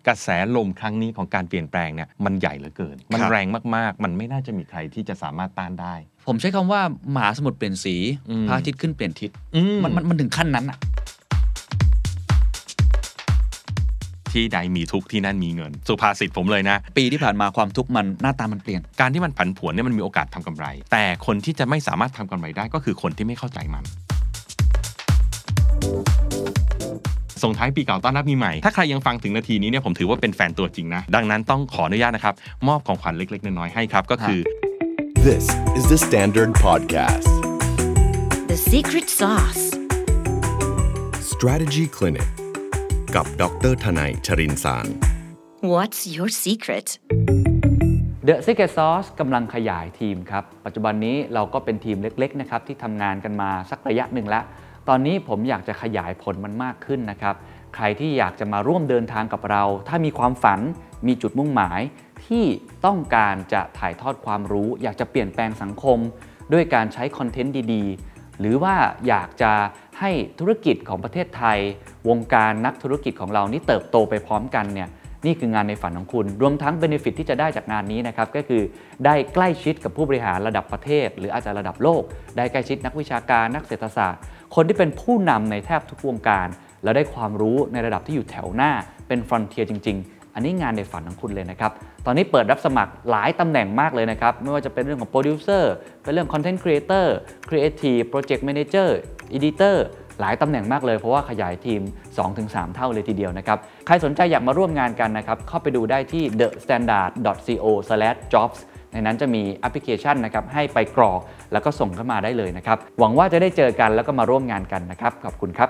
กระแสลมครั้งนี้ของการเปลี่ยนแปลงเนี่ยมันใหญ่เหลือเกินมันแรงมากๆมันไม่น่าจะมีใครที่จะสามารถต้านได้ผมใช้คำว่ามหาสมุทรเปลี่ยนสีพระอาทิตย์ขึ้นเปลี่ยนทิศมันถึงขั้นนั้นอ่ะที่ใดมีทุกที่นั่นมีเงินสุภาษิตผมเลยนะปีที่ผ่านมาความทุกข์มันหน้าตามันเปลี่ยนการที่มันผันผวนเนี่ยมันมีโอกาสทำกำไรแต่คนที่จะไม่สามารถทำกำไรได้ก็คือคนที่ไม่เข้าใจมันส่งท้ายปีเก่าต้อนรับปีใหม่ถ้าใครยังฟังถึงนาทีนี้เนี่ยผมถือว่าเป็นแฟนตัวจริงนะดังนั้นต้องขออนุญาตนะครับมอบของขวัญเล็กๆน้อยๆให้ครับก็คือ This is the Standard Podcast The Secret Sauce Strategy Clinic กับดร.ทนัย ชรินทร์สาร What's your secret The Secret Sauce กำลังขยายทีมครับปัจจุบันนี้เราก็เป็นทีมเล็กๆนะครับที่ทำงานกันมาสักระยะหนึ่งแล้วตอนนี้ผมอยากจะขยายผลมันมากขึ้นนะครับใครที่อยากจะมาร่วมเดินทางกับเราถ้ามีความฝันมีจุดมุ่งหมายที่ต้องการจะถ่ายทอดความรู้อยากจะเปลี่ยนแปลงสังคมด้วยการใช้คอนเทนต์ดีๆหรือว่าอยากจะให้ธุรกิจของประเทศไทยวงการนักธุรกิจของเรานี่เติบโตไปพร้อมกันเนี่ยนี่คืองานในฝันของคุณรวมทั้งเบเนฟิตที่จะได้จากงานนี้นะครับก็คือได้ใกล้ชิดกับผู้บริหารระดับประเทศหรืออาจจะระดับโลกได้ใกล้ชิดนักวิชาการนักเศรษฐศาสตร์คนที่เป็นผู้นำในแทบทุกวงการแล้วได้ความรู้ในระดับที่อยู่แถวหน้าเป็นฟรอนเทียร์จริงๆอันนี้งานในฝันของคุณเลยนะครับตอนนี้เปิดรับสมัครหลายตำแหน่งมากเลยนะครับไม่ว่าจะเป็นเรื่องของโปรดิวเซอร์เป็นเรื่องคอนเทนต์ครีเอเตอร์ครีเอทีฟโปรเจกต์แมเนเจอร์อีดิเตอร์หลายตำแหน่งมากเลยเพราะว่าขยายทีม 2-3 เท่าเลยทีเดียวนะครับใครสนใจอยากมาร่วมงานกันนะครับเข้าไปดูได้ที่ thestandard.co/jobs ในนั้นจะมีแอปพลิเคชันนะครับให้ไปกรอกแล้วก็ส่งเข้ามาได้เลยนะครับหวังว่าจะได้เจอกันแล้วก็มาร่วมงานกันนะครับขอบคุณครับ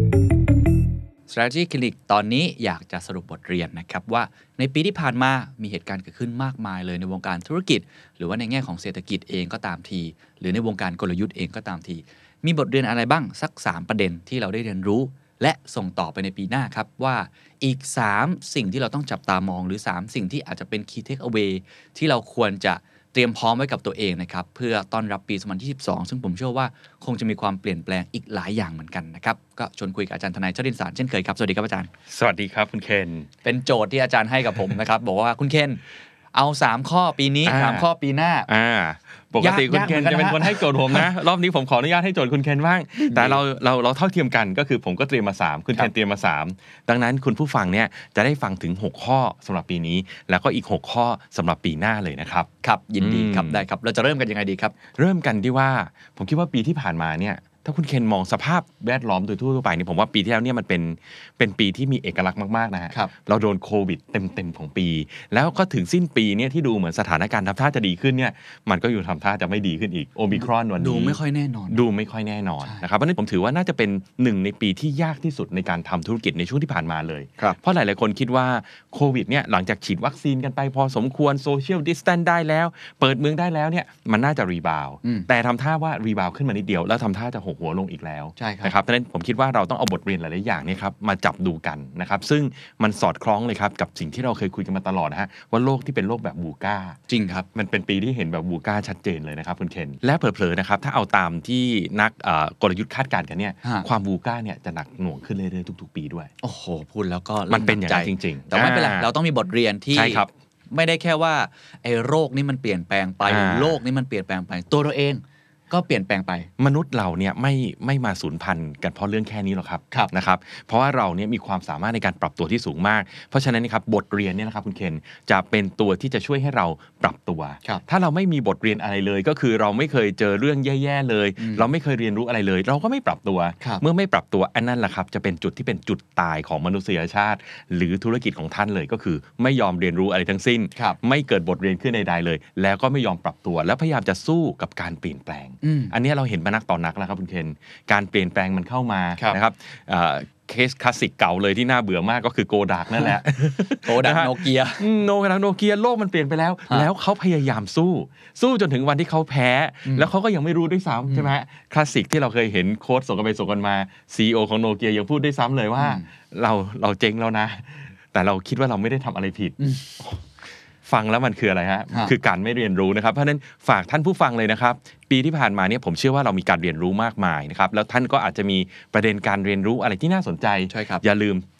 Strategy Clinic ตอนนี้อยากจะสรุปบทเรียนนะครับว่าในปีที่ผ่านมามีเหตุการณ์เกิดขึ้นมากมายเลยในวงการธุรกิจหรือว่าในแง่ของเศรษฐกิจเองก็ตามทีหรือในวงการกลยุทธ์เองก็ตามทีมีบทเรียนอะไรบ้างสัก3ประเด็นที่เราได้เรียนรู้และส่งต่อไปในปีหน้าครับว่าอีก3สิ่งที่เราต้องจับตามองหรือ3สิ่งที่อาจจะเป็น Key Takeaway ที่เราควรจะเตรียมพร้อมไว้กับตัวเองนะครับเพื่อต้อนรับปี 2022 ซึ่งผมเชื่อว่าคงจะมีความเปลี่ยนแปลงอีกหลายอย่างเหมือนกันนะครับก็ชวนคุยกับอาจารย์ทนาย ชรินทร์สารเช่นเคยครับสวัสดีครับอาจารย์สวัสดีครับคุณเคนเป็นโจทย์ที่อาจารย์ให้กับผมนะครับบอกว่าคุณเคนเอา3ข้อปีนี้3ข้อปีหน้าปกติคุณเคนจะเป็นคนให้โจทย์ผมนะรอบนี้ผมขออนุญาตให้โจทย์คุณเคนบ้างแต่เราเท่าเทียมกันก็คือผมก็เตรียมมา3คุณเคนเตรียมมา3ดังนั้นคุณผู้ฟังเนี่ยจะได้ฟังถึง6ข้อสำหรับปีนี้แล้วก็อีก6ข้อสำหรับปีหน้าเลยนะครับครับยินดีครับได้ครับเราจะเริ่มกันยังไงดีครับเริ่มกันที่ว่าผมคิดว่าปีที่ผ่านมาเนี่ยถ้าคุณเคนมองสภาพแวดล้อมโดยทั่วไปนี่ผมว่าปีที่แล้วเนี่ยมันเป็นปีที่มีเอกลักษณ์มากๆนะฮะเราโดนโควิดเต็มของปีแล้วก็ถึงสิ้นปีเนี่ยที่ดูเหมือนสถานการณ์ทำท่าจะดีขึ้นเนี่ยมันก็อยู่ทำท่าจะไม่ดีขึ้นอีกโอมิครอนวันนี้ดูไม่ค่อยแน่นอนนะครับเพราะฉะนั้นผมถือว่าน่าจะเป็น1ในปีที่ยากที่สุดในการทำธุรกิจในช่วงที่ผ่านมาเลยเพราะหลายๆคนคิดว่าโควิดเนี่ยหลังจากฉีดวัคซีนกันไปพอสมควรโซเชียลดิสแทนซ์ได้แล้วเปิดเมืองได้แล้วเนี่ยมันน่าจะรีบาวแต่ทำท่าว่ารีบาวขึ้นมานิดเดียวแล้วทำท่าจะหัวลงอีกแล้วนะครับดังนั้นผมคิดว่าเราต้องเอาบทเรียนหลายๆอย่างนี่ครับมาจับดูกันนะครับซึ่งมันสอดคล้องเลยครับกับสิ่งที่เราเคยคุยกันมาตลอดนะฮะว่าโลกที่เป็นโลกแบบบูก้าจริงครับมันเป็นปีที่เห็นแบบบูก้าชัดเจนเลยนะครับคุณเคนและเผลอๆนะครับถ้าเอาตามที่นักกลยุทธ์คาดการณ์กันเนี่ยความบูก้าเนี่ยจะหนักหน่วงขึ้นเรื่อยๆทุกๆปีด้วยโอ้โหพูดแล้วก็มันเป็นอย่างนั้นจริงๆแต่ไม่เป็นไรเราต้องมีบทเรียนที่ไม่ได้แค่ว่าไอ้โรคนี้มันเปลี่ยนแปลงไปโลกนี้มันเปลี่ยนแปลงไปตัวเราเองก็เปลี่ยนแปลงไปมนุษย์เราเนี่ยไม่มาสูญพันธุ์กันเพราะเรื่องแค่นี้หรอกครับนะครับเพราะว่าเราเนี่ยมีความสามารถในการปรับตัวที่สูงมากเพราะฉะนั้นนะครับบทเรียนเนี่ยนะครับคุณเคนจะเป็นตัวที่จะช่วยให้เราปรับตัวถ้าเราไม่มีบทเรียนอะไรเลยก็คือเราไม่เคยเจอเรื่องแย่ๆเลยเราไม่เคยเรียนรู้อะไรเลยเราก็ไม่ปรับตัวเมื่อไม่ปรับตัวอันนั้นแหละครับจะเป็นจุดที่เป็นจุดตายของมนุษยชาติหรือธุรกิจของท่านเลยก็คือไม่ยอมเรียนรู้อะไรทั้งสิ้นไม่เกิดบทเรียนขึ้นใดๆเลยแล้วก็ไม่ยอมปรับตัวแล้วพยายามจะสู้กับการเปลี่ยนแปลงอันนี้เราเห็นมานักต่อนักแล้วครับคุณเคนการเปลี่ยนแปลงมันเข้ามานะครับเคสคลาสสิกเก่าเลยที่น่าเบื่อมากก็คือโกดักนั่นแหละโกดักโนเกียโนเกียโลกมันเปลี่ยนไปแล้วแล้วเขาพยายามสู้จนถึงวันที่เขาแพ้แล้วเขาก็ยังไม่รู้ด้วยซ้ำใช่ไหมคลาสสิกที่เราเคยเห็นโค้ดส่งกันไปส่งกันมา CEO ของโนเกียยังพูดด้วยซ้ำเลยว่าเราเจ๊งแล้วนะแต่เราคิดว่าเราไม่ได้ทำอะไรผิดฟังแล้วมันคืออะไรฮะคือการไม่เรียนรู้นะครับเพราะฉะนั้นฝากท่านผู้ฟังเลยนะครับปีที่ผ่านมาเนี่ยผมเชื่อว่าเรามีการเรียนรู้มากมายนะครับแล้วท่านก็อาจจะมีประเด็นการเรียนรู้อะไรที่น่าสนใจอย่าลืม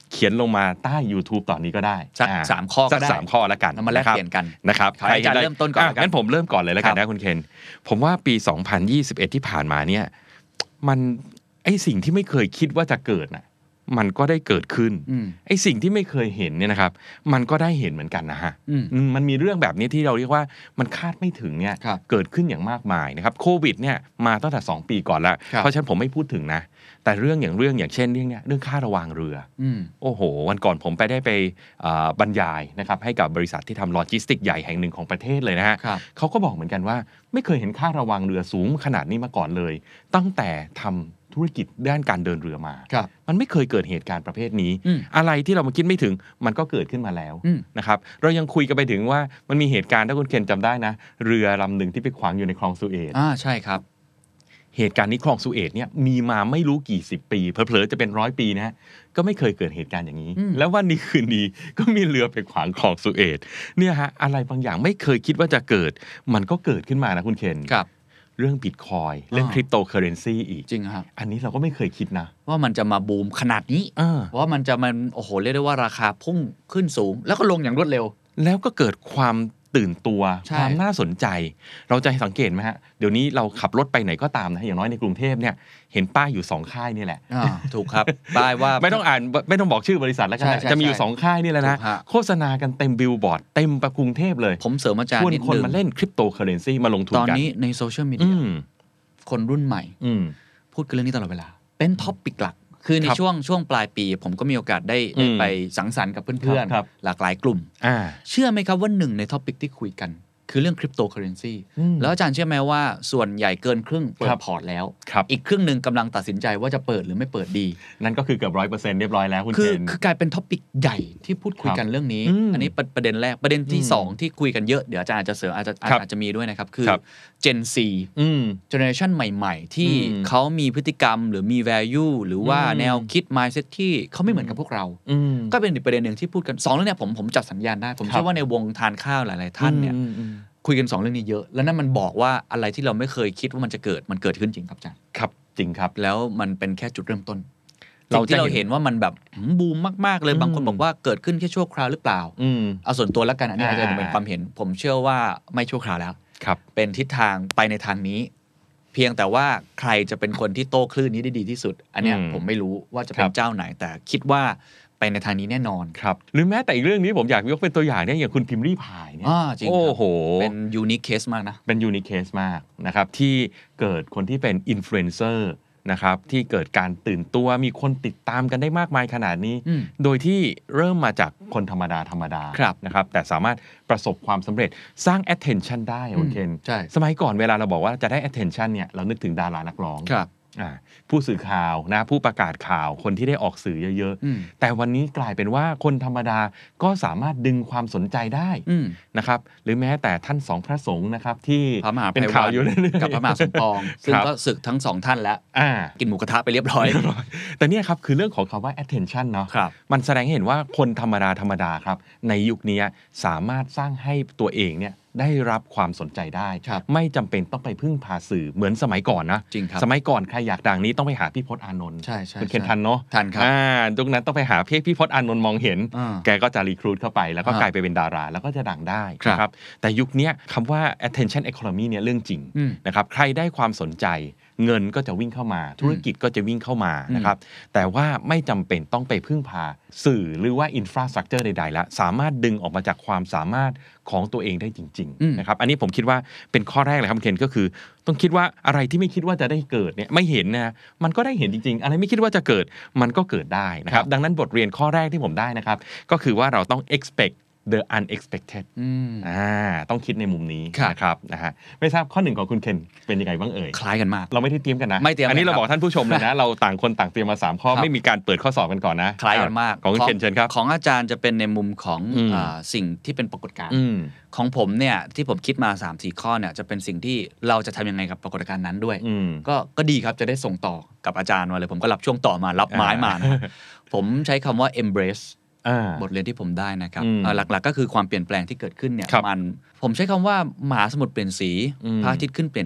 เขียนลงมาใต้ YouTube ตอนนี้ก็ได้สัก3ข้อก็ได้สัก3ข้อแล้วกันเรามาแลกเปลี่ยนกันนะครับใครอาจารย์เริ่มต้นก่อนงั้นผมเริ่มก่อนเลยแล้วกันครันะบคุณเคนผมว่าปี 2021 ที่ผ่านมาเนี่ยมันไอสิ่งที่ไม่เคยคิดว่าจะเกิดน่ะมันก็ได้เกิดขึ้นไอสิ่งที่ไม่เคยเห็นเนี่ยนะครับมันก็ได้เห็นเหมือนกันนะฮะมันมีเรื่องแบบนี้ที่เราเรียกว่ามันคาดไม่ถึงเนี่ยเกิดขึ้นอย่างมากมายนะครับโควิดเนี่ยมาตั้งแต่2 ปีก่อนแล้วเพราะฉะนั้นผมไม่พูดถึงนะแต่เรื่องอย่างเช่นเรื่องค่าระวางเรือโอ้โหวันก่อนผมได้ไปบรรยายนะครับให้กับบริษัทที่ทำโลจิสติกใหญ่แห่งหนึ่งของประเทศเลยนะฮะเขาก็บอกเหมือนกันว่าไม่เคยเห็นค่าระวางเรือสูงขนาดนี้มาก่อนเลยตั้งแต่ทำธุรกิจด้านการเดินเรือมามันไม่เคยเกิดเหตุการณ์ประเภทนี้อะไรที่เรามาคิดไม่ถึงมันก็เกิดขึ้นมาแล้วนะครับเรายังคุยกันไปถึงว่ามันมีเหตุการณ์ถ้าคุณเคนจำได้นะเรือลำหนึ่งที่ไปขวางอยู่ในคลองสุเอตใช่ครับเหตุการณ์นี้คลองสุเอตเนี่ยมีมาไม่รู้กี่สิบปีเผลอๆจะเป็น100 ปีนะฮะก็ไม่เคยเกิดเหตุการณ์อย่างนี้แล้ววันนี้คืนดีก็มีเรือไปขวางคลองสุเอตเนี่ยฮะอะไรบางอย่างไม่เคยคิดว่าจะเกิดมันก็เกิดขึ้นมานะคุณเคนเรื่องบิตคอยน์เรื่องคริปโตเคอเรนซีอีกจริงครับอันนี้เราก็ไม่เคยคิดนะว่ามันจะมาบูมขนาดนี้ว่ามันจะโอ้โหเรียกได้ว่าราคาพุ่งขึ้นสูงแล้วก็ลงอย่างรวดเร็วแล้วก็เกิดความตื่นตัวความน่าสนใจเราจะสังเกตไหมฮะเดี๋ยวนี้เราขับรถไปไหนก็ตามนะอย่างน้อยในกรุงเทพเนี่ยเห็นป้ายอยู่2ค่ายนี่แหละถูกครับป้ายว่าไม่ต้องอ่านไม่ต้องบอกชื่อบริษัทแล้วกันจะมีอยู่2ค่ายนี่แหละนะโฆษณากันเต็มบิลบอร์ดเต็มประกรุงเทพเลยผมเสริมอาจารย์นิดนึงคนมาเล่นคริปโตเคอเรนซีมาลงทุนกันตอนนี้ในโซเชียลมีเดียคนรุ่นใหม่พูดกันเรื่องนี้ตลอดเวลาเป็นท็อปปิกหลักคือในช่วงปลายปีผมก็มีโอกาสได้ไปสังสรรค์กับเพื่อนๆหลากหลายกลุ่มเชื่อไหมครับว่าหนึ่งในท็อปิกที่คุยกันคือเรื่องคริปโตเคอเรนซีแล้วอาจารย์เชื่อไหมว่าส่วนใหญ่เกินครึ่งเปิดพอร์ตแล้วอีกครึ่งนึงกำลังตัดสินใจว่าจะเปิดหรือไม่เปิดดีนั่นก็คือเกือบ 100% เรียบร้อยแล้วคุณเคนคือกลายเป็นท็อปิกใหญ่ที่พูดคุยกันเรื่องนี้อันนี้ประเด็นแรกประเด็นที่2ที่คุยกันเยอะเดี๋ยวอาจารย์อาจจะเสริมอาจจะมีด้วยนะครับคือ Gen Z generation ใหม่ๆที่เขามีพฤติกรรมหรือมี value หรือว่าแนวคิด mindset ที่เขาไม่เหมือนกับพวกเราก็เป็นอีกประเด็นนึงที่พูดกัน2เรื่องนี้ผมจัดสัญญาณได้ผมเชื่อว่าในวงทานข้าวหลายๆท่านเนี่ยคุยกัน2เรื่องนี้เยอะแล้วนั่นมันบอกว่าอะไรที่เราไม่เคยคิดว่ามันจะเกิดมันเกิดขึ้นจริงครับอาจารย์ครับจริงครับแล้วมันเป็นแค่จุดเริ่มต้นสิ่งที่เราเห็นว่ามันแบบบูมมากๆเลยบางคนบอกว่าเกิดขึ้นแค่ชั่วคราวหรือเปล่าเอาส่วนตัวแล้วกันอันนี้อาจจะเป็นความเห็นผมเชื่อว่าไม่ชั่วคราวแล้วเป็นทิศทางไปในทางนี้เพียงแต่ว่าใครจะเป็นคนที่โต้คลื่นนี้ได้ดีที่สุดอันนี้ผมไม่รู้ว่าจะเป็นเจ้าไหนแต่คิดว่าไปในทางนี้แน่นอนครับหรือแม้แต่อีกเรื่องนี้ผมอยากยกเป็นตัวอย่างเนี่ยอย่างคุณพิมพ์รี่พายเนี่ยโอ้โหเป็นยูนิคเคสมากนะเป็นยูนิคเคสมากนะครับที่เกิดคนที่เป็นอินฟลูเอนเซอร์นะครับที่เกิดการตื่นตัวมีคนติดตามกันได้มากมายขนาดนี้โดยที่เริ่มมาจากคนธรรมดานะครับแต่สามารถประสบความสำเร็จสร้าง attention ได้คุณเคนสมัยก่อนเวลาเราบอกว่าจะได้ attention เนี่ยเรานึกถึงดารานักร้องผู้สื่อข่าวนะผู้ประกาศข่าวคนที่ได้ออกสื่อเยอะๆแต่วันนี้กลายเป็นว่าคนธรรมดาก็สามารถดึงความสนใจได้นะครับหรือแม้แต่ท่าน2พระสงฆ์นะครับที่เป็นข่าวอยู่เรื่อยๆกับพระมหาสมปองซึ่งก็ศึกทั้ง2ท่านแล้วกินหมูกระทะไปเรียบร้อยแต่เนี่ยครับคือเรื่องของคำว่า attention เนาะมันแสดงให้เห็นว่าคนธรรมดาครับในยุคนี้สามารถสร้างให้ตัวเองเนี่ยได้รับความสนใจได้ไม่จำเป็นต้องไปพึ่งพาสื่อเหมือนสมัยก่อนนะสมัยก่อนใครอยากดังนี้ต้องไปหาพี่พจน์อานนท์คุณเคนทันเนาะทันครับตรงนั้นต้องไปหาพี่พจน์อานนท์มองเห็นแกก็จะรีครูทเข้าไปแล้วก็กลายไปเป็นดาราแล้วก็จะดังได้นะครับแต่ยุคนี้คำว่า attention economy เนี่ยเรื่องจริงนะครับใครได้ความสนใจเงินก็จะวิ่งเข้ามาธุรกิจก็จะวิ่งเข้ามานะครับแต่ว่าไม่จำเป็นต้องไปพึ่งพาสื่อหรือว่าอินฟราสตรัคเจอร์ใดๆแล้วสามารถดึงออกมาจากความสามารถของตัวเองได้จริงๆนะครับอันนี้ผมคิดว่าเป็นข้อแรกเลยครับเคนก็คือต้องคิดว่าอะไรที่ไม่คิดว่าจะได้เกิดเนี่ยไม่เห็นนะมันก็ได้เห็นจริงๆอะไรไม่คิดว่าจะเกิดมันก็เกิดได้นะครับดังนั้นบทเรียนข้อแรกที่ผมได้นะครับก็คือว่าเราต้อง expect the unexpected ต้องคิดในมุมนี้นะครับนะฮะไม่ทราบข้อ1ของคุณเคนเป็นยังไงบ้างเอ่ยคล้ายกันมากเราไม่ได้เตรียมกันนะไม่เตรียมอันนี้เราบอกท่านผู้ชมเลยนะเราต่างคนต่างเตรียมมา3ข้อไม่มีการเปิดข้อสอบกันก่อนนะคล้ายกันมากของคุณเคนเชิญครับของอาจารย์จะเป็นในมุมของสิ่งที่เป็นปรากฏการณ์ของผมเนี่ยที่ผมคิดมา 3-4 ข้อเนี่ยจะเป็นสิ่งที่เราจะทำยังไงกับปรากฏการณ์นั้นด้วยก็ดีครับจะได้ส่งต่อกับอาจารย์มาเลยผมก็รับช่วงต่อมารับไม้มานะผมใช้คำว่า embraceบทเรียนที่ผมได้นะครับหลักๆก็คือความเปลี่ยนแปลงที่เกิดขึ้นเนี่ยผมใช้คำว่ามหาสมุทรเปลี่ยนสีพระอาทิตย์ขึ้นเปลี่ยนทิศ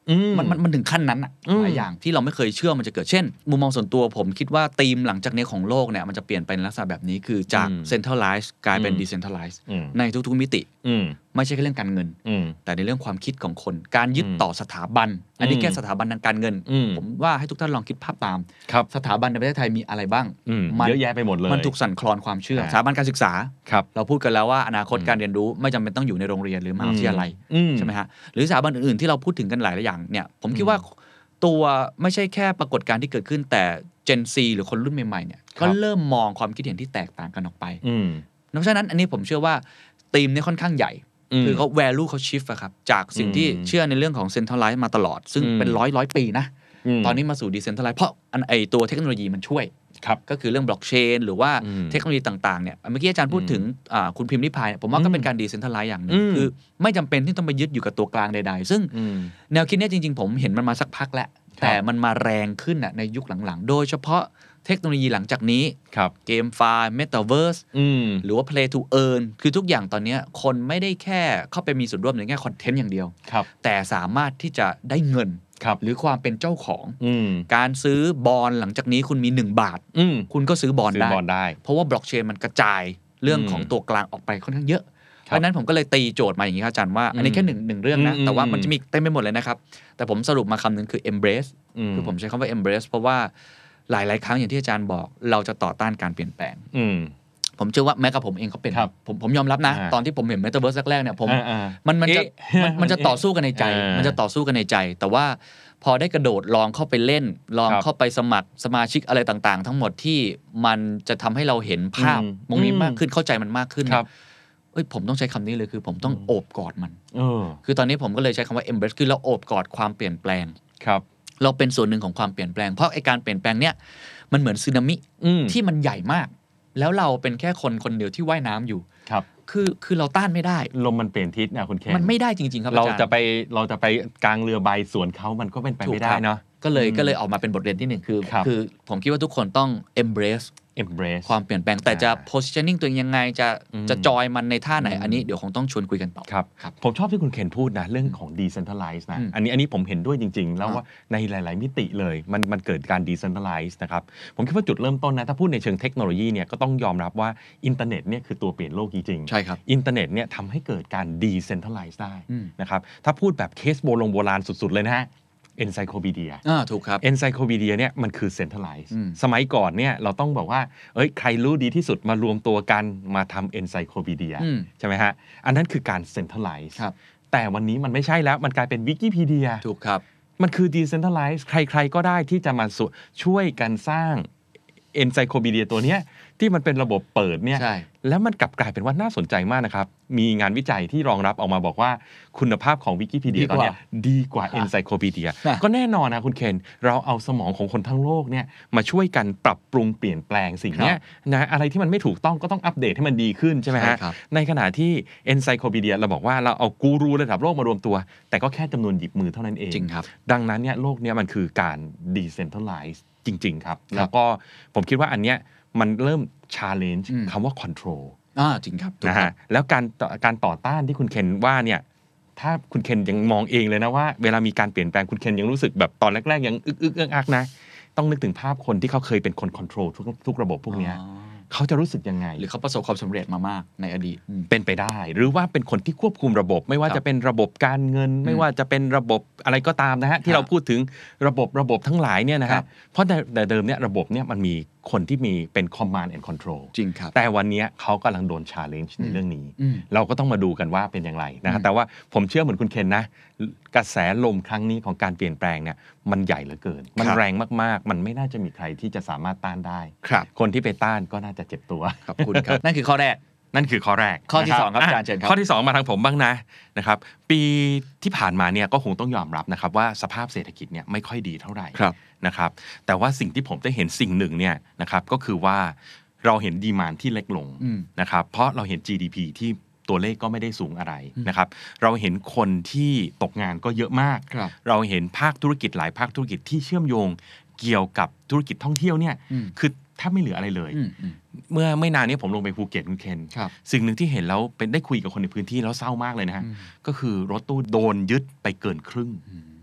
มันถึงขั้นนั้นหลายอย่างที่เราไม่เคยเชื่อมันจะเกิดเช่นมุมมองส่วนตัวผมคิดว่าธีมหลังจากนี้ของโลกเนี่ยมันจะเปลี่ยนไปในลักษณะแบบนี้คือจาก centralized กลายเป็น decentralized ในทุกๆมิติไม่ใช่แค่เรื่องการเงินแต่ในเรื่องความคิดของคนการยึดต่อสถาบันอันนี้แค่สถาบันทางการเงินผมว่าให้ทุกท่านลองคิดภาพตามสถาบันในประเทศไทยมีอะไรบ้างเยอะแยะไปหมดเลยมันถูกสั่นคลอนความเชื่อสถาบันการศึกษาเราพูดกันแล้วว่าอนาคตการเรียนรู้ไม่จำเป็นต้องอยู่ในโรงเรียนหรือมหาวิทยาลัยใช่ไหมฮะหรือสถาบันอื่นๆที่เราพูดถึงกันหลายอย่างเนี่ยผมคิดว่าตัวไม่ใช่แค่ปรากฏการณ์ที่เกิดขึ้นแต่ Gen Z หรือคนรุ่นใหม่ๆเนี่ยก็เริ่มมองความคิดเห็นที่แตกต่างกันออกไปเพราะฉะนั้นอันนี้ผมเชื่อว่าธีมนี้ค่อนข้างใหญ่คือเขา value เขา shift อะครับจากสิ่งที่เชื่อในเรื่องของ centralize มาตลอดซึ่งเป็นร้อยปีนะตอนนี้มาสู่ decentralize เพราะตัวเทคโนโลยีมันช่วยก็คือเรื่องบล็อกเชนหรือว่าเทคโนโลยีต่างๆเนี่ยเมื่อกี้อาจารย์พูดถึงคุณพิมพ์ริพายผมว่าก็เป็นการ decentralize อย่างนึงคือไม่จำเป็นที่ต้องไปยึดอยู่กับตัวกลางใดๆซึ่งแนวคิดนี้จริงๆผมเห็นมันมาสักพักแล้วแต่มันมาแรงขึ้นในยุคหลังๆโดยเฉพาะเทคโนโลยีหลังจากนี้เกมไฟล์ Metaverse หรือว่า Play to Earn คือทุกอย่างตอนนี้คนไม่ได้แค่เข้าไปมีส่วนร่วมในแง่คอนเทนต์อย่างเดียวแต่สามารถที่จะได้เงินหรือความเป็นเจ้าของการซื้อบอลหลังจากนี้คุณมี1 บาทคุณก็ซื้อบอลได้เพราะว่าบล็อกเชนมันกระจายเรื่องของตัวกลางออกไปค่อนข้างเยอะเพราะนั้นผมก็เลยตีโจทย์มาอย่างนี้ครับอาจารย์ว่าอันนี้แค่หนึ่งเรื่องนะแต่ว่ามันจะมีเต็มไปหมดเลยนะครับแต่ผมสรุปมาคำนึงคือ embrace คือผมใช้คำว่า embrace เพราะว่าหลายๆครั้งอย่างที่อาจารย์บอกเราจะต่อต้านการเปลี่ยนแปลงผมเชื่อว่าแม้กับผมเองก็เป็นผมยอมรับนะตอนที่ผมเห็น Metaverse แรกๆเนี่ยผมมันจะต่อสู้กันในใจมันจะต่อสู้กันในใจแต่ว่าพอได้กระโดดลองเข้าไปเล่นลองเข้าไปสมัครสมาชิกอะไรต่างๆทั้งหมดที่มันจะทำให้เราเห็นภาพตรงนี้มากขึ้นเข้าใจมันมากขึ้นผมต้องใช้คำนี้เลยคือผมต้องโอบกอดมันคือตอนนี้ผมก็เลยใช้คำว่า embrace คือเราโอบกอดความเปลี่ยนแปลงเราเป็นส่วนหนึ่งของความเปลี่ยนแปลงเพราะไอ้การเปลี่ยนแปลงเนี้ยมันเหมือนสึนามิที่มันใหญ่มากแล้วเราเป็นแค่คนเดียวที่ว่ายน้ำอยู่คือเราต้านไม่ได้ลมมันเปลี่ยนทิศนะคุณเคนมันไม่ได้จริงๆครับเราจะไปกลางเรือใบสวนเขามันก็เป็นไปไม่ได้เนาะก็เลยออกมาเป็นบทเรียนที่1คือผมคิดว่าทุกคนต้อง embrace ความเปลี่ยนแปลงแต่จะ positioning ตัวเองยังไงจะจอยมันในท่าไหนอันนี้เดี๋ยวคงต้องชวนคุยกันต่อครับผมชอบที่คุณเคนพูดนะเรื่องของ decentralize นะอันนี้ผมเห็นด้วยจริงๆแล้วว่าในหลายๆมิติเลยมันเกิดการ decentralize นะครับผมคิดว่าจุดเริ่มต้นนะถ้าพูดในเชิงเทคโนโลยีเนี่ยก็ต้องยอมรับว่าอินเทอร์เน็ตเนี่ยคือตัวเปลี่ยนโลกจริงๆใช่ครับอินเทอร์เน็ตเนี่ยทำให้เกิดการ decentralize ได้นะครับถ้าพูดแบบเคสโบราณสุดๆเลยนะฮะencyclopedia ถูกครับ encyclopedia เนี่ยมันคือ centralize สมัยก่อนเนี่ยเราต้องบอกว่าใครรู้ดีที่สุดมารวมตัวกันมาทำ encyclopedia ใช่ไหมฮะอันนั้นคือการ centralize แต่วันนี้มันไม่ใช่แล้วมันกลายเป็น Wikipedia ถูกครับมันคือ decentralize ใครๆก็ได้ที่จะมาช่วยกันสร้าง encyclopedia ตัวเนี้ยที่มันเป็นระบบเปิดเนี่ยแล้วมันกลับกลายเป็นว่าน่าสนใจมากนะครับมีงานวิจัยที่รองรับออกมาบอกว่าคุณภาพของ Wikipedia ตอนนี้ดีกว่า Encyclopedia ก็แน่นอนนะคุณเคนเราเอาสมองของคนทั้งโลกเนี่ยมาช่วยกันปรับปรุงเปลี่ยนแปลงสิ่งนี้นะอะไรที่มันไม่ถูกต้องก็ต้องอัปเดตให้มันดีขึ้นใช่ไหมฮะในขณะที่ Encyclopedia เราบอกว่าเราเอากูรูระดับโลกมารวมตัวแต่ก็แค่จำนวนหยิบมือเท่านั้นเองจริงครับดังนั้นเนี่ยโลกนี้มันคือการ decentralize จริงๆครับแล้วก็ผมคิดว่าอันเนี้ยมันเริ่ม challenge คำว่า control จริงครับนะฮะแล้วการต่อต้านที่คุณเคนว่าเนี่ยถ้าคุณเคนยังมองเองเลยนะว่าเวลามีการเปลี่ยนแปลงคุณเคนยังรู้สึกแบบตอนแรกๆยังอึกๆอักๆนะต้องนึกถึงภาพคนที่เขาเคยเป็นคน control ทุกระบบพวกนี้เขาจะรู้สึกยังไงหรือเขาประสบความสำเร็จมามากในอดีตเป็นไปได้หรือว่าเป็นคนที่ควบคุมระบบไม่ว่าจะเป็นระบบการเงินไม่ว่าจะเป็นระบบอะไรก็ตามนะฮะที่เราพูดถึงระบบทั้งหลายเนี่ยนะฮะเพราะแต่เดิมเนี่ยระบบเนี่ยมันมีคนที่มีเป็น command and control จริงครับแต่วันนี้เขากำลังโดน challenge ในเรื่องนี้เราก็ต้องมาดูกันว่าเป็นอย่างไรนะฮะแต่ว่าผมเชื่อเหมือนคุณเคนนะกระแสลมครั้งนี้ของการเปลี่ยนแปลงเนี่ยมันใหญ่เหลือเกินมันแรงมากๆมันไม่น่าจะมีใครที่จะสามารถต้านได้คนที่ไปต้านก็น่าจะเจ็บตัวขอบคุณครับ นั่นคือข้อแรกข้อที่2ครับอาจารย์เชิญครับข้อที่2มาทางผมบ้างนะครับปีที่ผ่านมาเนี่ยก็คงต้องยอมรับนะครับว่าสภาพเศรษฐกิจเนี่ยไม่ค่อยดีเท่าไหร่นะครับแต่ว่าสิ่งที่ผมได้เห็นสิ่งหนึ่งเนี่ยนะครับก็คือว่าเราเห็นดีมานด์ที่เล็กลงนะครับเพราะเราเห็น GDP ที่ตัวเลขก็ไม่ได้สูงอะไรนะครับเราเห็นคนที่ตกงานก็เยอะมากเราเห็นภาคธุรกิจหลายภาคธุรกิจที่เชื่อมโยงเกี่ยวกับธุรกิจท่องเที่ยวเนี่ยคือแทบไม่เหลืออะไรเลยเมื่อไม่นานนี้ผมลงไปภูเก็ตคุณเคนสิ่งหนึ่งที่เห็นแล้วเป็นได้คุยกับคนในพื้นที่แล้วเศร้ามากเลยนะฮะก็คือรถตู้โดนยึดไปเกินครึ่ง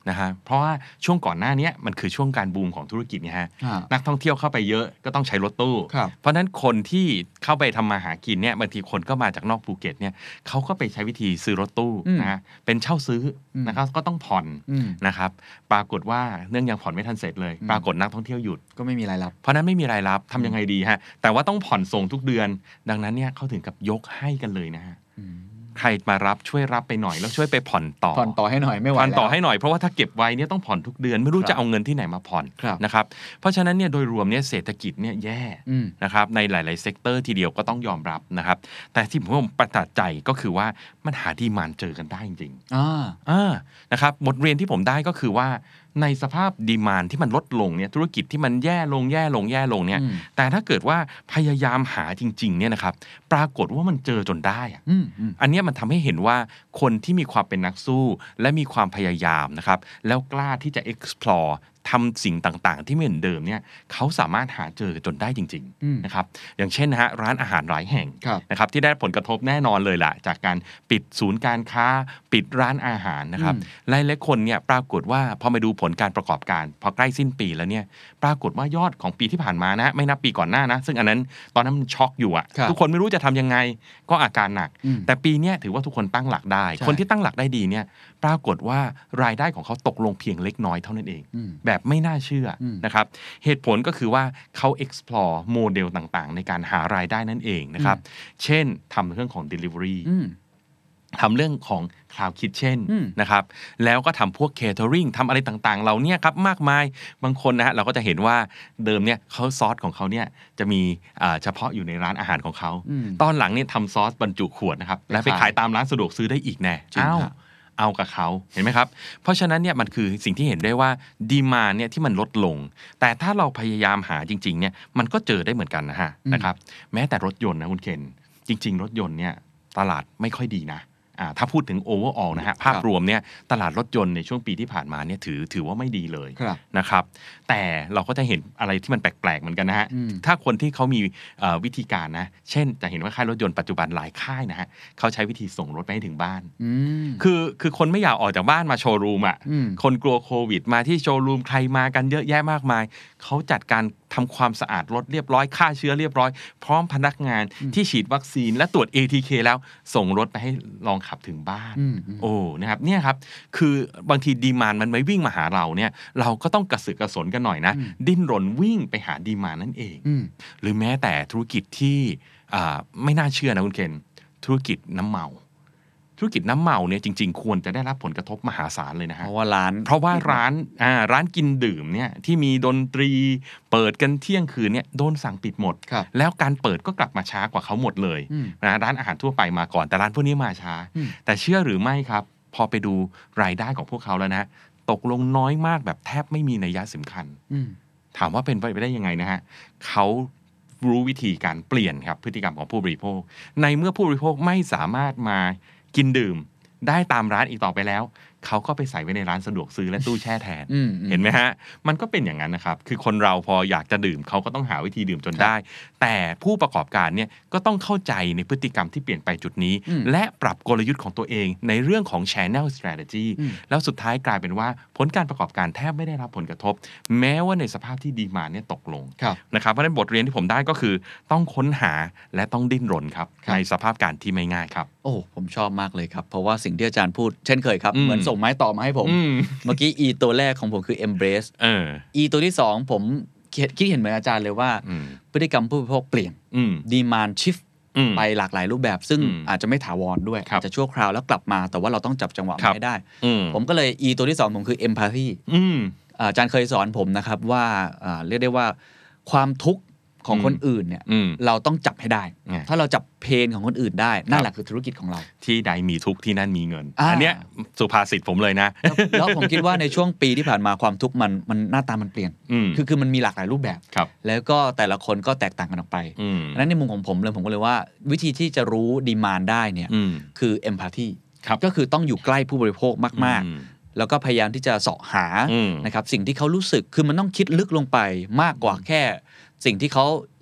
นะฮะเพราะว่าช่วงก่อนหน้านี้มันคือช่วงการบูมของธุรกิจไงฮะนักท่องเที่ยวเข้าไปเยอะก็ต้องใช้รถตู้เพราะฉะนั้นคนที่เข้าไปทำมาหากินเนี่ยบางทีคนก็มาจากนอกภูเก็ตเนี่ยเขาก็ไปใช้วิธีซื้อรถตู้นะฮะเป็นเช่าซื้อนะครับก็ต้องผ่อนนะครับปรากฏว่าเนื่องยังผ่อนไม่ทันเสร็จเลยปรากฏนักท่องเที่ยวหยุดก็ไม่มีรายรับเพราะนั้นไม่มีรายรับทำยังไงดีฮะแต่ว่าต้องผ่อนส่งทุกเดือนดังนั้นเนี่ยเขาถึงกับยกให้กันเลยนะฮะใครมารับช่วยรับไปหน่อยแล้วช่วยไปผ่อนต่อให้หน่อยไม่ไหวผ่อนต่อให้หน่อยเพราะว่าถ้าเก็บไว้เนี่ยต้องผ่อนทุกเดือนไม่รู้จะเอาเงินที่ไหนมาผ่อนนะครับเพราะฉะนั้นเนี่ยโดยรวมเนี่ยเศรษฐกิจเนี่ยแย่นะครับในหลายๆเซกเตอร์ทีเดียวก็ต้องยอมรับนะครับแต่ที่ผมประทับใจก็คือว่ามันหาดีมานด์เจอกันได้จริงๆนะครับบทเรียนที่ผมได้ก็คือว่าในสภาพดีมานด์ที่มันลดลงเนี่ยธุรกิจที่มันแย่ลงเนี่ยแต่ถ้าเกิดว่าพยายามหาจริงๆเนี่ยนะครับปรากฏว่ามันเจอจนได้อันนี้มันทำให้เห็นว่าคนที่มีความเป็นนักสู้และมีความพยายามนะครับแล้วกล้าที่จะ explore ทำสิ่งต่างๆที่ไม่เหมือนเดิมเนี่ยเขาสามารถหาเจอจนได้จริงๆนะครับอย่างเช่นนะฮะร้านอาหารหลายแห่งนะครับที่ได้ผลกระทบแน่นอนเลยล่ะจากการปิดศูนย์การค้าปิดร้านอาหารนะครับหลายๆคนเนี่ยปรากฏว่าพอมาดูผลการประกอบการพอใกล้สิ้นปีแล้วเนี่ยปรากฏว่ายอดของปีที่ผ่านมานะไม่นับปีก่อนหน้านะซึ่งอันนั้นตอนนั้นมันช็อกอยู่อะทุกคนไม่รู้จะทำยังไงก็อาการหนักแต่ปีนี้ถือว่าทุกคนตั้งหลักได้คนที่ตั้งหลักได้ดีเนี่ยปรากฏว่ารายได้ของเขาตกลงเพียงเล็กน้อยเท่านั้นเองแบบไม่น่าเชื่อนะครับเหตุผลก็คือว่าเขา explore โมเดลต่างๆในการหารายได้นั่นเองนะครับเช่นทำเรื่องของ delivery ทำเรื่องของ Cloud Kitchen นะครับแล้วก็ทำพวก Catering ทำอะไรต่างๆเราเนี่ยครับมากมายบางคนนะฮะเราก็จะเห็นว่าเดิมเนี่ยเขาซอสของเขาเนี่ยจะมีเฉพาะอยู่ในร้านอาหารของเขาตอนหลังเนี่ยทำซอสบรรจุขวดนะครับและไปขายตามร้านสะดวกซื้อได้อีกแน่เอากับเขาเห็นไหมครับเพราะฉะนั้นเนี่ยมันคือสิ่งที่เห็นได้ว่าดีมานด์เนี่ยที่มันลดลงแต่ถ้าเราพยายามหาจริงๆเนี่ยมันก็เจอได้เหมือนกันนะครับแม้แต่รถยนต์นะคุณเคนจริงๆรถยนต์เนี่ยตลาดไม่ค่อยดีนะถ้าพูดถึง overall นะฮะภาพรวมเนี่ยตลาดรถยนต์ในช่วงปีที่ผ่านมาเนี่ยถือว่าไม่ดีเลยนะครับแต่เราก็จะเห็นอะไรที่มันแปลกๆเหมือนกันนะฮะถ้าคนที่เขามีวิธีการนะเช่นจะเห็นว่าค่ายรถยนต์ปัจจุบันหลายค่ายนะฮะเขาใช้วิธีส่งรถไปให้ถึงบ้านคือคนไม่อยากออกจากบ้านมาโชว์รูมคนกลัวโควิดมาที่โชว์รูมใครมากันเยอะแยะมากมายเขาจัดการทำความสะอาดรถเรียบร้อยฆ่าเชื้อเรียบร้อยพร้อมพนักงานที่ฉีดวัคซีนและตรวจ ATK แล้วส่งรถไปให้ลองขับถึงบ้านนะครับเนี่ยครับคือบางทีดีมานด์มันไม่วิ่งมาหาเราเนี่ยเราก็ต้องกระสือกระสนกันหน่อยนะดิ้นรนวิ่งไปหาดีมานด์นั่นเองหรือแม้แต่ธุรกิจที่ไม่น่าเชื่อนะคุณเคนธุรกิจน้ำเมาเนี่ยจริงๆควรจะได้รับผลกระทบมหาศาลเลยนะฮะเพราะว่าร้านกินดื่มเนี่ยที่มีดนตรีเปิดกันเที่ยงคืนเนี่ยโดนสั่งปิดหมดแล้วการเปิดก็กลับมาช้ากว่าเขาหมดเลยนะร้านอาหารทั่วไปมาก่อนแต่ร้านพวกนี้มาช้าแต่เชื่อหรือไม่ครับพอไปดูรายได้ของพวกเขาแล้วนะตกลงน้อยมากแบบแทบไม่มีนัยยะสำคัญถามว่าเป็นไปได้ยังไงนะฮะเขารู้วิธีการเปลี่ยนครับพฤติกรรมของผู้บริโภคในเมื่อผู้บริโภคไม่สามารถมากินดื่มได้ตามร้านอีกต่อไปแล้วเขาก็ไปใส่ไว้ในร้านสะดวกซื้อและตู้แช่แทนเห็นไหมฮะมันก็เป็นอย่างนั้นนะครับคือคนเราพออยากจะดื่มเขาก็ต้องหาวิธีดื่มจนได้แต่ผู้ประกอบการเนี่ยก็ต้องเข้าใจในพฤติกรรมที่เปลี่ยนไปจุดนี้และปรับกลยุทธ์ของตัวเองในเรื่องของ channel strategy แล้วสุดท้ายกลายเป็นว่าผลการประกอบการแทบไม่ได้รับผลกระทบแม้ว่าในสภาพที่ดีมานด์เนี่ยตกลงนะครับเพราะฉะนั้นบทเรียนที่ผมได้ก็คือต้องค้นหาและต้องดิ้นรนครับในสภาพการที่ไม่ง่ายครับโอ้ผมชอบมากเลยครับเพราะว่าสิ่งที่อาจารย์พูดเช่นเคยครับเหมือนส่งไม้ต่อมาให้ผมเมื่อกี้ E ตัวแรกของผมคือ embrace E ตัวที่2ผมคิดเห็นเหมือนอาจารย์เลยว่าพฤติกรรมผู้บริโภคเปลี่ยน demand shift ไปหลากหลายรูปแบบซึ่งอาจจะไม่ถาวรด้วยอาจจะชั่วคราวแล้วกลับมาแต่ว่าเราต้องจับจังหวะให้ได้ผมก็เลย E ตัวที่2ผมคือ empathy อาจารย์เคยสอนผมนะครับว่าเรียกได้ว่าความทุกข์ของคนอื่นเนี่ยเราต้องจับให้ได้ถ้าเราจับเพนของคนอื่นได้นั่นแหละคือธุรกิจของเราที่ใดมีทุกที่นั่นมีเงินอันเนี้ยสุภาษิตผมเลยนะแล้วผมคิดว่าในช่วงปีที่ผ่านมาความทุกข์มันหน้าตามันเปลี่ยนคือมันมีหลากหลายรูปแบบแล้วก็แต่ละคนก็แตกต่างกันออกไปนั้นในมุมของผมผมก็เลยว่าวิธีที่จะรู้ดีมานด์ได้เนี่ยคือ empathy ก็คือต้องอยู่ใกล้ผู้บริโภคมากๆแล้วก็พยายามที่จะเสาะหานะครับสิ่งที่เขารู้สึกคือมันต้องคิดลึกลงไปมากกว่าแค่สิ่งที่เขา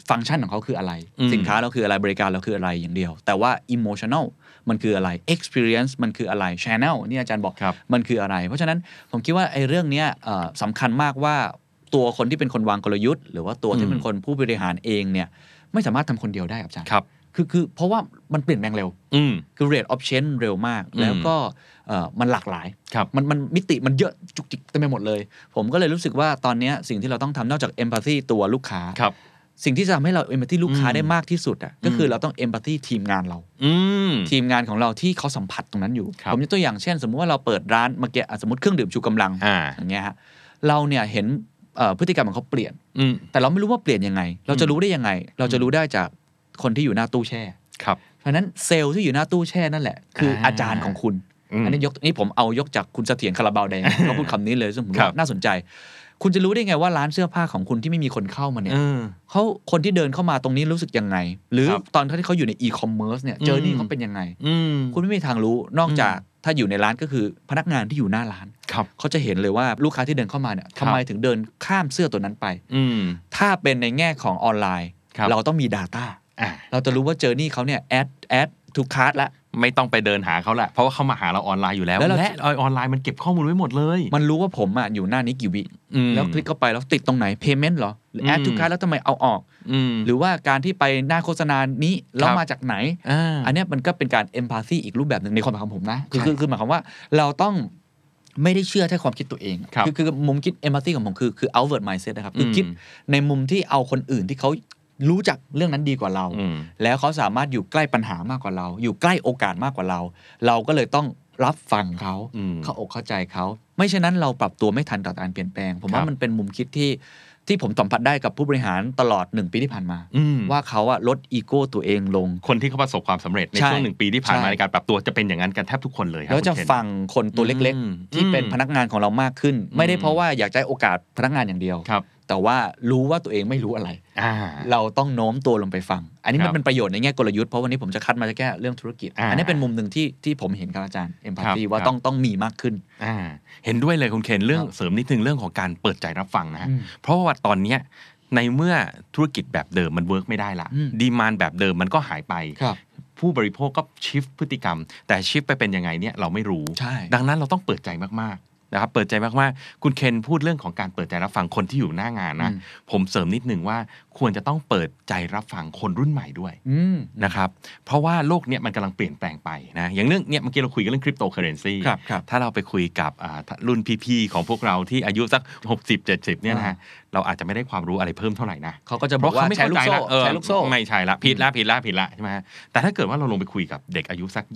ฟังก์ชันของเขาคืออะไรสินค้าเราคืออะไรบริการเราคืออะไรอย่างเดียวแต่ว่า emotional มันคืออะไร experience มันคืออะไร channel นี่อาจารย์บอกมันคืออะไรเพราะฉะนั้นผมคิดว่าไอ้เรื่องนี้สำคัญมากว่าตัวคนที่เป็นคนวางกลยุทธ์หรือว่าตัวที่เป็นคนผู้บริหารเองเนี่ยไม่สามารถทำคนเดียวได้อาจารย์คือเพราะว่ามันเปลี่ยนแปลงเร็วคือ rate of change เร็วมากแล้วก็มันหลากหลายมันมิติมันเยอะจุกจิกเต็มไปหมดเลยผมก็เลยรู้สึกว่าตอนนี้สิ่งที่เราต้องทำนอกจาก empathy ตัวลูกค้าสิ่งที่จะทำให้เรา empathy ลูกค้าได้มากที่สุดอ่ะก็คือเราต้อง empathy ทีมงานเราทีมงานของเราที่เขาสัมผัสตรงนั้นอยู่ผมยกตัวอย่างเช่นสมมุติว่าเราเปิดร้านเมื่อกี้สมมติเครื่องดื่มชูกำลังอย่างเงี้ยฮะเราเนี่ยเห็นพฤติกรรมของเขาเปลี่ยนแต่เราไม่รู้ว่าเปลี่ยนยังไงเราจะรู้ได้ยังไงเราจะรู้ได้จากคนที่อยู่หน้าตู้แช่เพราะฉะนั้นเซลล์ที่อยู่หน้าตู้แช่นั่นแหละคืออาจารย์ของคุณอันนี้ผมเอายกจากคุณเสถียรคาราบาวแดงเขาพูดคำนี้เลยซึ่งผมว่าน่าสนใจคุณจะรู้ได้ไงว่าร้านเสื้อผ้าของคุณที่ไม่มีคนเข้ามาเนี่ยเขาคนที่เดินเข้ามาตรงนี้รู้สึกยังไงหรือตอนที่เขาอยู่ในอีคอมเมิร์ซเนี่ยเจอนี่เขาเป็นยังไงคุณไม่มีทางรู้นอกจากถ้าอยู่ในร้านก็คือพนักงานที่อยู่หน้าร้านเขาจะเห็นเลยว่าลูกค้าที่เดินเข้ามาเนี่ยทำไมถึงเดินข้ามเสื้อตัวนั้นไปถ้าเป็นในแง่ของออนไลน์เราต้องมี Data เราจะรู้ว่าเจอนี่เขาเนี่ยแอดทุกคาร์ดละไม่ต้องไปเดินหาเขาแหละเพราะว่าเขามาหาเราออนไลน์อยู่แล้วและออนไลน์มันเก็บข้อมูลไว้หมดเลยมันรู้ว่าผมอยู่หน้านี้กี่วิแล้วคลิกเข้าไปแล้วติดตรงไหน payment เหรอแอดทุกคาร์ดแล้วทำไมเอาออกหรือว่าการที่ไปหน้าโฆษณานี้แล้วมาจากไหนอันนี้มันก็เป็นการ empathy อีกรูปแบบนึงในความหมายของผมนะคือหมายความว่าเราต้องไม่ได้เชื่อแค่ความคิดตัวเองคือมุมคิด empathy ของผมคือ outward mindset นะครับคือคิดในมุมที่เอาคนอื่นที่เขารู้จักเรื่องนั้นดีกว่าเราแล้วเขาสามารถอยู่ใกล้ปัญหามากกว่าเราอยู่ใกล้โอกาสมากกว่าเราก็เลยต้องรับฟังเขาเข้าอกเข้าใจเขาไม่เช่นนั้นเราปรับตัวไม่ทันต่อการเปลี่ยนแปลงผมว่ามันเป็นมุมคิดที่ผมสัมผัสได้กับผู้บริหารตลอด1 ปีที่ผ่านมาว่าเขาลดอีโก้ตัวเองลงคนที่เขาประสบความสำเร็จในช่วง1 ปีที่ผ่านมาในการปรับตัวจะเป็นอย่างนั้นกันแทบทุกคนเลยแล้วจะฟังคนตัวเล็กๆที่เป็นพนักงานของเรามากขึ้นไม่ได้เพราะว่าอยากได้โอกาสพนักงานอย่างเดียวแต่ว่ารู้ว่าตัวเองไม่รู้อะไรเราต้องโน้มตัวลงไปฟังอันนี้มันเป็นประโยชน์ในแง่กลยุทธ์เพราะวันนี้ผมจะคัดมาแค่เรื่องธุรกิจอันนี้เป็นมุมหนึ่งที่ผมเห็นครับอาจารย์ empathy ว่าต้องมีมากขึ้นเห็นด้วยเลยคุณเคนเรื่องเสริมนิดนึงเรื่องของการเปิดใจรับฟังนะเพราะว่าตอนนี้ในเมื่อธุรกิจแบบเดิมมันเวิร์กไม่ได้ละดีมานด์แบบเดิมมันก็หายไปผู้บริโภคก็ชิฟพฤติกรรมแต่ชิฟไปเป็นยังไงเนี่ยเราไม่รู้ดังนั้นเราต้องเปิดใจมากๆนะครับเปิดใจมากๆคุณเคนพูดเรื่องของการเปิดใจรับฟังคนที่อยู่หน้างานนะผมเสริมนิดนึงว่าควรจะต้องเปิดใจรับฟังคนรุ่นใหม่ด้วยนะครับเพราะว่าโลกเนี้ยมันกำลังเปลี่ยนแปลงไปนะอย่างเรื่องเนี้ยเมื่อกี้เราคุยกันเรื่องคริปโตเคอเรนซีถ้าเราไปคุยกับรุ่นพี่ๆของพวกเราที่อายุสัก60-70เนี่ยนะเราอาจจะไม่ได้ความรู้อะไรเพิ่มเท่าไหร่นะเขาก็จะบอกว่าใช้ลูกโซ่ไม่ใช่ละผิดละใช่ไหมแต่ถ้าเกิดว่าเราลงไปคุยกับเด็กอายุสัก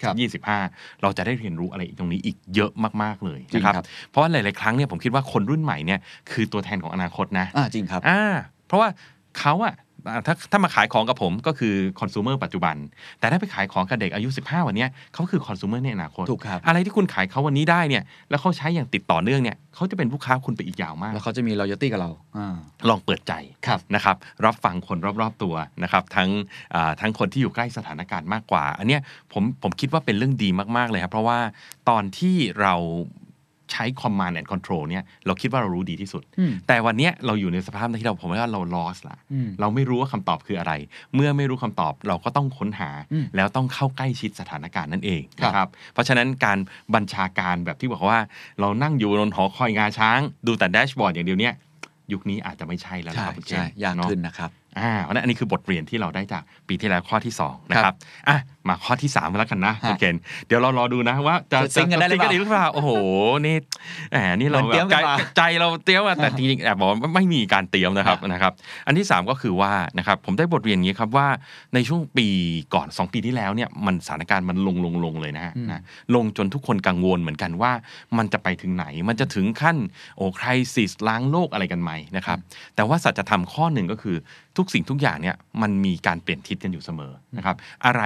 20-25เราจะได้เรียนรู้อะไรตรงนี้อีกเยอะมากๆเลยนะครับเพราะว่าหลายๆครั้งเนี่ยผมคิดว่าคนรุ่นใหม่เนี่ยคือตัวแทนของอนาคตนะจริงครับเพราะว่าเขาถ้ามาขายของกับผมก็คือคอน sumer ปัจจุบันแต่ถ้าไปขายของกับเด็กอายุ15วันนี้เขาคือคอน sumer ในอนาคตอะไรที่คุณขายเขาวันนี้ได้เนี่ยแล้วเขาใช้อย่างติดต่อเนื่องเนี่ยเขาจะเป็นลูกค้าคุณไปอีกยาวมากแล้วเขาจะมี loyalty กับเราลองเปิดใจนะครับรับฟังคนรอบๆตัวนะครับทั้งคนที่อยู่ใกล้สถานการณ์มากกว่าอันเนี้ยผมคิดว่าเป็นเรื่องดีมากๆเลยครับเพราะว่าตอนที่เราใช้ command and control เนี่ยเราคิดว่าเรารู้ดีที่สุดแต่วันนี้เราอยู่ในสภาพที่ผมว่าเรา lost ละเราไม่รู้ว่าคำตอบคืออะไรเมื่อไม่รู้คำตอบเราก็ต้องค้นหาแล้วต้องเข้าใกล้ชิดสถานการณ์นั่นเองนะครับเพราะฉะนั้นการบัญชาการแบบที่บอกว่าเรานั่งอยู่บนหอคอยงาช้างดูแต่แดชบอร์ดอย่างเดียวเนี่ยยุคนี้อาจจะไม่ใช่แล้วครับใช่ยากขึ้นนะครับเพราะนั้นอันนี้คือบทเรียนที่เราได้จากปีที่แล้วข้อที่2นะครับมาข้อที่3แล้วกันนะคุณเคนเดี๋ยวเรารอดูนะว่าจะซิงกันได้หรือเปล่าโอ้โหนี่เราใจเราเตรียมแต่จริงๆแอบบอกไม่มีการเตรียมนะครับอันที่3ก็คือว่านะครับผมได้บทเรียนอย่างนี้ครับว่าในช่วงปีก่อน2 ปีที่แล้วเนี่ยมันสถานการณ์มันลงเลยนะลงจนทุกคนกังวลเหมือนกันว่ามันจะไปถึงไหนมันจะถึงขั้นไครซิสล้างโลกอะไรกันไหมนะครับแต่ว่าสัจธรรมข้อหนึ่งก็คือทุกสิ่งทุกอย่างเนี่ยมันมีการเปลี่ยนทิศกันอยู่เสมอนะครับอะไรมีขึ้น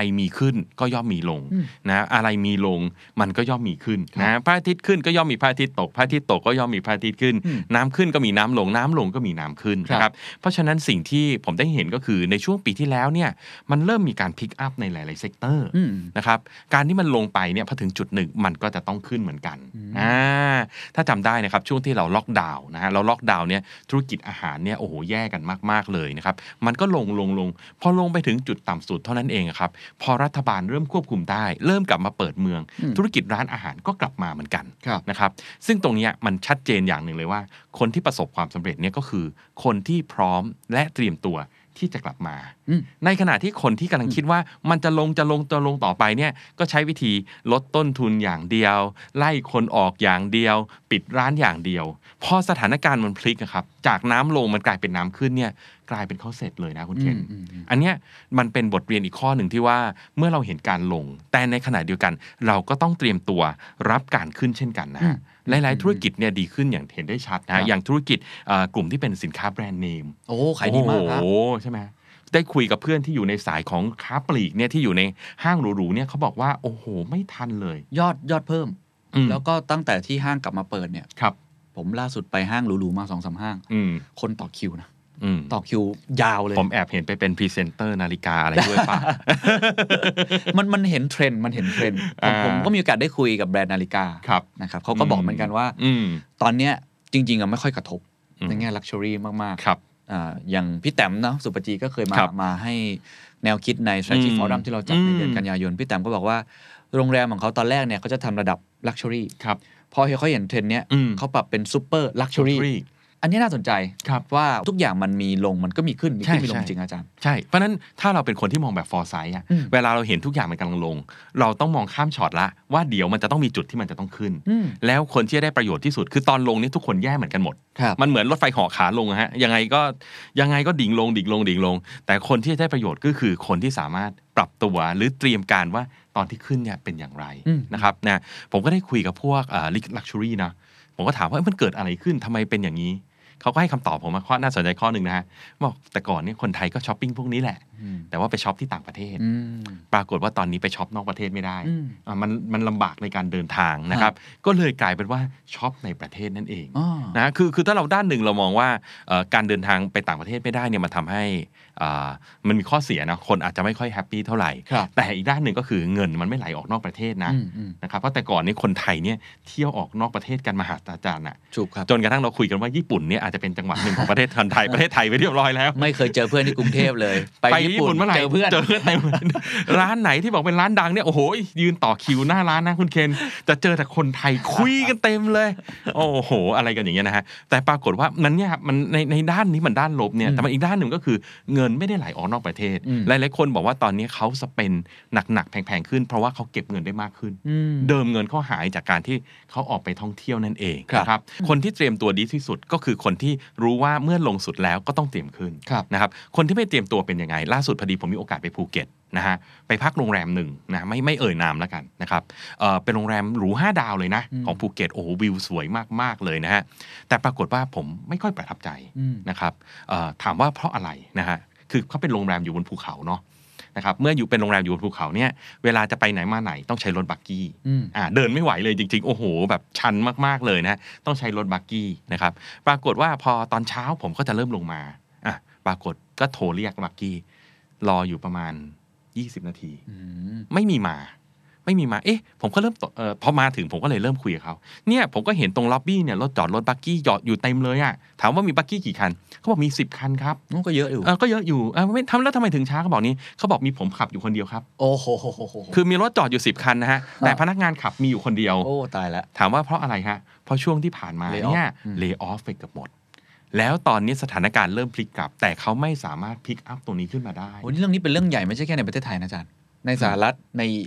ขึ้นก็ย่อมมีลงนะอะไรมีลงมันก็ย่อมมีขึ้นนะพระอาทิตย์ขึ้นก็ย่อมมีพระอาทิตย์ตกพระอาทิตย์ตกก็ย่อมมีพระอาทิตย์ขึ้นน้ำขึ้นก็มีน้ำลงน้ำลงก็มีน้ำขึ้นนะครับเพราะฉะนั้นสิ่งที่ผมได้เห็นก็คือในช่วงปีที่แล้วเนี่ยมันเริ่มมีการพิกอัพในหลายๆเซกเตอร์นะครับการที่มันลงไปเนี่ยพอถึงจุดหนึ่งมันก็จะต้องขึ้นเหมือนกันถ้าจำได้นะครับช่วงที่เราล็อกดาวน์นะฮะเราล็อกดาวน์เนี่ยธุรกิจอาหารเนี่ยโอ้โหแย่กันมากๆเลยนะครับมันก็ลงพอลงไปถึงจุดต่ำสุดเท่านั้นเองครับพอรัฐบาลเริ่มควบคุมได้เริ่มกลับมาเปิดเมืองธุรกิจร้านอาหารก็กลับมาเหมือนกันนะครับซึ่งตรงนี้มันชัดเจนอย่างหนึ่งเลยว่าคนที่ประสบความสำเร็จเนี่ยก็คือคนที่พร้อมและเตรียมตัวที่จะกลับมาในขณะที่คนที่กำลังคิดว่ามันจะลงต่อไปเนี่ยก็ใช้วิธีลดต้นทุนอย่างเดียวไล่คนออกอย่างเดียวปิดร้านอย่างเดียวพอสถานการณ์มันพลิกครับจากน้ำลงมันกลายเป็นน้ำขึ้นเนี่ยกลายเป็นเขาเสร็จเลยนะคุณเคนอันเนี้ยมันเป็นบทเรียนอีกข้อหนึ่งที่ว่าเมื่อเราเห็นการลงแต่ในขณะเดียวกันเราก็ต้องเตรียมตัวรับการขึ้นเช่นกันนะหลายๆธุรกิจเนี่ยดีขึ้นอย่างเห็นได้ชัดนะอย่างธุรกิจกลุ่มที่เป็นสินค้าแบรนด์เนมโอ้ขายดีมากครับโอ้ใช่ไหมได้คุยกับเพื่อนที่อยู่ในสายของค้าปลีกเนี่ยที่อยู่ในห้างหรูๆเนี่ยเขาบอกว่าโอ้โหไม่ทันเลยยอดเพิ่มแล้วก็ตั้งแต่ที่ห้างกลับมาเปิดเนี่ยครับผมล่าสุดไปห้างหรูๆมา 2-3 ห้างคนต่อคิวนะต่อคิวยาวเลยผมแอบเห็นไปเป็นพรีเซนเตอร์นาฬิกาอะไรด้วยป่ะมันเห็นเทรนด์ผมก็มีโอกาสได้คุยกับแบรนด์นาฬิกานะครับเขาก็บอกเหมือนกันว่าตอนเนี้ยจริงๆไม่ค่อยกระทบในแง่ลักชัวรี่มากๆอย่างพี่แต้มเนาะสุปจีก็เคยมาให้แนวคิดใน Strategy Forum ที่เราจัดในเดือนกันยายนพี่แต้มก็บอกว่าโรงแรมของเขาตอนแรกเนี่ยเขาจะทำระดับลักชัวรี่พอเขาเห็นเทรนด์เนี้ยเขาปรับเป็นซูเปอร์ลักชัวรี่อันนี้น่าสนใจว่าทุกอย่างมันมีลงมันก็มีขึ้นมีลงจริงอาจารย์ใช่เพราะนั้นถ้าเราเป็นคนที่มองแบบฟอร์ไซต์เวลาเราเห็นทุกอย่างมันกำลังลงเราต้องมองข้ามช็อตละว่าเดี๋ยวมันจะต้องมีจุดที่มันจะต้องขึ้นแล้วคนที่ได้ประโยชน์ที่สุดคือตอนลงนี่ทุกคนแย่เหมือนกันหมดมันเหมือนรถไฟเหาะขาลงฮะยังไงก็ดิ่งลงแต่คนที่ได้ประโยชน์ก็คือคนที่สามารถปรับตัวหรือเตรียมการว่าตอนที่ขึ้นเนี่ยเป็นอย่างไรนะครับนะผมก็ได้คุยกับพวกลักชัวรี่นะผมก็ถามว่ามันเกิดอะไรขึ้นทำไมเป็นอย่างนี้เขาก็ให้คำตอบผมมาข้อน่าสนใจข้อหนึ่งนะฮะบอกแต่ก่อนเนี่ยคนไทยก็ช้อปปิ้งพวกนี้แหละแต่ว่าไปช็อปที่ต่างประเทศปรากฏว่าตอนนี้ไปช็อปนอกประเทศไม่ได้มันลำบากในการเดินทางนะครับก็เลยกลายเป็นว่าช็อปในประเทศนั่นเองนะคือถ้าเราด้านหนึ่งเรามองว่าการเดินทางไปต่างประเทศไม่ได้เนี่ยมันทำให้มันมีข้อเสียนะคนอาจจะไม่ค่อยแฮปปี้เท่าไหร่แต่อีกด้านหนึ่งก็คือเงินมันไม่ไหลออกนอกประเทศนะครับเพราะแต่ก่อนนี้คนไทยเนี่ยเที่ยวออกนอกประเทศกันมหาศาลน่ะจนกระทั่งเราคุยกันว่าญี่ปุ่นเนี่ยอาจจะเป็นจังหวัดหนึ่งของประเทศไทยประเทศไทยไปเรียบร้อยแล้วไม่เคยเจอเพื่อนที่กรุงเทพเลยไปญี่ปุ่นเมื่อไหร่เจอเพื่อนเต็มร้านไหนที่บอกเป็นร้านดังเนี่ยโอ้โหยืนต่อคิวหน้าร้านนะคุณเคนจะเจอแต่คนไทยคุยกันเต็มเลยโอ้โหอะไรกันอย่างเงี้ยนะฮะแต่ปรากฏว่านั้นเนี่ยมันในด้านนี้มันด้านลบเนี่ยแต่อีกด้านหนึ่งก็คือเงินไม่ได้ไหลออกนอกประเทศหลายๆคนบอกว่าตอนนี้เขาสเปนหนักๆแพงๆขึ้นเพราะว่าเขาเก็บเงินได้มากขึ้นเดิมเงินเขาหายจากการที่เขาออกไปท่องเที่ยวนั่นเองนะครับคนที่เตรียมตัวดีที่สุดก็คือคนที่รู้ว่าเมื่อลงสุดแล้วก็ต้องเตรียมขึ้นนะครับคนที่ไม่เตรียมตัวเป็นยังไงล่าสุดพอดีผมมีโอกาสไปภูเก็ตนะฮะไปพักโรงแรมหนึ่งนะไม่เอ่ยนามแล้วกันนะครับเป็นโรงแรมหรู5 ดาวเลยนะของภูเก็ตโอ้โหวิวสวยมากๆเลยนะฮะแต่ปรากฏว่าผมไม่ค่อยประทับใจนะครับถามว่าเพราะอะไรนะฮะคือเขาเป็นโรงแรมอยู่บนภูเขาเนาะนะครับเมื่ออยู่เป็นโรงแรมอยู่บนภูเขาเนี่ยเวลาจะไปไหนมาไหนต้องใช้รถบักกี้เดินไม่ไหวเลยจริงๆโอ้โหแบบชันมากๆเลยนะต้องใช้รถบักกี้นะครับปรากฏว่าพอตอนเช้าผมก็จะเริ่มลงมาปรากฏก็โทรเรียกบักกี้รออยู่ประมาณ20 นาทีไม่มีมาเอ๊ะผมก็เริ่มพอมาถึงผมก็เลยเริ่มคุยกับเขาเนี่ยผมก็เห็นตรงล็อบบี้เนี่ยรถจอดรถบักกี้จอดอยู่เต็มเลยอะถามว่ามีบักกี้กี่คันเขาบอกมี10 คันครับก็เยอะอยู่ก็เยอะอยู่ไม่ทำแล้วทำไมถึงช้าเขาบอกนี้เขาบอกมีผมขับอยู่คนเดียวครับโอ้โหคือมีรถจอดอยู่10 คันนะฮะแต่พนักงานขับมีอยู่คนเดียวโอ้ตายแล้วถามว่าเพราะอะไรฮะเพราะช่วงที่ผ่านมาเนี่ยเลย์ออฟไปเกือบหมดแล้วตอนนี้สถานการณ์เริ่มพลิกกลับแต่เขาไม่สามารถพิกอัพตรงนี้ขึ้นมาได้โอ้นี่เรื่องนี้เป็นเรื่องใหญ่ไม่ใช่แค่ในประเทศไทยนะอาจารย์ในสหรัฐใน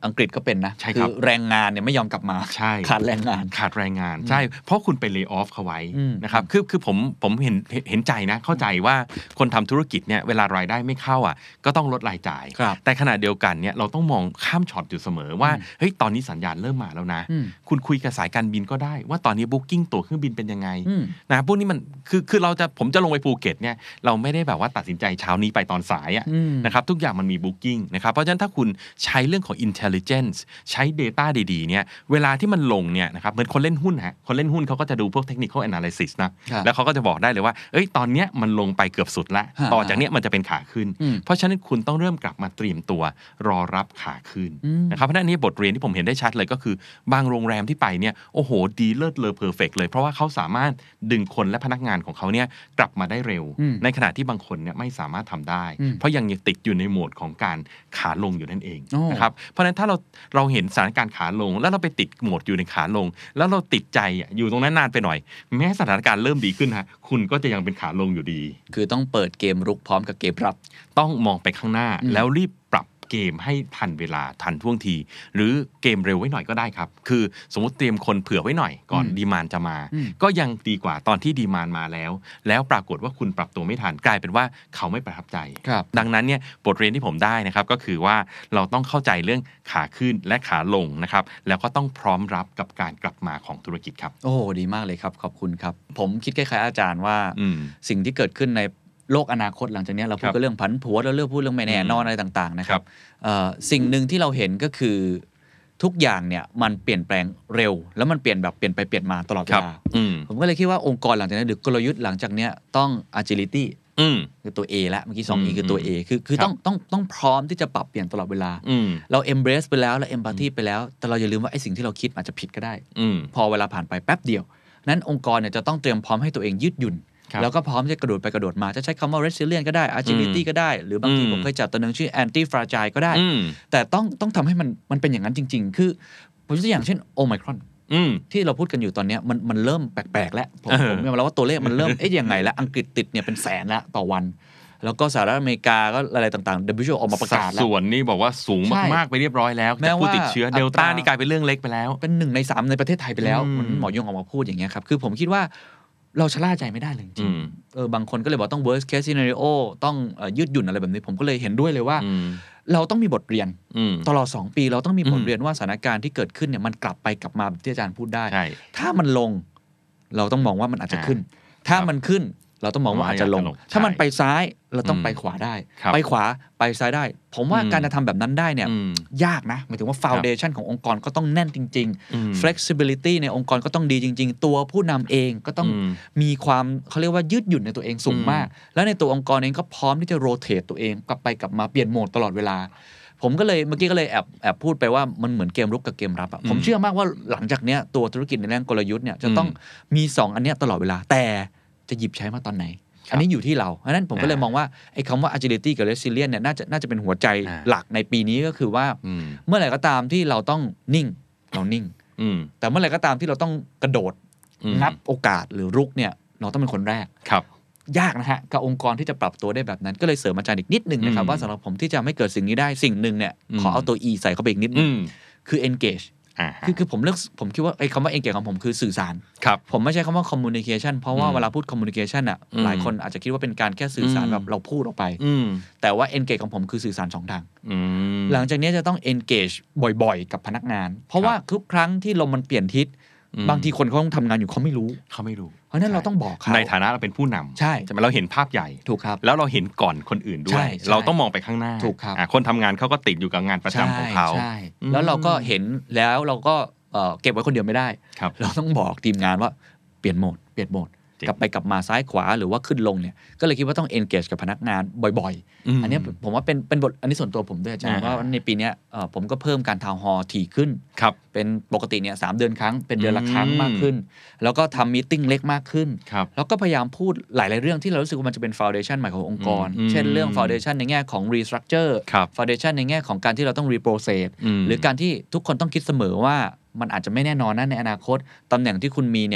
อังกฤษก็เป็นนะใช่ครับแรงงานเนี่ยไม่ยอมกลับมาใช่ขาดแรงงานขาดแรงงานใช่เพราะคุณไปเลย์ออฟเขาไว้อืมนะครับคือผมเห็นใจนะเข้าใจว่าคนทำธุรกิจเนี่ยเวลารายได้ไม่เข้าก็ต้องลดรายจ่ายครับแต่ขณะเดียวกันเนี่ยเราต้องมองข้ามช็อตอยู่เสมอว่าเฮ้ยตอนนี้สัญญาณเริ่มมาแล้วนะ คุณคุยกับสายการบินก็ได้ว่าตอนนี้บุ๊กิ้งตั๋วเครื่องบินเป็นยังไงนะพวกนี้มันคือผมจะลงไปภูเก็ตเนี่ยเราไม่ได้แบบว่าตัดสินใจเช้านี้ไปตอนสายนะครับทุกอย่างมันมีบุ๊กิ้งนะครับเพราะฉะนั้นถ้าคุณใช้เรื่องของ intelligence ใช้ data ดีๆเนี่ยเวลาที่มันลงเนี่ยนะครับเหมือนคนเล่นหุ้นคนเล่นหุ้นเขาก็จะดูพวก technical analysis นะแล้วเขาก็จะบอกได้เลยว่าเอ้ยตอนเนี้ยมันลงไปเกือบสุดละต่อจากเนี้ยมันจะเป็นขาขึ้นเพราะฉะนั้นคุณต้องเริ่มกลับมาเตรียมตัวรอรับขาขึ้นนะครับเพราะฉะนั้นนี่บทเรียนที่ผมเห็นได้ชัดเลยก็คือบางโรงแรมที่ไปเนี่ยโอ้โหดีเลิศเลอเพอร์เฟกต์เลยเพราะว่าเขาสามารถดึงคนและพนักงานของเขาเนี่ยกลับมาได้เร็วในขณะที่บางคนเนี่ยไม่สามารถทำได้เพราะยังติดอยู่ในโหมดของการขาลงอยู่นั่นเองนะครับเพราะฉะนั้นถ้าเราเห็นสถานการณ์ขาลงแล้วเราไปติดโหมดอยู่ในขาลงแล้วเราติดใจอยู่ตรงนั้นนานไปหน่อยแม้สถานการณ์เริ่มดีขึ้นฮะคุณก็จะยังเป็นขาลงอยู่ดีคือต้องเปิดเกมรุกพร้อมกับเกมรับต้องมองไปข้างหน้าแล้วรีบปรับเกมให้ทันเวลาทันท่วงทีหรือเกมเร็วไว้หน่อยก็ได้ครับคือสมมติเตรียมคนเผื่อไว้หน่อยก่อนดีมานด์จะมาก็ยังดีกว่าตอนที่ดีมานด์มาแล้วปรากฏว่าคุณปรับตัวไม่ทันกลายเป็นว่าเขาไม่ประทับใจดังนั้นเนี่ยบทเรียนที่ผมได้นะครับก็คือว่าเราต้องเข้าใจเรื่องขาขึ้นและขาลงนะครับแล้วก็ต้องพร้อมรับกับการกลับมาของธุรกิจครับโอ้ดีมากเลยครับขอบคุณครับผมคิดคล้ายๆอาจารย์ว่าสิ่งที่เกิดขึ้นในโลกอนาคตหลังจากนี้เราพูดกันเรื่องผันผวนแล้วเรื่องพูดเรื่องไม่แน่นอนอะไรต่างๆนะครับสิ่งหนึ่งที่เราเห็นก็คือทุกอย่างเนี่ยมันเปลี่ยนแปลงเร็วแล้วมันเปลี่ยนแบบเปลี่ยนไปเปลี่ยนมาตลอดเวลาผมก็เลยคิดว่าองค์กรหลังจากนี้หรือกลยุทธ์หลังจากนี้ต้อง agility คือตัว A ละเมื่อกี้ 2E คือตัว A คือต้องพร้อมที่จะปรับเปลี่ยนตลอดเวลาเรา embrace ไปแล้วเรา empathy ไปแล้วแต่เราอย่าลืมว่าไอ้สิ่งที่เราคิดอาจจะผิดก็ได้พอเวลาผ่านไปแป๊บเดียวนั้นองค์กรเนี่ยจะต้องเตรียมพร้อมให้ตัวเองยืดหยุ่นแล้วก็พร้อมจะกระโดดไปกระโดดมาจะใช้คำว่า resilient ก็ได้ agility ก็ได้หรือบางทีผมเคยจัดตัวนึงชื่อ anti fragile ก็ได้แต่ต้องทำให้มันเป็นอย่างนั้นจริงๆคือผมยกตัวอย่างเช่น Omicron ที่เราพูดกันอยู่ตอนนี้มันเริ่มแปลกๆแล้วผมยอมรับว่าตัวเลขมันเริ่มยังไงแล้วอังกฤษติดเนี่ยเป็นแสนแล้วต่อวันแล้วก็สหรัฐอเมริกาก็อะไรต่างๆ WHO ออกมาประกาศแล้วส่วนนี้บอกว่าสูงมากๆไปเรียบร้อยแล้วแต่ผู้ติดเชื้อเดลต้านี่กลายเป็นเรื่องเล็กไปแล้วเป็น1 ใน 3ในประเทศไทยไปแล้วหมอยงออกมาพูดอย่างเงี้ยครับคือผมคิดว่าเราชะล่าใจไม่ได้เลยจริงบางคนก็เลยบอกต้อง worst case scenario ต้องยืดหยุ่นอะไรแบบนี้ผมก็เลยเห็นด้วยเลยว่าเราต้องมีบทเรียนตลอด2 ปีเราต้องมีบทเรียนว่าสถานการณ์ที่เกิดขึ้นเนี่ยมันกลับไปกลับมาแบบที่อาจารย์พูดได้ถ้ามันลงเราต้องมองว่ามันอาจจะขึ้นถ้ามันขึ้นเราต้องมองว่าอาจจะลงถ้ามันไปซ้ายเราต้องไปขวาได้ไปขวาไปซ้ายได้ผมว่าการจะทำแบบนั้นได้เนี่ยยากนะหมายถึงว่า foundation ขององค์กรก็ต้องแน่นจริงๆ flexibility ในองค์กรก็ต้องดีจริงๆตัวผู้นำเองก็ต้องมีความเขาเรียกว่ายืดหยุ่นในตัวเองสูงมากแล้วในตัวองค์กรเองก็พร้อมที่จะ rotate ตัวเองกลับไปกลับมาเปลี่ยนโหมดตลอดเวลาผมก็เลยเมื่อกี้ก็เลยแอบพูดไปว่ามันเหมือนเกมรุกกับเกมรับอะผมเชื่อมากว่าหลังจากเนี้ยตัวธุรกิจในเรื่องกลยุทธ์เนี่ยจะต้องมี2อันเนี้ยตลอดเวลาแต่จะหยิบใช้มาตอนไหนอันนี้อยู่ที่เราเพราะฉะนั้นผมก็เลยมองว่าไอ้คำว่า agility กับ resilience เนี่ยน่าจะเป็นหัวใจหลักในปีนี้ก็คือว่าเมื่อไหร่ก็ตามที่เราต้องนิ่งเรานิ่งแต่เมื่อไหร่ก็ตามที่เราต้องกระโดดงับโอกาสหรือรุกเนี่ยเราต้องเป็นคนแรกยากนะฮะกับองค์กรที่จะปรับตัวได้แบบนั้นก็เลยเสริมอาจารย์อีกนิดนึงนะครับว่าสำหรับผมที่จะไม่เกิดสิ่งนี้ได้สิ่งหนึ่งเนี่ยขอเอาตัว E ใส่เข้าไปอีกนิดนึงคือ engageคือผมคิดว่าไอ้คำว่า engage ของผมคือสื่อสารผมไม่ใช่คำว่า communication เพราะว่าเวลาพูด communication อ่ะหลายคนอาจจะคิดว่าเป็นการแค่สื่อสารแบบเราพูดออกไปแต่ว่า engage ของผมคือสื่อสาร2 ทางหลังจากนี้จะต้อง engage บ่อยๆกับพนักงานเพราะว่าทุกครั้งที่ลมมันเปลี่ยนทิศบางทีคนเขาต้องทำงานอยู่เขาไม่รู้เพราะนั้นเราต้องบอกเขาในฐานะเราเป็นผู้นำใช่ไหมเราเห็นภาพใหญ่ถูกครับแล้วเราเห็นก่อนคนอื่นด้วยเราต้องมองไปข้างหน้าถูกครับคนทำงานเขาก็ติดอยู่กับงานประจำของเขาใช่แล้วเราก็เห็นแล้วเราก็เก็บไว้คนเดียวไม่ได้เราต้องบอกทีมงานว่าเปลี่ยนโหมดกลับไปกลับมาซ้ายขวาหรือว่าขึ้นลงเนี่ยก็เลยคิดว่าต้อง engage กับพนักงานบ่อยๆอันนี้ผมว่าเป็นบทอันนี้ส่วนตัวผมด้วยอาจารย์ว่าในปีนี้ผมก็เพิ่มการทาวน์ฮอลล์ถี่ขึ้นเป็นปกติเนี่ย3 เดือนครั้งเป็นเดือนละครั้งมากขึ้นแล้วก็ทำมีตติ้งเล็กมากขึ้นแล้วก็พยายามพูดหลายๆเรื่องที่เรารู้สึกว่ามันจะเป็น foundation ใหม่ขององค์กรเช่นเรื่อง foundation ในแง่ของ restructure foundation ในแง่ของการที่เราต้อง reprocess หรือการที่ทุกคนต้องคิดเสมอว่ามันอาจจะไม่แน่นอนนะในอนาคตตำแหน่งที่คุณมีเนี่ย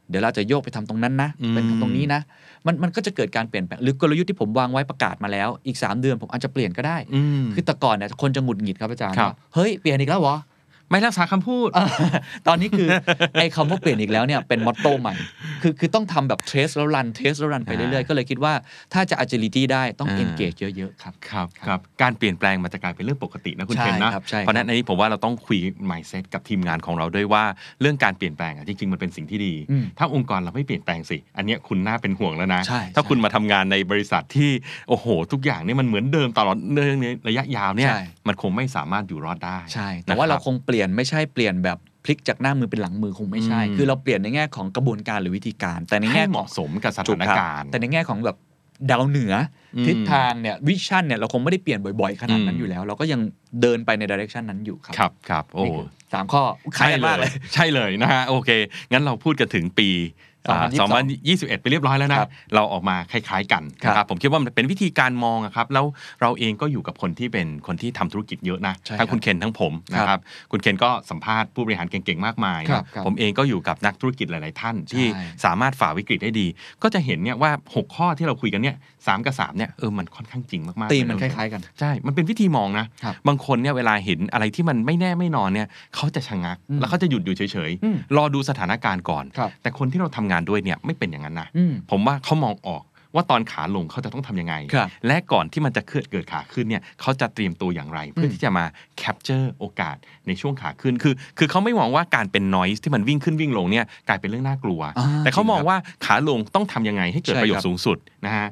เดี๋ยวเราจะโยกไปทำตรงนั้นนะเป็นทำตรงนี้นะมันก็จะเกิดการเปลี่ยนแปลงหรือกลยุทธ์ที่ผมวางไว้ประกาศมาแล้วอีก3 เดือนผมอาจจะเปลี่ยนก็ได้คือแต่ก่อนเนี่ยคนจะหงุดหงิดครับอาจารย์ว่าเฮ้ยเปลี่ยนอีกแล้วเหรอไม่รักษาคำพูดตอนนี้คือ ไอ้คำว่าเปลี่ยนอีกแล้วเนี่ยเป็นมอตโต้ใหม่คือต้องทำแบบ trace แล้ว run ไปเรื่อยๆก็เลยคิดว่าถ้าจะ agility ได้ต้อง engage เยอะๆครับครับการเปลี่ยนแปลงมันจะกลายเป็นเรื่องปกตินะคุณเคนนะเพราะนั้นอันนี้ผมว่าเราต้องคุย mindset กับทีมงานของเราด้วยว่าเรื่องการเปลี่ยนแปลงจริงๆมันเป็นสิ่งที่ดีถ้าองค์กรเราไม่เปลี่ยนแปลงสิอันนี้คุณน่าเป็นห่วงแล้วนะถ้าคุณมาทำงานในบริษัทที่โอ้โหทุกอย่างนี่มันเหมือนเดิมตลอดเนื่องในระยะยาวเนี่ยมันคงไม่สามารถอยู่รอดได้ใช่แต่ว่าเราคงเปลี่ยนไม่ใช่เปลี่ยนแบบพลิกจากหน้ามือเป็นหลังมือคงไม่ใช่คือเราเปลี่ยนในแง่ของกระบวนการหรือวิธีการแต่ในแง่เหมาะสมกับสถานการณ์แต่ในแง่ของแบบดาวเหนือทิศทางเนี่ยวิชั่นเนี่ยเราคงไม่ได้เปลี่ยนบ่อยๆขนาดนั้นอยู่แล้วเราก็ยังเดินไปในดิเรกชันนั้นอยู่ครับโอ้ 3 ข้อใช่เลยนะฮะโอเคงั้นเราพูดกันถึงปี2021ไปเรียบร้อยแล้วนะเราออกมาคล้ายๆกันนะครับผมคิดว่ามันเป็นวิธีการมองครับแล้วเราเองก็อยู่กับคนที่เป็นคนที่ทำธุรกิจเยอะนะทั้งคุณเคนทั้งผมนะครับคุณเคนก็สัมภาษณ์ผู้บริหารเก่งๆมากมายผมเองก็อยู่กับนักธุรกิจหลายๆท่านที่สามารถฝ่าวิกฤตได้ดีก็จะเห็นเนี่ยว่า6ข้อที่เราคุยกันเนี่ย3กับ3เนี่ยมันค่อนข้างจริงมากๆตีมันคล้ายๆกันใช่มันเป็นวิธีมองนะบางคนเนี่ยเวลาเห็นอะไรที่มันไม่แน่ไม่นอนเนี่ยเขาจะชะงักแล้วเขาจะหยุดอยู่เฉยๆรอดูสถานการณ์ก่อนแต่คนที่เราทำงานด้วยเนี่ยไม่เป็นอย่างนั้นนะผมว่าเขามองออกว่าตอนขาลงเขาจะต้องทำยังไงและก่อนที่มันจะเกิดขาขึ้นเนี่ยเขาจะเตรียมตัวอย่างไรเพื่อที่จะมาแคปเจอร์โอกาสในช่วงขาขึ้นคือเขาไม่มองว่าการเป็น noise ที่มันวิ่งขึ้นวิ่งลงเนี่ยกลายเป็นเรื่องน่ากลัวแต่เขามองว่าขาลงต้องทำยังไงให้เกิดประโยชน์สูงสุดนะฮะ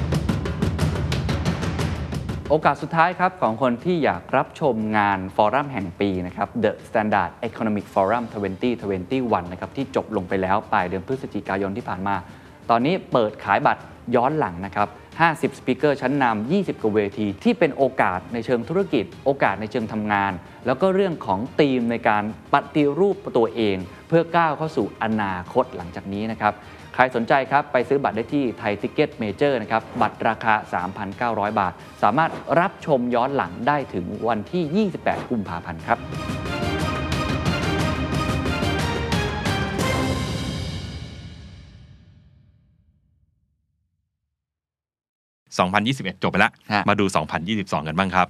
โอกาสสุดท้ายครับของคนที่อยากรับชมงานฟอรัมแห่งปีนะครับ The Standard Economic Forum 2021 นะครับที่จบลงไปแล้วปลายเดือนพฤศจิกายนที่ผ่านมาตอนนี้เปิดขายบัตรย้อนหลังนะครับ50สปีกเกอร์ชั้นนำ20กว่าเวทีที่เป็นโอกาสในเชิงธุรกิจโอกาสในเชิงทำงานแล้วก็เรื่องของธีมในการปฏิรูปตัวเองเพื่อก้าวเข้าสู่อนาคตหลังจากนี้นะครับใครสนใจครับไปซื้อบัตรได้ที่ไทยทิกเก็ตเมเจอร์นะครับบัตรราคา 3,900 บาทสามารถรับชมย้อนหลังได้ถึงวันที่28กุมภาพันธ์ครับ 2021 จบไปแล้วมาดู 2022 กันบ้างครับ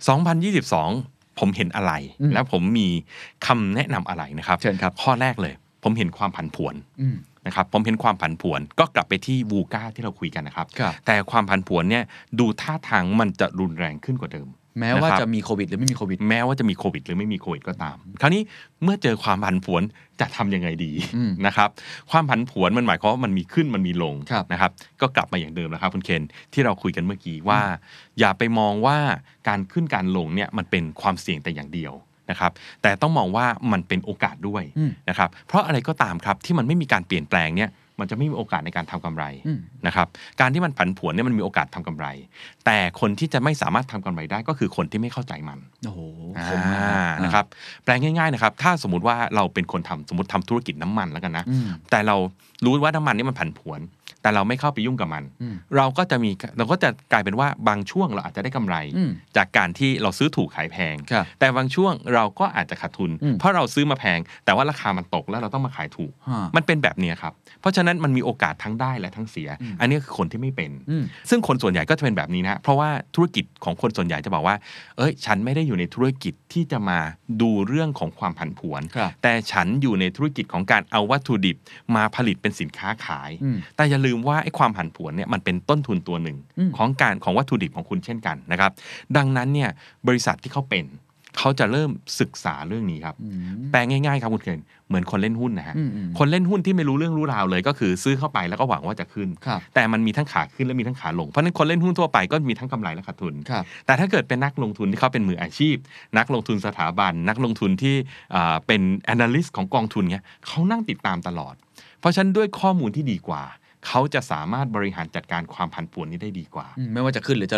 2022 ผมเห็นอะไรแล้วผมมีคำแนะนำอะไรนะครับเชิญครับข้อแรกเลยผมเห็นความผันผวนนะครับผมเห็นความผันผวนก็กลับไปที่วูก้าที่เราคุยกันนะครับแต่ความผันผวนเนี่ยดูท่าทางมันจะรุนแรงขึ้นกว่าเดิมแม้ว่าจะมีโควิดหรือไม่มีโควิดแม้ว่าจะมีโควิดหรือไม่มีโควิดก็ตามคราวนี้เมื่อเจอความผันผวนจะทำยังไงดีนะครับความผันผวนมันหมายความว่ามันมีขึ้นมันมีลงนะครับก็กลับมาอย่างเดิมแล้วครับคุณเคนที่เราคุยกันเมื่อกี้ว่าอย่าไปมองว่าการขึ้นการลงเนี่ยมันเป็นความเสี่ยงแต่อย่างเดียวนะครับแต่ต้องมองว่ามันเป็นโอกาสด้วยนะครับเพราะอะไรก็ตามครับที่มันไม่มีการเปลี่ยนแปลงเนี่ยมันจะไม่มีโอกาสในการทำกำไรนะครับการที่มันผันผวนเนี่ยมันมีโอกาสทำกำไรแต่คนที่จะไม่สามารถทำกำไรได้ก็คือคนที่ไม่เข้าใจมันโอ้โหนะครับแปลงง่ายๆนะครับถ้าสมมติว่าเราเป็นคนสมมติทำธุรกิจน้ำมันแล้วกันนะแต่เรารู้ว่าน้ำมันนี่มันผันผวนแต่เราไม่เข้าไปยุ่งกับมันเราก็จะกลายเป็นว่าบางช่วงเราอาจจะได้กำไรจากการที่เราซื้อถูกขายแพงแต่บางช่วงเราก็อาจจะขาดทุนเพราะเราซื้อมาแพงแต่ว่าราคามันตกแล้วเราต้องมาขายถูกมันเป็นแบบนี้ครับเพราะฉะนั้นมันมีโอกาสทั้งได้และทั้งเสียอันนี้คือคนที่ไม่เป็นซึ่งคนส่วนใหญ่ก็จะเป็นแบบนี้นะเพราะว่าธุรกิจของคนส่วนใหญ่จะบอกว่าฉันไม่ได้อยู่ในธุรกิจที่จะมาดูเรื่องของความผันผวนแต่ฉันอยู่ในธุรกิจของการเอาวัตถุดิบมาผลิตเป็นสินค้าขายแต่อย่าลืมว่าไอ้ความผันผวนเนี่ยมันเป็นต้นทุนตัวหนึ่งของวัตถุดิบของคุณเช่นกันนะครับดังนั้นเนี่ยบริษัทที่เขาจะเริ่มศึกษาเรื่องนี้ครับแปลง่ายๆครับคุณเคนเหมือนคนเล่นหุ้นนะฮะคนเล่นหุ้นที่ไม่รู้เรื่องรู้ราวเลยก็คือซื้อเข้าไปแล้วก็หวังว่าจะขึ้นแต่มันมีทั้งขาขึ้นและมีทั้งขาลงเพราะฉะนั้นคนเล่นหุ้นทั่วไปก็มีทั้งกำไรและขาดทุนแต่ถ้าเกิดเป็นนักลงทุนที่เขาเป็นมืออาชีพนักลงทุนสถาบันนักลงทุนที่เป็น analyst ของกองทุนเนี่ยเขานั่งติดตามตลอดเพราะฉะนั้นด้วยข้อมูลที่ดีกว่าเขาจะสามารถบริหารจัดการความผันผวนนี้ได้ดีกว่าไม่ว่าจะขึ้นหรือจะลง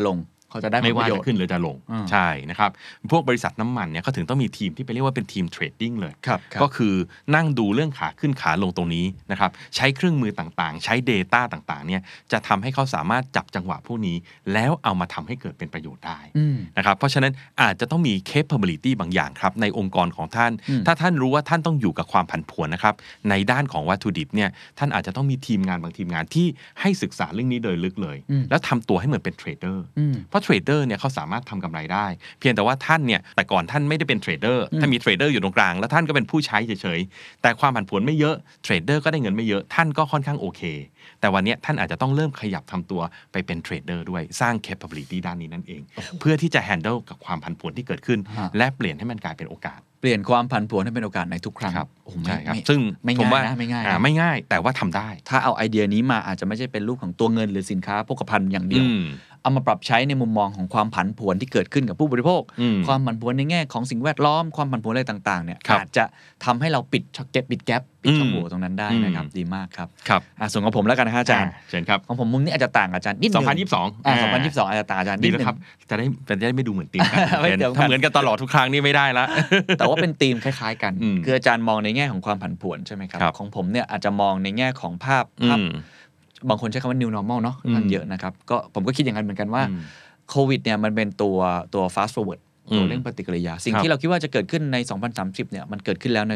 เขาจะได้ผไม่ลปว่าระโยจะชน์ขึ้นหรือจะลงใช่นะครับพวกบริษัทน้ำมันเนี่ยเขาถึงต้องมีทีมที่ไปเรียกว่าเป็นทีมเทรดดิ้งเลยครับก็คือนั่งดูเรื่องขาขึ้นขาลงตรงนี้นะครับใช้เครื่องมือต่างๆ ใช้ Data ต่างๆเนี่ยจะทำให้เขาสามารถจับจังหวะพวกนี้แล้วเอามาทำให้เกิดเป็นประโยชน์ได้นะครับเพราะฉะนั้นอาจจะต้องมี capability บางอย่างครับในองค์กรของท่านถ้าท่านรู้ว่าท่านต้องอยู่กับความผันผวนนะครับในด้านของวัตถุดิบเนี่ยท่านอาจจะต้องมีทีมงานบางทีมงานที่ให้ศึกษาเรื่องนี้โดยลึกเลยแล้วทำตัวให้เหมือนเป็นเทรดเดอร์เพราะเทรดเดอร์เนี่ยเขาสามารถทำกำไรได้เพียงแต่ว่าท่านเนี่ยแต่ก่อนท่านไม่ได้เป็นเทรดเดอร์ถ้ามีเทรดเดอร์อยู่ตรงกลางแล้วท่านก็เป็นผู้ใช้เฉยๆแต่ความผันผวนไม่เยอะเทรดเดอร์ก็ได้เงินไม่เยอะท่านก็ค่อนข้างโอเคแต่วันนี้ท่านอาจจะต้องเริ่มขยับทำตัวไปเป็นเทรดเดอร์ด้วยสร้าง capability ด้านนี้นั่นเองเพื่อที่จะ handle กับความผันผวนที่เกิดขึ้นและเปลี่ยนให้มันกลายเป็นโอกาสเปลี่ยนความผันผวนให้เป็นโอกาสในทุกครั้งครับโอ้ใช่ครับไม่ซึ่งไม่ผมง่าว่ายนะไม่ง่ายไม่ง่ายแต่ว่าทำได้ถ้าเอาไอเดียนี้มาอาจจะไม่ใช่เป็นรูปของตัวเงินหรือสินค้าโภคภัณฑ์อย่างเดียวเอามาปรับใช้ในมุมมองของความผันผวนที่เกิดขึ้นกับผู้บริโภคความผันผวนในแง่ของสิ่งแวดล้อมความผันผวนอะไรต่างๆเนี่ยอาจจะทำให้เราปิดช่องโหว่ตรงนั้นได้นะครับดีมากครับส่วนของผมแล้วกันนะครับอาจารย์เชิญครับของผมมุมนี้อาจจะต่างอาจารย์นิดนึง2022อาจจะต่างอาจารย์นิดีดนึแล้วงครับจะได้ไม่ดูเหมือนทีมกันไม่เดี๋ยวถ้าเหมือนกันตลอดทุกครั้งนี่ไม่ได้ละแต่ว่าเป็นธีมคล้ายๆกันคืออาจารย์มองในแง่ของความผันผวนใช่ไหมครับของผมเนี่ยอาจจะมองในแง่ของภาพบางคนใช้คำว่า new normal เนาะค่อนข้างเยอะนะครับก็ผมก็คิดอย่างนั้นเหมือนกันว่าโควิดเนี่ยมันเป็นตัว fast forward ตัวเร่งปฏิกิริยาสิ่งที่เราคิดว่าจะเกิดขึ้นใน2030เนี่ยมันเกิดขึ้นแล้วใน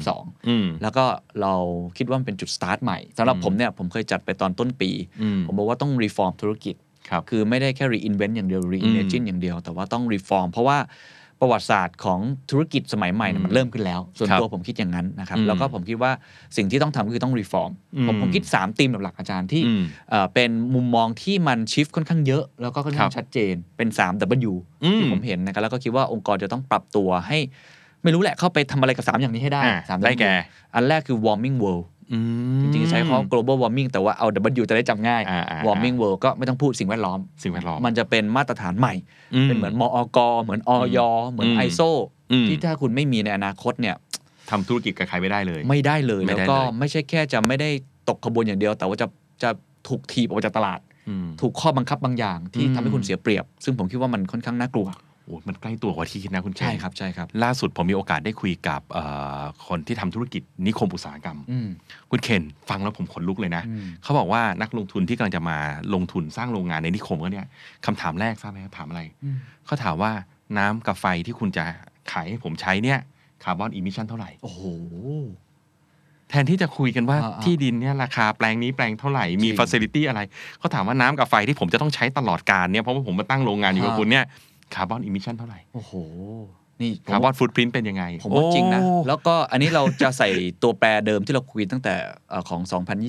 2022แล้วก็เราคิดว่ามันเป็นจุด start ใหม่สำหรับผมเนี่ยผมเคยจัดไปตอนต้นปีผมบอกว่าต้อง reform ธุรกิจคือไม่ได้แค่ reinvent อย่างเดียว reimagine อย่างเดียวแต่ว่าต้อง reform เพราะว่าประวัติศาสตร์ของธุรกิจสมัยใหม่มันเริ่มขึ้นแล้วส่วนตัวผมคิดอย่างนั้นนะครับแล้วก็ผมคิดว่าสิ่งที่ต้องทำก็คือต้อง reform ผมคิด3ธีมหลักๆอาจารย์ที่เป็นมุมมองที่มัน shift ค่อนข้างเยอะแล้วก็ค่อนข้างชัดเจนเป็น3W ที่ผมเห็นนะครับแล้วก็คิดว่าองค์กรจะต้องปรับตัวให้ไม่รู้แหละเข้าไปทำอะไรกับ3อย่างนี้ให้ได้3 ได้แก่อันแรกคือ warming worldจริงๆใช้คำว่า global warming แต่ว่าเอา W จะได้จำง่าย warming world ก็ไม่ต้องพูดสิ่งแวดล้อมมันจะเป็นมาตรฐานใหม่เป็นเหมือนมอก.เหมือนอย.เหมือน ISO ที่ถ้าคุณไม่มีในอนาคตเนี่ยทำธุรกิจกับใครไม่ได้เลยแล้วก็ไม่ใช่แค่จะไม่ได้ตกขบวนอย่างเดียวแต่ว่าจะถูกถีบออกจากตลาดถูกข้อบังคับบางอย่างที่ทำให้คุณเสียเปรียบซึ่งผมคิดว่ามันค่อนข้างน่ากลัวโอ้มันใกล้ตัวกว่าที่คิดนะคุณเชนใช่ครับล่าสุดผมมีโอกาสได้คุยกับคนที่ทำธุรกิจนิคมอุตสาหกรรมคุณเคนฟังแล้วผมขนลุกเลยนะเขาบอกว่านักลงทุนที่กำลังจะมาลงทุนสร้างโรงงานในนิคมก็เนี่ยคำถามแรกทราบไหมถามอะไรเขาถามว่าน้ำกับไฟที่คุณจะขายให้ผมใช้เนี่ยคาร์บอนอิมิชันเท่าไหร่โอ้โหแทนที่จะคุยกันว่าที่ดินเนี่ยราคาแปลงนี้แปลงเท่าไหร่มีฟาซิลิตี้อะไรเขาถามว่าน้ำกับไฟที่ผมจะต้องใช้ตลอดกาลเนี่ยเพราะว่าผมมาตั้งโรงงานอยู่กับคุณเนี่ยคาร์บอนอิมิชันเท่าไหร่โอ้โหนี่คาร์บอนฟุตพริ้นท์เป็นยังไงผมว่าจริงนะแล้วก็อันนี้เราจะใส่ตัวแปรเดิมที่เราคุยตั้งแต่ของ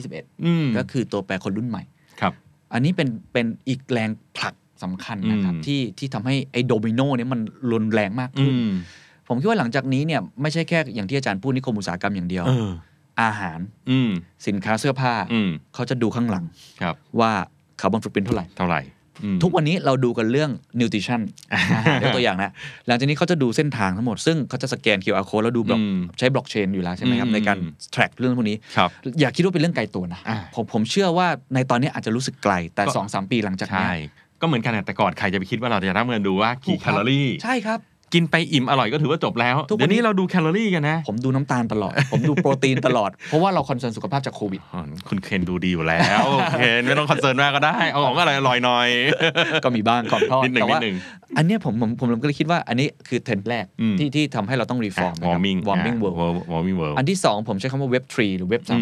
2021ก็คือตัวแปรคนรุ่นใหม่ครับอันนี้เป็นอีกแรงผลักสำคัญนะครับที่ทำให้ไอ้โดมิโนเนี่ยมันรุนแรงมากขึ้นผมคิดว่าหลังจากนี้เนี่ยไม่ใช่แค่อย่างที่อาจารย์พูดนิคมอุตสาหกรรมอย่างเดียวอาหารสินค้าเสื้อผ้าเขาจะดูข้างหลังว่าคาร์บอนฟุตพริ้นท์เท่าไหร่ทุกวันนี้เราดูกันเรื่องนิวทริชั่นยกตัวอย่างนะหลังจากนี้เขาจะดูเส้นทางทั้งหมดซึ่งเขาจะสแกน QR code แล้วดูบล็อกใช้บล็อกเชนอยู่แล้วใช่ไหมครับในการ track เรื่องพวกนี้อย่าคิดว่าเป็นเรื่องไกลตัวนะผมเชื่อว่าในตอนนี้อาจจะรู้สึกไกลแต่ 2-3 ปีหลังจากนี้ก็เหมือนกันแต่ก่อนใครจะไปคิดว่าเราจะนับเงินดูว่ากี่แคลอรี่ใช่ครับกินไปอิ่มอร่อยก็ถือว่าจบแล้วเดี๋ยวนี้เราดูแคลอรี่กันนะผมดูน้ำตาลตลอดผมดูโปรตีนตลอดเพราะว่าเราคอนเซิร์นสุขภาพจากโควิดคุณเคนดูดีอยู่แล้วเคนไม่ต้องคอนเซิร์นมากก็ได้เอาของอร่อยหน่อยก็มีบ้างของทอดแต่ว่าอันนี้ผมก็เลยคิดว่าอันนี้คือเทรนด์แรกที่ทำให้เราต้องรีฟอร์ม warming world อันที่2ผมใช้คำว่า Web 3 หรือ Web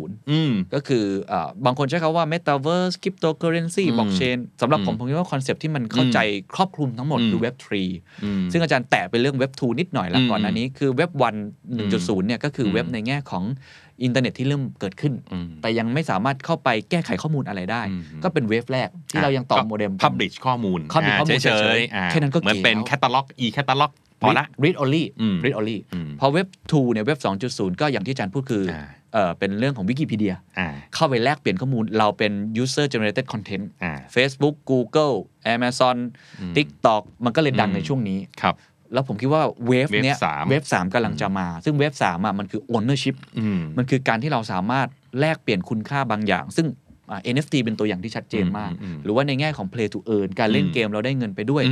3.0 ก็คือบางคนใช้คำว่า Metaverse Cryptocurrency Blockchain สำหรับผมคิดว่าคอนเซปต์ที่มันเข้าใจครอบคลุมทั้งหมดคือ Web 3 ซึ่งอาจารย์แตะไปเรื่อง Web 2 นิดหน่อยแล้วก่อนอันนี้คือ Web 1.0 เนี่ยก็คือเว็บในแง่ของอินเทอร์เน็ตที่เริ่มเกิดขึ้นแต่ยังไม่สามารถเข้าไปแก้ไขข้อมูลอะไรได้ก็เป็นเวฟแรกที่เรายังต่อโมเด็ม publish ข้อมูลเฉยๆแค่นั้นก็เก๋แล้วเหมือนเป็นแคตตาล็อก catalog พอละ read only พอเว็บ 2 เนี่ยเว็บ 2.0 ก็อย่างที่อาจารย์พูดคือเป็นเรื่องของวิกิพีเดียเข้าไปแลกเปลี่ยนข้อมูลเราเป็น user generated content Facebook Google Amazon TikTok มันก็เลยดังในช่วงนี้แล้วผมคิดว่าเวฟเนี้ยเวฟ3กำลังจะมาซึ่งเวฟ3มันคือ ownership มันคือการที่เราสามารถแลกเปลี่ยนคุณค่าบางอย่างซึ่ง NFT เป็นตัวอย่างที่ชัดเจนมากหรือว่าในแง่ของ play to earn การเล่นเกมเราได้เงินไปด้วย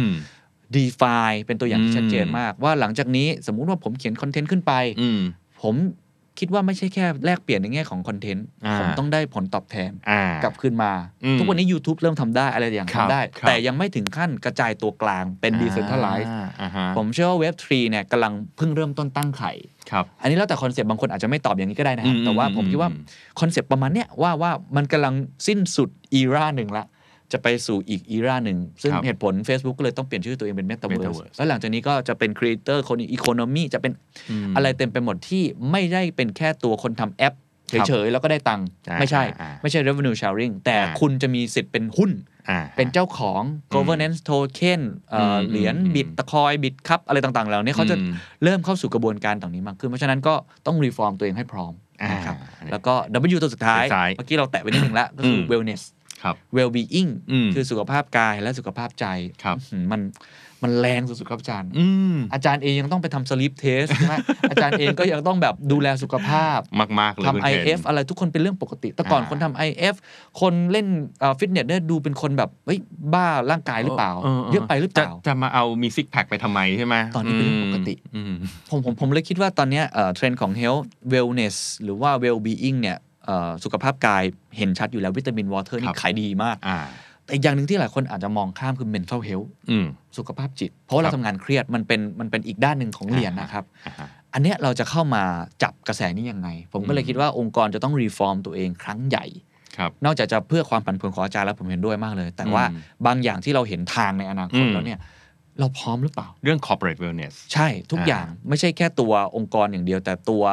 DeFi เป็นตัวอย่างที่ชัดเจนมากว่าหลังจากนี้สมมุติว่าผมเขียนคอนเทนต์ขึ้นไปผมคิดว่าไม่ใช่แค่แลกเปลี่ยนในแง่ของคอนเทนต์ผมต้องได้ผลตอบแทนกลับคืนมาทุกวันนี้ YouTube เริ่มทำได้อะไรอย่างทำได้แต่ยังไม่ถึงขั้นกระจายตัวกลางเป็น Decentralized ผมเชื่อว่า Web3 เนี่ยกำลังเพิ่งเริ่มต้นตั้งไข่อันนี้แล้วแต่คอนเซปต์บางคนอาจจะไม่ตอบอย่างนี้ก็ได้นะครับแต่ว่าผมคิดว่าคอนเซปต์ประมาณเนี้ยว่ามันกำลังสิ้นสุดอีราหนึ่งละจะไปสู่อีกอีราหนึ่งซึ่งเหตุผล Facebook ก็เลยต้องเปลี่ยนชื่อตัวเองเป็น Metaverse แล้วหลังจากนี้ก็จะเป็น Creator Economy จะเป็นอะไรเต็มไปหมดที่ไม่ได้เป็นแค่ตัวคนทำแอปเฉยๆแล้วก็ได้ตังค์ไม่ใช่ revenue sharing แต่คุณจะมีสิทธิ์เป็นหุ้นเป็นเจ้าของ governance token เหรียญบิตคอยบิตคัพอะไรต่างๆเหล่านี้เขาจะเริ่มเข้าสู่กระบวนการตรงนี้มากขึ้นเพราะฉะนั้นก็ต้อง reform ตัวเองให้พร้อมนะครับแล้วก็ W ตัวสุดท้ายเมื่อกี้เราแตะไปนิดนึงแล้วก็คือ wellness well-being คือสุขภาพกายและสุขภาพใจมันแรงสุดๆครับอาจารย์อาจารย์เองยังต้องไปทำ sleep test ใช่ไหมอาจารย์เองก็ยังต้องแบบดูแลสุขภาพมากๆเลยทำ IF อะไรทุกคนเป็นเรื่องปกติแต่ก่อนคนทำ IF คนเล่นฟิตเนสเนี่ยดูเป็นคนแบบเฮ้ยบ้าร่างกายหรือเปล่าเยอะไปหรือเปล่าจะมาเอามีซิกแพคไปทำไมใช่ไหมตอนนี้เป็นเรื่องปกติผมเลยคิดว่าตอนนี้เทรนด์ของ health wellness หรือว่า well-being เนี่ยสุขภาพกายเห็นชัดอยู่แล้ววิตามินวอเตอร์นี่ขายดีมากแต่อีกอย่างหนึ่งที่หลายคนอาจจะมองข้ามคือ mental health สุขภาพจิตเพราะเราทำงานเครียดมันเป็นอีกด้านหนึ่งของเหรียญนะครับอันเนี้ยเราจะเข้ามาจับกระแสนี้ยังไงผมก็เลยคิดว่าองค์กรจะต้อง reform ตัวเองครั้งใหญ่นอกจากจะเพื่อความผันผวนของอาจารย์แล้วผมเห็นด้วยมากเลยแต่ว่าบางอย่างที่เราเห็นทางในอนาคตแล้วเนี่ยเราพร้อมหรือเปล่าเรื่อง corporate wellness ใช่ทุกอย่างไม่ใช่แค่ตัวองค์กรอย่างเดียวแต่ตัว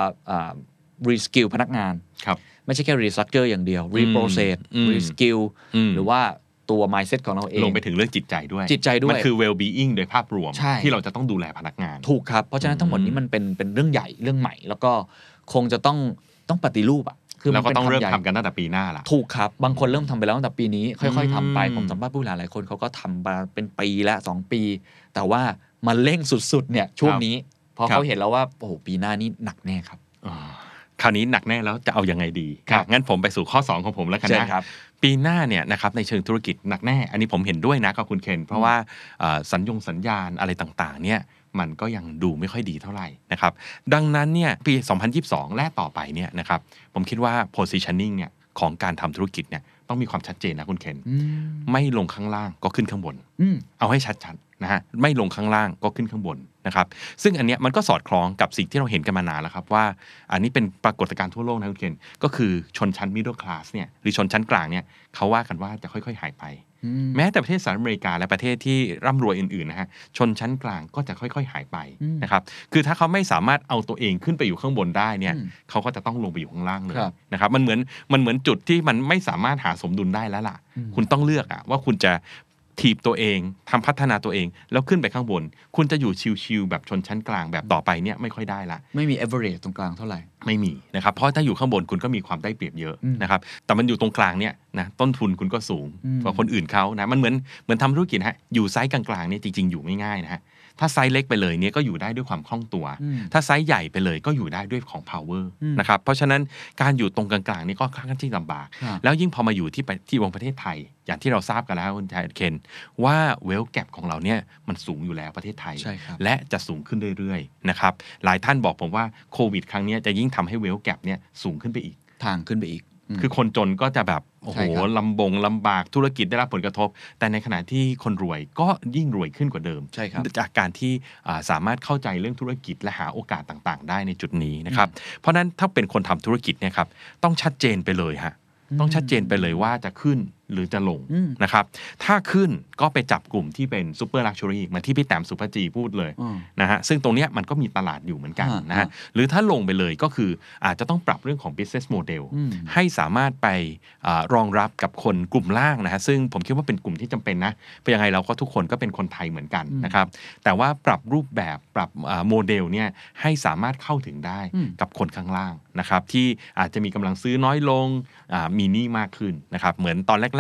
reskill พนักงานไม่ใช่แค่ restructure อย่างเดียว reprocess reskill หรือว่าตัว mindset ของเราเองลงไปถึงเรื่องจิตใจด้วยมันคือ well-being โดยภาพรวมที่เราจะต้องดูแลพนักงานถูกครับเพราะฉะนั้นทั้งหมดนี้มันเป็นเรื่องใหญ่เรื่องใหม่แล้วก็คงจะต้องปฏิรูปคือเราก็ต้องเริ่มทำกันตั้งแต่ปีหน้าละถูกครับบางคนเริ่มทำไปแล้วตั้งแต่ปีนี้ค่อยๆทำไปผมสัมภาษณ์ผู้บริหารหลายคนเขาก็ทำมาเป็นปีและ2 ปีแต่ว่ามันเร่งสุดๆเนี่ยช่วงนี้พอเขาเห็นแล้วว่าโอ้โหปีหน้านี้หนักแน่ครับคราวนี้หนักแน่แล้วจะเอายังไงดีงั้นผมไปสู่ข้อ2ของผมแล้วกันนะปีหน้าเนี่ยนะครับในเชิงธุรกิจหนักแน่อันนี้ผมเห็นด้วยนะกับคุณเคนเพราะว่าสัญญาณอะไรต่างๆเนี่ยมันก็ยังดูไม่ค่อยดีเท่าไหร่นะครับดังนั้นเนี่ยปี 2022 และต่อไปเนี่ยนะครับผมคิดว่า positioning เนี่ยของการทำธุรกิจเนี่ยต้องมีความชัดเจนนะคุณเคนไม่ลงข้างล่างก็ขึ้นข้างบนเอาให้ชัดๆนะฮะไม่ลงข้างล่างก็ขึ้นข้างบนนะครับซึ่งอันเนี้ยมันก็สอดคล้องกับสิ่งที่เราเห็นกันมานานแล้วครับว่าอันนี้เป็นปรากฏการณ์ทั่วโลกนะคุณเคนก็คือชนชั้น middle class เนี่ยหรือชนชั้นกลางเนี่ยเขาว่ากันว่าจะค่อยๆหายไปแม้แต่ประเทศสหรัฐอเมริกาและประเทศที่ร่ำรวยอื่นๆนะฮะชนชั้นกลางก็จะค่อยๆหายไปนะครับคือถ้าเขาไม่สามารถเอาตัวเองขึ้นไปอยู่ข้างบนได้เนี่ยเขาก็จะต้องลงไปอยู่ข้างล่างเลยนะครับมันเหมือนจุดที่มันไม่สามารถหาสมดุลได้แล้วล่ะคุณต้องเลือกว่าคุณจะถีบตัวเองทำพัฒนาตัวเองแล้วขึ้นไปข้างบนคุณจะอยู่ชิลๆแบบชนชั้นกลางแบบต่อไปเนี่ยไม่ค่อยได้ละไม่มี average ตรงกลางเท่าไหร่ไม่มีนะครับเพราะถ้าอยู่ข้างบนคุณก็มีความได้เปรียบเยอะนะครับแต่มันอยู่ตรงกลางเนี่ยนะต้นทุนคุณก็สูงกว่าคนอื่นเขานะมันเหมือนทำธุรกิจฮะอยู่ไซส์กลางๆเนี่ยจริงๆอยู่ไม่ง่ายนะฮะถ้าไซส์เล็กไปเลยเนี่ยก็อยู่ได้ด้วยความคล่องตัวถ้าไซส์ใหญ่ไปเลยก็อยู่ได้ด้วยของ power นะครับเพราะฉะนั้นการอยู่ตรงกลางๆนี่ก็ค่อนข้างที่ลำบากแล้วยิ่งพอมาอยู่ที่วงประเทศไทยอย่างที่เราทราบกันแล้วคุณเคนว่า wealth gap ของเราเนี่ยมันสูงอยู่แล้วประเทศไทยและจะสูงขึ้นเรื่อยๆนะครับหลายท่านบอกผมว่าโควิดครั้งนี้จะยิ่งทำให้ wealth gap เนี่ยสูงขึ้นไปอีกทางขึ้นไปอีกคือคนจนก็จะแบบโอ้โหลำบากธุรกิจได้รับผลกระทบแต่ในขณะที่คนรวยก็ยิ่งรวยขึ้นกว่าเดิมจากการที่สามารถเข้าใจเรื่องธุรกิจและหาโอกาสต่างๆได้ในจุดนี้นะครับเพราะนั้นถ้าเป็นคนทำธุรกิจเนี่ยครับต้องชัดเจนไปเลยฮะต้องชัดเจนไปเลยว่าจะขึ้นหรือจะลงนะครับถ้าขึ้นก็ไปจับกลุ่มที่เป็นซูเปอร์ลักชัวรี่เหมือนที่พี่แต้มสุภจีพูดเลยนะฮะซึ่งตรงเนี้ยมันก็มีตลาดอยู่เหมือนกันนะฮะหรือถ้าลงไปเลยก็คืออาจจะต้องปรับเรื่องของ business model ให้สามารถไปรองรับกับคนกลุ่มล่างนะฮะซึ่งผมคิดว่าเป็นกลุ่มที่จำเป็นนะเพราะยังไงเราก็ทุกคนก็เป็นคนไทยเหมือนกันนะครับแต่ว่าปรับรูปแบบปรับโมเดลเนี่ยให้สามารถเข้าถึงได้กับคนข้างล่างนะครับที่อาจจะมีกำลังซื้อน้อยลงมีหนี้มากขึ้นนะครับเหมือนตอนแร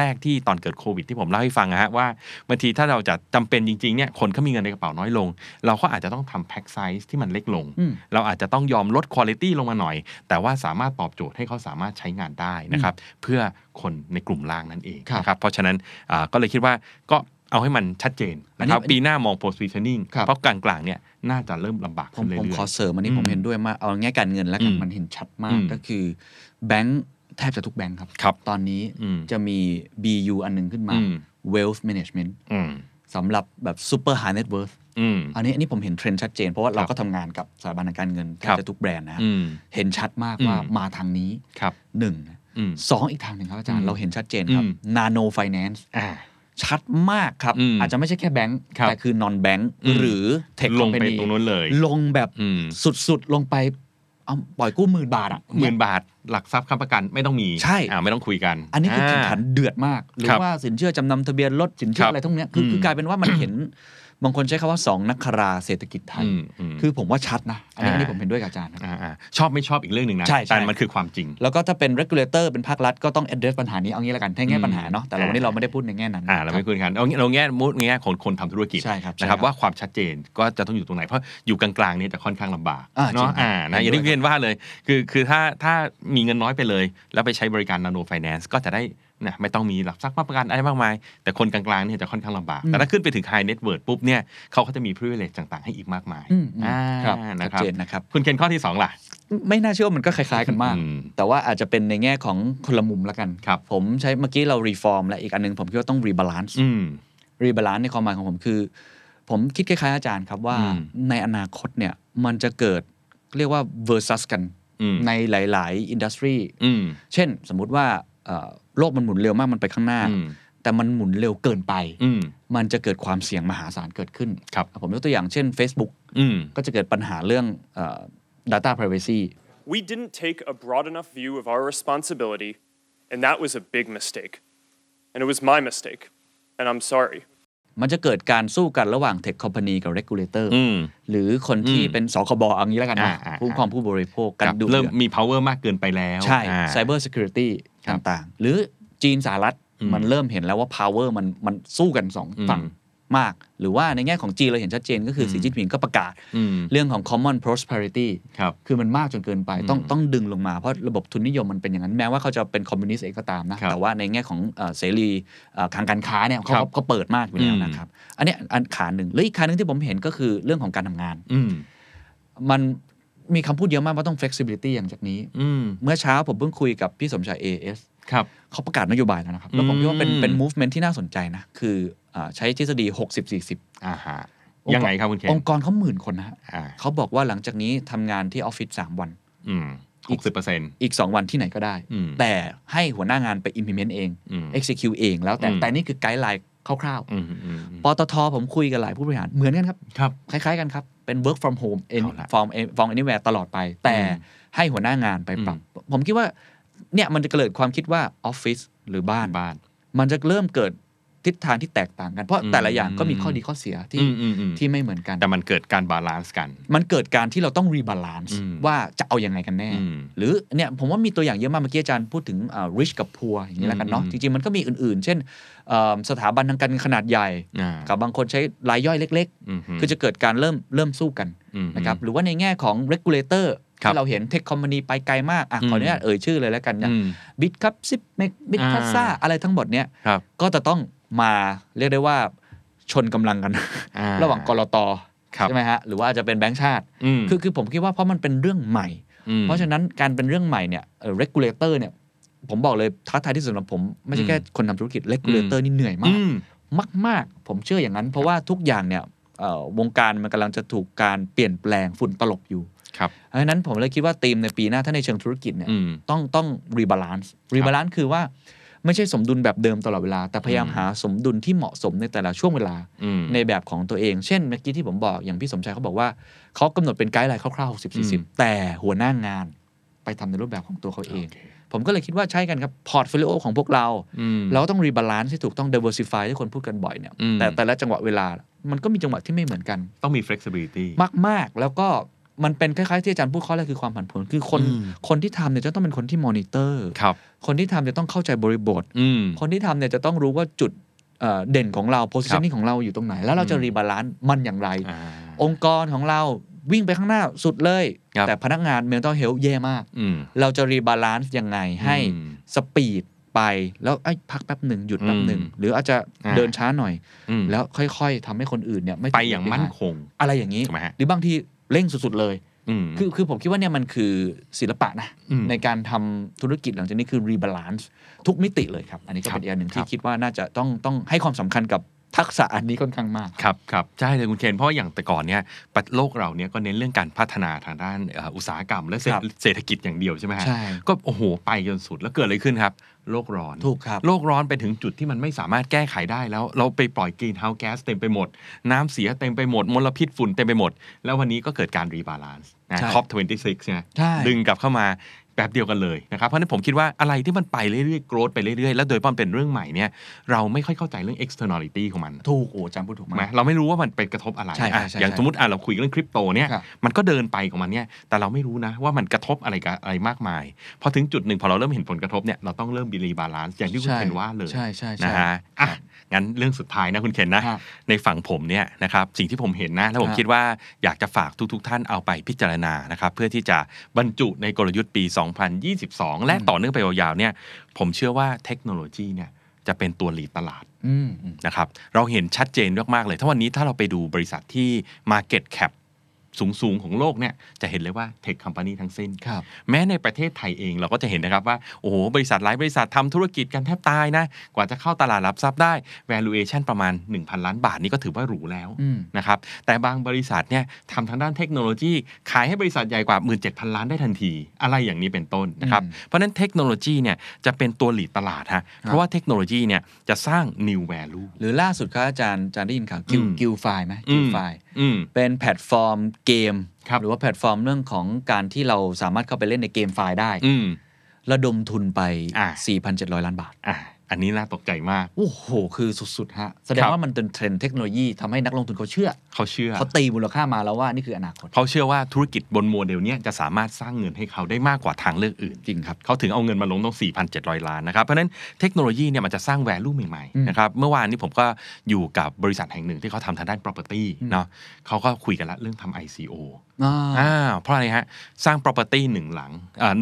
แรกที่ตอนเกิดโควิดที่ผมเล่าให้ฟังนะฮะว่าบางทีถ้าเราจะจำเป็นจริงๆเนี่ยคนเขามีเงินในกระเป๋าน้อยลงเราก็อาจจะต้องทำแพ็คไซส์ที่มันเล็กลงเราอาจจะต้องยอมลดควอลิตี้ลงมาหน่อยแต่ว่าสามารถตอบโจทย์ให้เขาสามารถใช้งานได้นะครับเพื่อคนในกลุ่มล่างนั่นเองนะครับเพราะฉะนั้นก็เลยคิดว่าก็เอาให้มันชัดเจนนะครับปีหน้ามอง positioning เพราะกลางๆเนี่ยน่าจะเริ่มลำบากขึ้นเรื่อยๆผมขอเสริมอันนี้ผมเห็นด้วยมากเอาแง่การเงินแล้วกันมันเห็นชัดมากก็คือแบงค์แทบจะทุกแบงค์ครับตอนนี้จะมี BU อันนึงขึ้นมา Wealth Management สำหรับแบบ Super High Net Worth อันนี้ผมเห็นเทรนด์ชัดเจนเพราะว่าเราก็ทำงานกับสถาบันการเงินแทบจะทุกแบรนด์นะเห็นชัดมากว่ามาทางนี้หนึ่งสองอีกทางหนึ่งครับอาจารย์เราเห็นชัดเจนครับ Nano Finance ชัดมากครับอาจจะไม่ใช่แค่แบงค์แต่คือ non bank หรือ tech ลงไป company ตรงนู้นเลยลงแบบสุดๆลงไปเอาปล่อยกู้10,000 บาท 10,000 บาทหลักทรัพย์ค้ำประกันไม่ต้องมีใช่ไม่ต้องคุยกันอันนี้คือแข่งขันเดือดมากหรือว่าสินเชื่อจำนำทะเบียนรถสินเชื่ออะไรทั้งนี้คือกลายเป็นว่ามันเห็นบางคนใช้คำว่า2นักคราเศรษฐกิจไทยคือผมว่าชัดนะอันนี้ผมเห็นด้วยกับอาจารย์ชอบไม่ชอบอีกเรื่องนึงนะแต่มันคือความจริงแล้วก็ถ้าเป็น regulator เป็นภาครัฐก็ต้อง address ปัญหานี้เอางี้ละกันให้แง่ปัญหาเนาะแต่วันนี้เราไม่ได้พูดในแง่นั้นเราไม่คุยกันเราแง่ของคนทำธุรกิจนะครับว่าความชัดเจนก็จะต้องอยู่ตรงไหนเพราะอยู่กลางๆนี่จะค่อนข้างลำบากเนาะอย่างที่เรียนว่าเลยคือถ้ามีเงินน้อยไปเลยแล้วไปใช้บริการ Nano Finance ก็จะได้นะไม่ต้องมีหลักทรัพย์ประกันอะไรมากมายแต่คนกลางๆเนี่ยจะค่อนข้างลำบากแต่ถ้าขึ้นไปถึง High Net Worth ปุ๊บเนี่ยเขาก็จะมี privilege ต่างๆให้อีกมากมายนะครับคุณเคนข้อที่2ล่ะไม่น่าเชื่อว่ามันก็คล้ายๆกันมากแต่ว่าอาจจะเป็นในแง่ของคนละมุมละกันผมใช้เมื่อกี้เรา reform และอีกอันนึงผมคิดว่าต้อง rebalance rebalance ในความหมายของผมคือผมคิดคล้ายๆอาจารย์ครับว่าในอนาคตเนี่ยมันจะเกิดเรียกว่า versus กันในหลายๆ industry เช่นสมมุติว่าโลกมันหมุนเร็วมากมันไปข้างหน้าแต่มันหมุนเร็วเกินไปมันจะเกิดความเสี่ยงมหาศาลเกิดขึ้นผมยกตัวอย่างเช่น Facebook ก็จะเกิดปัญหาเรื่องdata privacy We didn't take a broad enough view of our responsibility and that was a big mistake and it was my mistake and I'm sorry มันจะเกิดการสู้กันระหว่าง tech company กับ regulator หรือคนที่เป็นสคบเอางี้แล้วกันนะผู้คุ้มครองผู้บริโภคกันดูเริ่มมี power มากเกินไปแล้วใช่ cyber security ต่างๆหรือจีนสหรัฐมันเริ่มเห็นแล้วว่า power มันสู้กัน2ฝั่งมากหรือว่าในแง่ของจีนเราเห็นชัดเจนก็คือสีจิ้นผิงก็ประกาศเรื่องของ common prosperity คือมันมากจนเกินไปต้องดึงลงมาเพราะระบบทุนนิยมมันเป็นอย่างนั้นแม้ว่าเขาจะเป็นคอมมิวนิสต์เองก็ตามนะแต่ว่าในแง่ของเสรีทางการค้าเนี่ยเขาเปิดมากอยู่แล้วนะครับอันนี้อันขาหนึ่งแล้วอีกขาหนึ่งที่ผมเห็นก็คือเรื่องของการทำงานมันมีคำพูดเยอะมากว่าต้อง flexibility อย่างจากนี้เมื่อเช้าผมเพิ่งคุยกับพี่สมชาย AS เขาประกาศนโยบายแล้วนะครับแล้วผมคิดว่าเป็น movement ที่น่าสนใจนะคือใช้ทฤษฎี 60-40 ยังไงครับคุณเคนองค์กรเขา10,000 คนนะฮะเขาบอกว่าหลังจากนี้ทำงานที่ออฟฟิศ3 วัน 60% อีก2 วันที่ไหนก็ได้แต่ให้หัวหน้างานไป implement เอง execute เองแล้วแต่นี่คือไกด์ไลน์คร่าวๆปตท.ผมคุยกับหลายผู้บริหารเหมือนกันครับคล้ายๆกันครับเป็น work from home from anywhere ตลอดไปแต่ให้หัวหน้างานไปปรับผมคิดว่าเนี่ยมันจะเกิดความคิดว่าออฟฟิศหรือบ้านมันจะเริ่มเกิดทิศทางที่แตกต่างกันเพราะแต่ละอย่างก็มีข้อดีข้อเสียที่ไม่เหมือนกันแต่มันเกิดการบาลานซ์กันมันเกิดการที่เราต้องรีบาลานซ์ว่าจะเอายังไงกันแน่หรือเนี่ยผมว่ามีตัวอย่างเยอะมากเมื่อกี้อาจารย์พูดถึงrich กับ poor อย่างนี้แล้วกันเนาะจริงๆมันก็มีอื่นๆเช่นสถาบันทางการเงินขนาดใหญ่กับบางคนใช้รายย่อยเล็กๆคือจะเกิดการเริ่มสู้กันนะครับหรือว่าในแง่ของ regulatorที่เราเห็นเทคคอมพานีไปไกลมากขออนุญาตเอ่ยชื่อเลยแล้วกันนะบิตครับซิปเมกบิตคัสซ่าอะไรทั้งหมดเนี้ยก็จะต้องมาเรียกได้ว่าชนกำลังกันระหว่างกลต.ใช่ไหมฮะหรือว่าจะเป็นแบงก์ชาติคือผมคิดว่าเพราะมันเป็นเรื่องใหม่เพราะฉะนั้นการเป็นเรื่องใหม่เนี่ยregulator เนี่ยผมบอกเลยท้าทายที่สุดสำหรับผมไม่ใช่แค่คนทำธุรกิจ regulator นี่เหนื่อยมากผมเชื่ออย่างนั้นเพราะว่าทุกอย่างเนี่ยวงการมันกำลังจะถูกการเปลี่ยนแปลงฝุ่นตลบอยู่เพราะฉะนั้นผมเลยคิดว่าธีมในปีหน้าถ้าในเชิงธุรกิจเนี่ยต้องรีบาลานซ์คือว่าไม่ใช่สมดุลแบบเดิมตลอดเวลาแต่พยายามหาสมดุลที่เหมาะสมในแต่ละช่วงเวลาในแบบของตัวเองเช่นเมื่อกี้ที่ผมบอกอย่างพี่สมชายเขาบอกว่าเขากำหนดเป็นไกด์ไลน์คร่าวๆ 60-40 แต่หัวหน้างานไปทำในรูปแบบของตัวเขาเองผมก็เลยคิดว่าใช่กันครับพอร์ตโฟลิโอของพวกเราต้องรีบาลานซ์ที่ถูกต้อง diversify ที่คนพูดกันบ่อยเนี่ยแต่ละจังหวะเวลามันก็มีจังหวะที่ไม่เหมือนกันต้องมี flexibility มากๆแล้วก็มันเป็นคล้ายๆที่อาจารย์พูดข้อแรกคือความผันผวนคือคนที่ทำเนี่ยจะต้องเป็นคนที่มอนิเตอร์ครับคนที่ทำจะต้องเข้าใจบริบท คนที่ทำเนี่ยจะต้องรู้ว่าจุดเด่นของเรา positioning ของเราอยู่ตรงไหนแล้วเราจะรีบาลานซ์มันอย่างไรองค์กรของเราวิ่งไปข้างหน้าสุดเลยแต่พนักงาน mental health แย่มากเราจะรีบาลานซ์ยังไงให้สปีดไปแล้วพักแป๊บหนึ่งหยุดแป๊บหนึ่งหรืออาจจะเดินช้าหน่อยแล้วค่อยๆทำให้คนอื่นเนี่ยไม่ไปอย่างมั่นคงอะไรอย่างนี้หรือบางทีเร่งสุดๆเลยคือผมคิดว่าเนี่ยมันคือศิลปะนะในการทำธุรกิจหลังจากนี้คือรีบาลานซ์ทุกมิติเลยครับอันนี้ก็เป็นอีกอันหนึ่งที่คิดว่าน่าจะต้องให้ความสำคัญกับทักษะอันนี้ค่อนข้างมากครับใช่เลยคุณเคนเพราะอย่างแต่ก่อนเนี่ยโลกเราเนี่ยก็เน้นเรื่องการพัฒนาทางด้านอุตสาหกรรมและเศรษฐกิจอย่างเดียวใช่ไหมฮะก็โอ้โหไปจนสุดแล้วเกิดอะไรขึ้นครับโลกร้อนถูกครับโลกร้อนไปถึงจุดที่มันไม่สามารถแก้ไขได้แล้วเราไปปล่อยกรีนเฮาส์แก๊สเต็มไปหมดน้ำเสียเต็มไปหมดมลพิษฝุ่นเต็มไปหมดแล้ววันนี้ก็เกิดการรีบาลานซ์COP26 ใช่ไหมดึงกลับเข้ามาแบบเดียวกันเลยนะครับเพราะฉะนั้นผมคิดว่าอะไรที่มันไปเรื่อยๆ growth ไปเรื่อยๆแล้วโดยเฉพาะเป็นเรื่องใหม่เนี่ยเราไม่ค่อยเข้าใจเรื่อง externality ของมันถูกจำพูดถูกมากเราไม่รู้ว่ามันไปกระทบอะไรอย่างสมมติเราคุยเรื่องคริปโตเนี่ยมันก็เดินไปของมันเนี่ยแต่เราไม่รู้นะว่ามันกระทบอะไรกับอะไรมากมายพอถึงจุดหนึ่งพอเราเริ่มเห็นผลกระทบเนี่ยเราต้องเริ่มรีบาลานซ์อย่างที่คุณเคนว่าเลยนะฮะงั้นเรื่องสุดท้ายนะคุณเคนนะในฝั่งผมเนี่ยนะครับสิ่งที่ผมเห็นนะแล้วผมคิดว่าอยากจะฝากทุกๆท่านเอาไปพิจารณานะครับเพื่อที่จะบรรจุในกลยุทธ์ปี 2022 และต่อเนื่องไปยาวๆเนี่ยผมเชื่อว่าเทคโนโลยีเนี่ยจะเป็นตัวหลีดตลาดนะครับเราเห็นชัดเจนมากๆเลยถ้าวันนี้ถ้าเราไปดูบริษัทที่ Market Cap สูงของโลกเนี่ยจะเห็นเลยว่าเทคคอมพานีทั้งสิ้นแม้ในประเทศไทยเองเราก็จะเห็นนะครับว่าโอ้โหบริษัทหลายบริษัททำธุรกิจกันแทบตายนะกว่าจะเข้าตลาดหลักทรัพย์ได้ valuation ประมาณ 1,000 ล้านบาทนี่ก็ถือว่าหรูแล้วนะครับแต่บางบริษัทเนี่ยทำทางด้านเทคโนโลยีขายให้บริษัทใหญ่กว่า 17,000 ล้านได้ทันทีอะไรอย่างนี้เป็นต้นนะครับเพราะฉะนั้นเทคโนโลยีเนี่ยจะเป็นตัวหลีดตลาดฮะเพราะว่าเทคโนโลยีเนี่ยจะสร้าง new value หรือล่าสุดครับอาจารย์ได้ยินข่าวกิลไฟไหมกิลไฟเป็นแพลตฟอร์มเกมหรือว่าแพลตฟอร์มเรื่องของการที่เราสามารถเข้าไปเล่นในเกมไฟล์ได้ระดมทุนไป 4,700 ล้านบาทอันนี้น่าตกใจมากโอ้โหคือสุดๆฮะแสดงว่ามันเป็นเทรนด์เทคโนโลยีทำให้นักลงทุนเขาเชื่อเขาตีมูลค่ามาแล้วว่านี่คืออนาคตเขาเชื่อว่าธุรกิจบนโมเดลนี้จะสามารถสร้างเงินให้เขาได้มากกว่าทางเลือกอื่นจริงครับเขาถึงเอาเงินมาลงต้อง 4,700 ล้านนะครับเพราะฉะนั้นเทคโนโลยีเนี่ยมันจะสร้าง value ใหม่ๆนะครับเมื่อวานนี้ผมก็อยู่กับบริษัทแห่งหนึ่งที่เขาทำทางด้าน property เนาะเขาก็คุยกันละเรื่องทำ ICO เพราะอะไรฮะสร้าง property 1 หลัง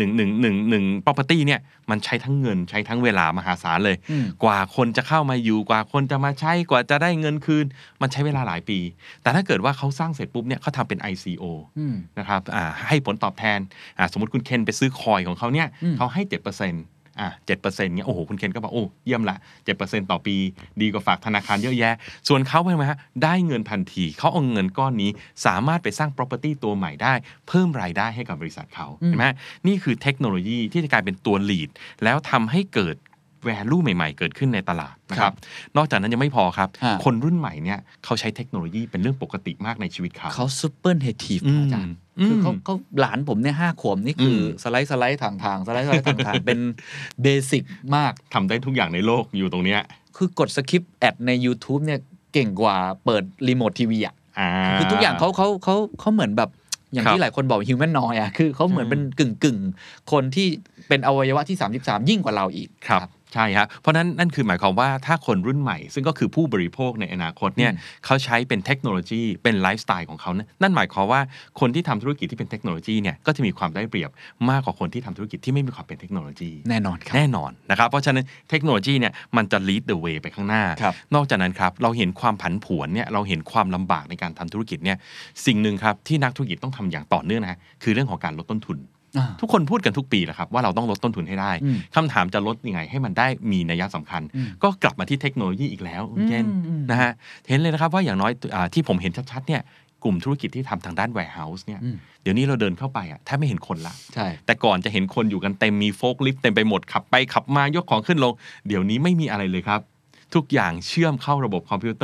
1 property เนี่ยมันใช้ทั้งเงินใช้ทั้งเวลามหาศาลเลยกว่าคนจะเข้ามาอยู่กว่าคนจะมาใช้กว่าจะได้เงินคืนมันใช้เวลาหลายปีแต่ถ้าเกิดว่าเขาสร้างเสร็จปุ๊บเนี่ยเขาทำเป็น ICO นะครับให้ผลตอบแทนสมมติคุณเคนไปซื้อคอยของเขาเนี่ยเขาให้ 7%7% เนี่ยโอ้โหคุณเคนก็บอกโอ้เยี่ยมละ 7% ต่อปีดีกว่าฝากธนาคารเยอะแยะส่วนเขาเป็นไหมฮะได้เงินทันทีเขาเอาเงินก้อนนี้สามารถไปสร้าง property ตัวใหม่ได้เพิ่มรายได้ให้กับบริษัทเขาเห็นไหมนี่คือเทคโนโลยีที่จะกลายเป็นตัว lead แล้วทำให้เกิดvalue ใหม่ๆเกิดขึ้นในตลาดนะครับนอกจากนั้นยังไม่พอครับคนรุ่นใหม่เนี่ยเขาใช้เทคโนโลยีเป็นเรื่องปกติมากในชีวิตเขา super native อาจารย์คือเขาหลานผมเนี่ย5 ขวบนี่คือสไลด์ทางสไลด์เป็นเบสิกมากทำได้ทุกอย่างในโลกอยู่ตรงเนี้ยคือกดสคริปต์แอดใน YouTube เนี่ยเก่งกว่าเปิดรีโมททีวีคือทุกอย่างเขาเหมือนแบบอย่างที่หลายคนบอก human noise คือเขาเหมือนเป็นกึ่งคนที่เป็นอวัยวะที่33ยิ่งกว่าเราอีกครับใช่ครับเพราะนั้นนั่นคือหมายความว่าถ้าคนรุ่นใหม่ซึ่งก็คือผู้บริโภคในอนาคตเนี่ยเขาใช้เป็นเทคโนโลยีเป็นไลฟ์สไตล์ของเขานั่นหมายความว่าคนที่ทำธุรกิจที่เป็นเทคโนโลยีเนี่ยก็จะมีความได้เปรียบมากกว่าคนที่ทำธุรกิจที่ไม่มีความเป็นเทคโนโลยีแน่นอนครับแน่นอนนะครับเพราะฉะนั้นเทคโนโลยีเนี่ยมันจะ lead the way ไปข้างหน้านอกจากนั้นครับเราเห็นความผันผวนเนี่ยเราเห็นความลำบากในการทำธุรกิจเนี่ยสิ่งหนึ่งครับที่นักธุรกิจต้องทำอย่างต่อเนื่องนะคือเรื่องของการลดต้นทุนทุกคนพูดกันทุกปีแหละครับว่าเราต้องลดต้นทุนให้ได้คำถามจะลดยังไงให้มันได้มีนัยสำคัญก็กลับมาที่เทคโนโลยีอีกแล้วเช่นนะฮะเห็นเลยนะครับว่าอย่างน้อยที่ผมเห็นชัดๆเนี่ยกลุ่มธุรกิจที่ทำทางด้าน warehouse เนี่ยเดี๋ยวนี้เราเดินเข้าไปแทบไม่เห็นคนละแต่ก่อนจะเห็นคนอยู่กันเต็มมีโฟล์คลิฟต์เต็มไปหมดขับไปขับมายกของขึ้นลงเดี๋ยวนี้ไม่มีอะไรเลยครับทุกอย่างเชื่อมเข้าระบบคอมพิวเตอร์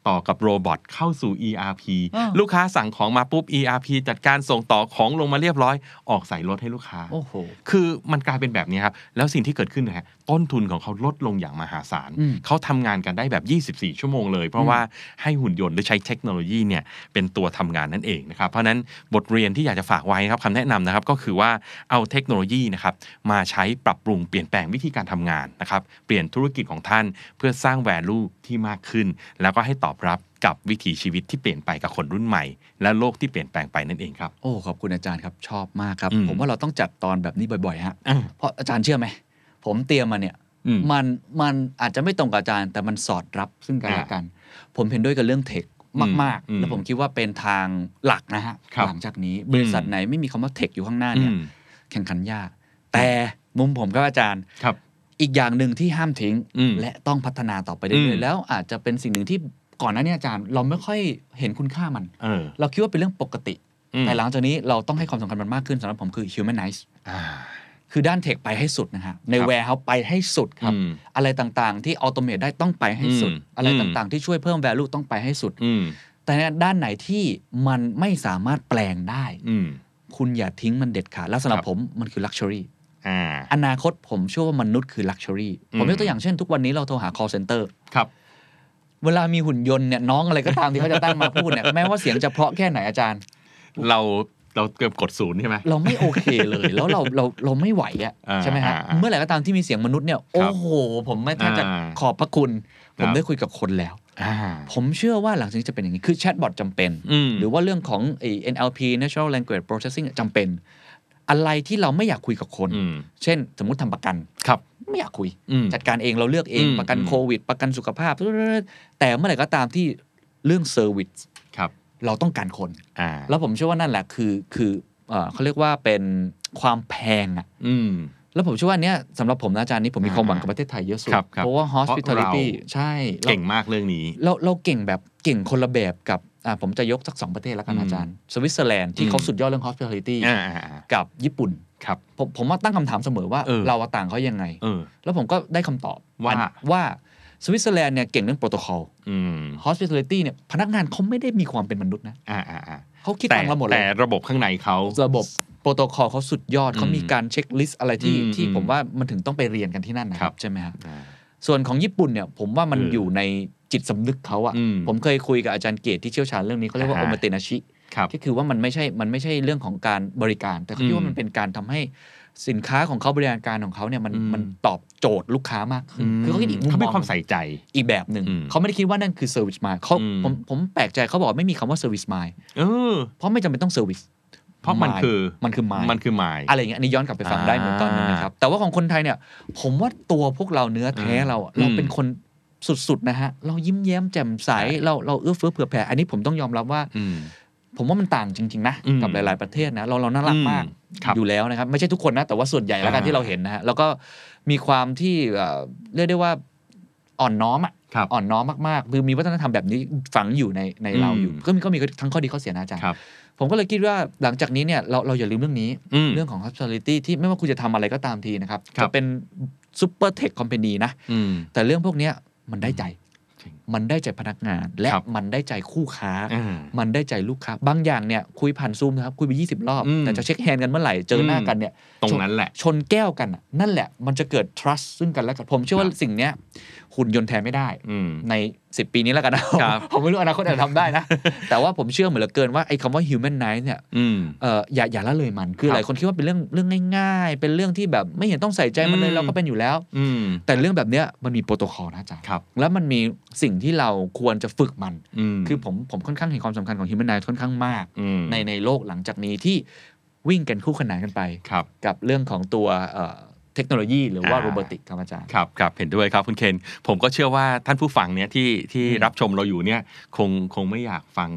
ต่อกับโรบอทเข้าสู่ ERP ลูกค้าสั่งของมาปุ๊บ ERP จัดการส่งต่อของลงมาเรียบร้อยออกใส่รถให้ลูกค้าโอ้โหคือมันกลายเป็นแบบนี้ครับแล้วสิ่งที่เกิดขึ้นนะฮะต้นทุนของเขาลดลงอย่างมหาศาลเขาทำงานกันได้แบบ24ชั่วโมงเลยเพราะว่าให้หุ่นยนต์หรือใช้เทคโนโลยีเนี่ยเป็นตัวทำงานนั่นเองนะครับเพราะนั้นบทเรียนที่อยากจะฝากไว้ครับคำแนะนำนะครับก็คือว่าเอาเทคโนโลยีนะครับมาใช้ปรับปรุงเปลี่ยนแปลงวิธีการทำงานนะครับเปลี่ยนธุรกิจของท่านเพื่อสร้าง value ที่มากขึ้นแล้วก็ให้ตอบรับกับวิถีชีวิตที่เปลี่ยนไปกับคนรุ่นใหม่และโลกที่เปลี่ยนแปลงไปนั่นเองครับโอ้ขอบคุณอาจารย์ครับชอบมากครับผมว่าเราต้องจัดตอนแบบนี้บ่อยๆฮะเพราะอาจารย์เชื่อไหมผมเตรียมมาเนี่ยมันอาจจะไม่ตรงกับอาจารย์แต่มันสอดรับซึ่งกันและกันผมเห็นด้วยกับเรื่องเทคมากๆแล้วผมคิดว่าเป็นทางหลักนะฮะหลังจากนี้บริษัทไหนไม่มีคำว่าเทคอยู่ข้างหน้าเนี่ยแข่งขันยากแต่มุมผมครับอาจารย์อีกอย่างหนึ่งที่ห้ามทิ้งและต้องพัฒนาต่อไปเรื่อยๆแล้วอาจจะเป็นสิ่งหนึ่งที่ก่อนหน้านี้อาจารย์เราไม่ค่อยเห็นคุณค่ามันเราคิดว่าเป็นเรื่องปกติแต่หลังจากนี้เราต้องให้ความสำคัญมันมากขึ้นสำหรับผมคือ humanize คือด้านเทคไปให้สุดนะฮะใน warehouse ไปให้สุดครับอะไรต่างๆที่ออโตเมตได้ต้องไปให้สุดอะไรต่างๆที่ช่วยเพิ่ม value ต้องไปให้สุดแต่ด้านไหนที่มันไม่สามารถแปลงได้คุณอย่าทิ้งมันเด็ดขาดแล้วสำหรับผมมันคือ luxury อนาคตผมเชื่อว่ามนุษย์คือ luxury ผมยกตัวอย่างเช่นทุกวันนี้เราโทรหา call center ครับเวลามีหุ่นยนต์เนี่ยน้องอะไรก็ตามที่เขาจะตั้งมาพูดเนี่ยแม้ว่าเสียงจะเพราะแค่ไหนอาจารย์เราเกือบกดศูนย์ใช่ไหมเราไม่โอเคเลยแล้วเราไม่ไหวอ่ะใช่ไหมฮะเมื่อไหร่ก็ตามที่มีเสียงมนุษย์เนี่ยโอ้โหผมไม่ท่านจะขอบพระคุณผมได้คุยกับคนแล้วผมเชื่อว่าหลังจากนี้จะเป็นอย่างนี้คือแชทบอทจำเป็นหรือว่าเรื่องของ NLP Natural Language Processing จำเป็นอะไรที่เราไม่อยากคุยกับคนเช่นสมมุติทำประกันไม่อยากคุยจัดการเองเราเลือกเองประกันโควิดประกันสุขภาพแต่เมื่อไหร่ก็ตามที่เรื่องเซอร์วิสเราต้องการคนแล้วผมเชื่อว่านั่นแหละคือเขาเรียกว่าเป็นความแพงอ่ะแล้วผมเชื่อว่าเนี้ยสำหรับผมนะอาจารย์นี่ผมมีความหวังกับประเทศไทยเยอะสุดเพราะว่า hospitality ใช่เก่งมากเรื่องนี้เราเก่งแบบเก่งคนละแบบกับผมจะยกสัก2ประเทศแล้วกันอาจารย์สวิตเซอร์แลนด์ที่เขาสุดยอดเรื่อง hospitality กับญี่ปุ่นผมว่าตั้งคำถามเสมอว่าเราต่างเขายังไงแล้วผมก็ได้คำตอบว่าสวิตเซอร์แลนด์เนี่ยเก่งเรื่องโปรโตคอลhospitality เนี่ยพนักงานเขาไม่ได้มีความเป็นมนุษย์นะเขาคิดตังค์เราหมดเลยแต่ระบบข้างในเขาระบบโปรโตคอลเขาสุดยอดเขามีการเช็คลิสต์อะไรที่ผมว่ามันถึงต้องไปเรียนกันที่นั่นนะครับใช่ไหมครับส่วนของญี่ปุ่นเนี่ยผมว่ามันอยู่ในจิตสำนึกเขาอ่ะผมเคยคุยกับอาจารย์เกตที่เชี่ยวชาญเรื่องนี้เขาเรียกว่าโอมาเตนาชิก็คือว่ามันไม่ใช่เรื่องของการบริการแต่เขาคิดว่ามันเป็นการทำให้สินค้าของเขาบริการของเขาเนี่ยมันตอบโจทย์ลูกค้ามากขึ้นคือเขาคิดอีกมุมมองเขาเป็นความใส่ใจอีกแบบหนึ่งเขาไม่ได้คิดว่านั่นคือเซอร์วิสมายเขาผมแปลกใจเขาบอกไม่มีคำว่าเซอร์วิสมายเพราะไม่จำเป็นต้องเซอร์วิสเพราะมันคือมายอะไรอย่างเงี้ยอันนี้ย้อนกลับไปฟังได้เหมือนตอนนึงนะครับแต่ว่าของคนไทยเนี่ยผมว่าตัวพวกเราเนื้อแท้เราเป็นคนสุดๆนะฮะเรายิ้มแย้มแจ่มใสเราเอื้อเฟื้อเผื่อแผ่อันนี้ผมต้องยอมรับว่าผมว่ามันต่างจริงๆนะกับหลายๆประเทศนะเราน่ารักมากอยู่แล้วนะครับไม่ใช่ทุกคนนะแต่ว่าส่วนใหญ่แล้วกันที่เราเห็นนะฮะแล้วก็มีความที่เรียกได้ว่าอ่อนน้อมมากๆคือมีวัฒนธรรมแบบนี้ฝังอยู่ในเราอยู่ก็มีทั้งข้อดีข้อเสียนะอาจารย์ผมก็เลยคิดว่าหลังจากนี้เนี่ยเราอย่าลืมเรื่องนี้เรื่องของ hospitality ที่ไม่ว่าคุณจะทำอะไรก็ตามทีนะครับจะเป็นซุปเปอร์เทคคอมพานีนะแต่เรื่องพวกนี้มันได้ใจพนักงานและมันได้ใจคู่ค้ามันได้ใจลูกค้าบางอย่างเนี่ยคุยผ่านซูมนะครับคุยไป20รอบแต่จะเช็คแฮนด์กันเมื่อไหร่เจอหน้ากันเนี่ยตรงนั้นแหละชนแก้วกันนั่นแหละมันจะเกิด trust ซึ่งกันและกันผมเชื่อว่าสิ่งเนี้ยหุ่นยนต์แทนไม่ได้ใน10 ปีนี้แล้วกันนะผมไม่รู้อนาคตอาจจะทำได้นะแต่ว่าผมเชื่อเหมือนเหลือเกินว่าไอ้คำว่า humanize เนี่ยอย่าละเลยมันคือหลายคนคิดว่าเป็นเรื่องง่ายๆเป็นเรื่องที่แบบไม่เห็นต้องใส่ใจมันเลยเราก็เป็นอยู่แล้วแต่เรื่องแบบเนี้ยมันมีโปรโตคอลนะอาจารย์แล้วมันมีสิ่งที่เราควรจะฝึกมันคือผมค่อนข้างเห็นความสำคัญของ humanize ค่อนข้างมากในโลกหลังจากนี้ที่วิ่งกันคู่ขนานกันไปกับเรื่องของตัวเทคโนโลยีหรือว่าโรบอติกครับอาจารย์ครับเห็นด้วยครับคุณเคนผมก็เชื่อว่าท่านผู้ฟังเนี่ยที่รับชมเราอยู่เนี่ยคงไม่อยากฟังแบบ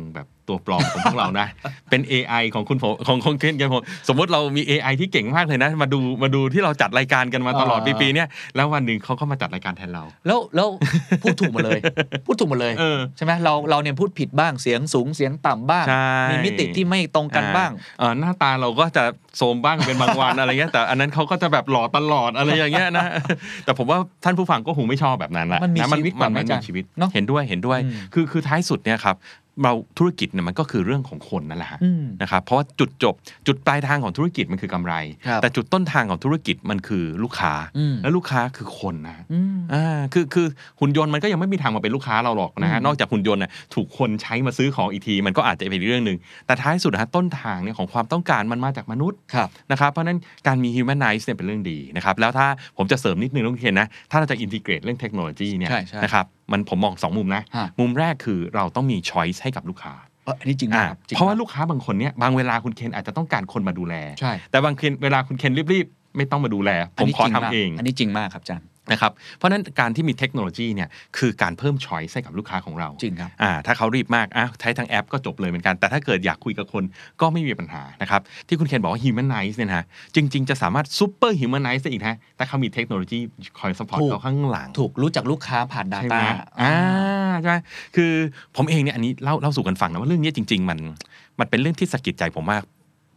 ตัวปลอมของพวกเรานะ เป็น AI ของคุณผมของเคนผมสมมติเรามี AI ที่เก่งมากเลยนะมาดูที่เราจัดรายการกันมาตลอดปีๆเนี่ยแล้ววันหนึ่งเขาก็มาจัดรายการแทนเราแล้วพูดถูกหมดเลย พูดถูกหมดเลยใช่ไหมเราเนี่ยพูดผิดบ้างเสียงสูงเสียงต่ำบ้างมีมิติที่ไม่ตรงกันบ้างหน้าตาเราก็จะโทรมบ้างเป็นบางวันอะไรเงี้ยแต่อันนั้นเขาก็จะแบบหล่อตลอดอะไรอย่างเงี้ยนะแต่ผมว่าท่านผู้ฟังก็คงไม่ชอบแบบนั้นละมันมีชีวิตกว่าไหมจ๊ะเห็นด้วยคือท้ายสุดเนี่ยครับเราธุรกิจเนี่ยมันก็คือเรื่องของคนนั่นแหละนะครับเพราะว่าจุดปลายทางของธุรกิจมันคือกำไรแต่จุดต้นทางของธุรกิจมันคือลูกค้าและลูกค้าคือคนนะคือหุ่นยนต์มันก็ยังไม่มีทางมาเป็นลูกค้าเราหรอกนะฮะนอกจากหุ่นยนต์ถูกคนใช้มาซื้อของอีกทีมันก็อาจจะเป็นเรื่องนึงแต่ท้ายสุดนะต้นทางเนี่ยของความต้องการมันมาจากมนุษย์นะครับเพราะนั้นการมี humanize เนี่ยเป็นเรื่องดีนะครับแล้วถ้าผมจะเสริมนิดนึงต้องเห็นนะถ้าเราจะ integrate เรื่องเทคโนโลยีเนี่ยนะครับผมมอง2มุมนะมุมแรกคือเราต้องมี choice ให้กับลูกค้าอันนี้จริงมากเพราะว่าลูกค้าบางคนเนี่ยบางเวลาคุณเคนอาจจะต้องการคนมาดูแลแต่บางเวลาคุณเคนรีบๆไม่ต้องมาดูแลผมขอทำเองอันนี้จริงมากครับอาจารย์นะครับเพราะนั้นการที่มีเทคโนโลยีเนี่ยคือการเพิ่ม choice ให้กับลูกค้าของเราจริงครับถ้าเขารีบมากใช้ทางแอปก็จบเลยเหมือนกันแต่ถ้าเกิดอยากคุยกับคนก็ไม่มีปัญหานะครับที่คุณเคนบอกว่า humanize เนี่ยนะจริงๆจะสามารถ super humanize ได้อีกนะแต่เขามีเทคโนโลยีคอย support เขาข้างหลังถูกรู้จักลูกค้าผ่าน data ใช่คือผมเองเนี่ยอันนี้เล่าสู่กันฟังนะว่าเรื่องนี้จริงๆมันเป็นเรื่องที่สะกิดใจผมมาก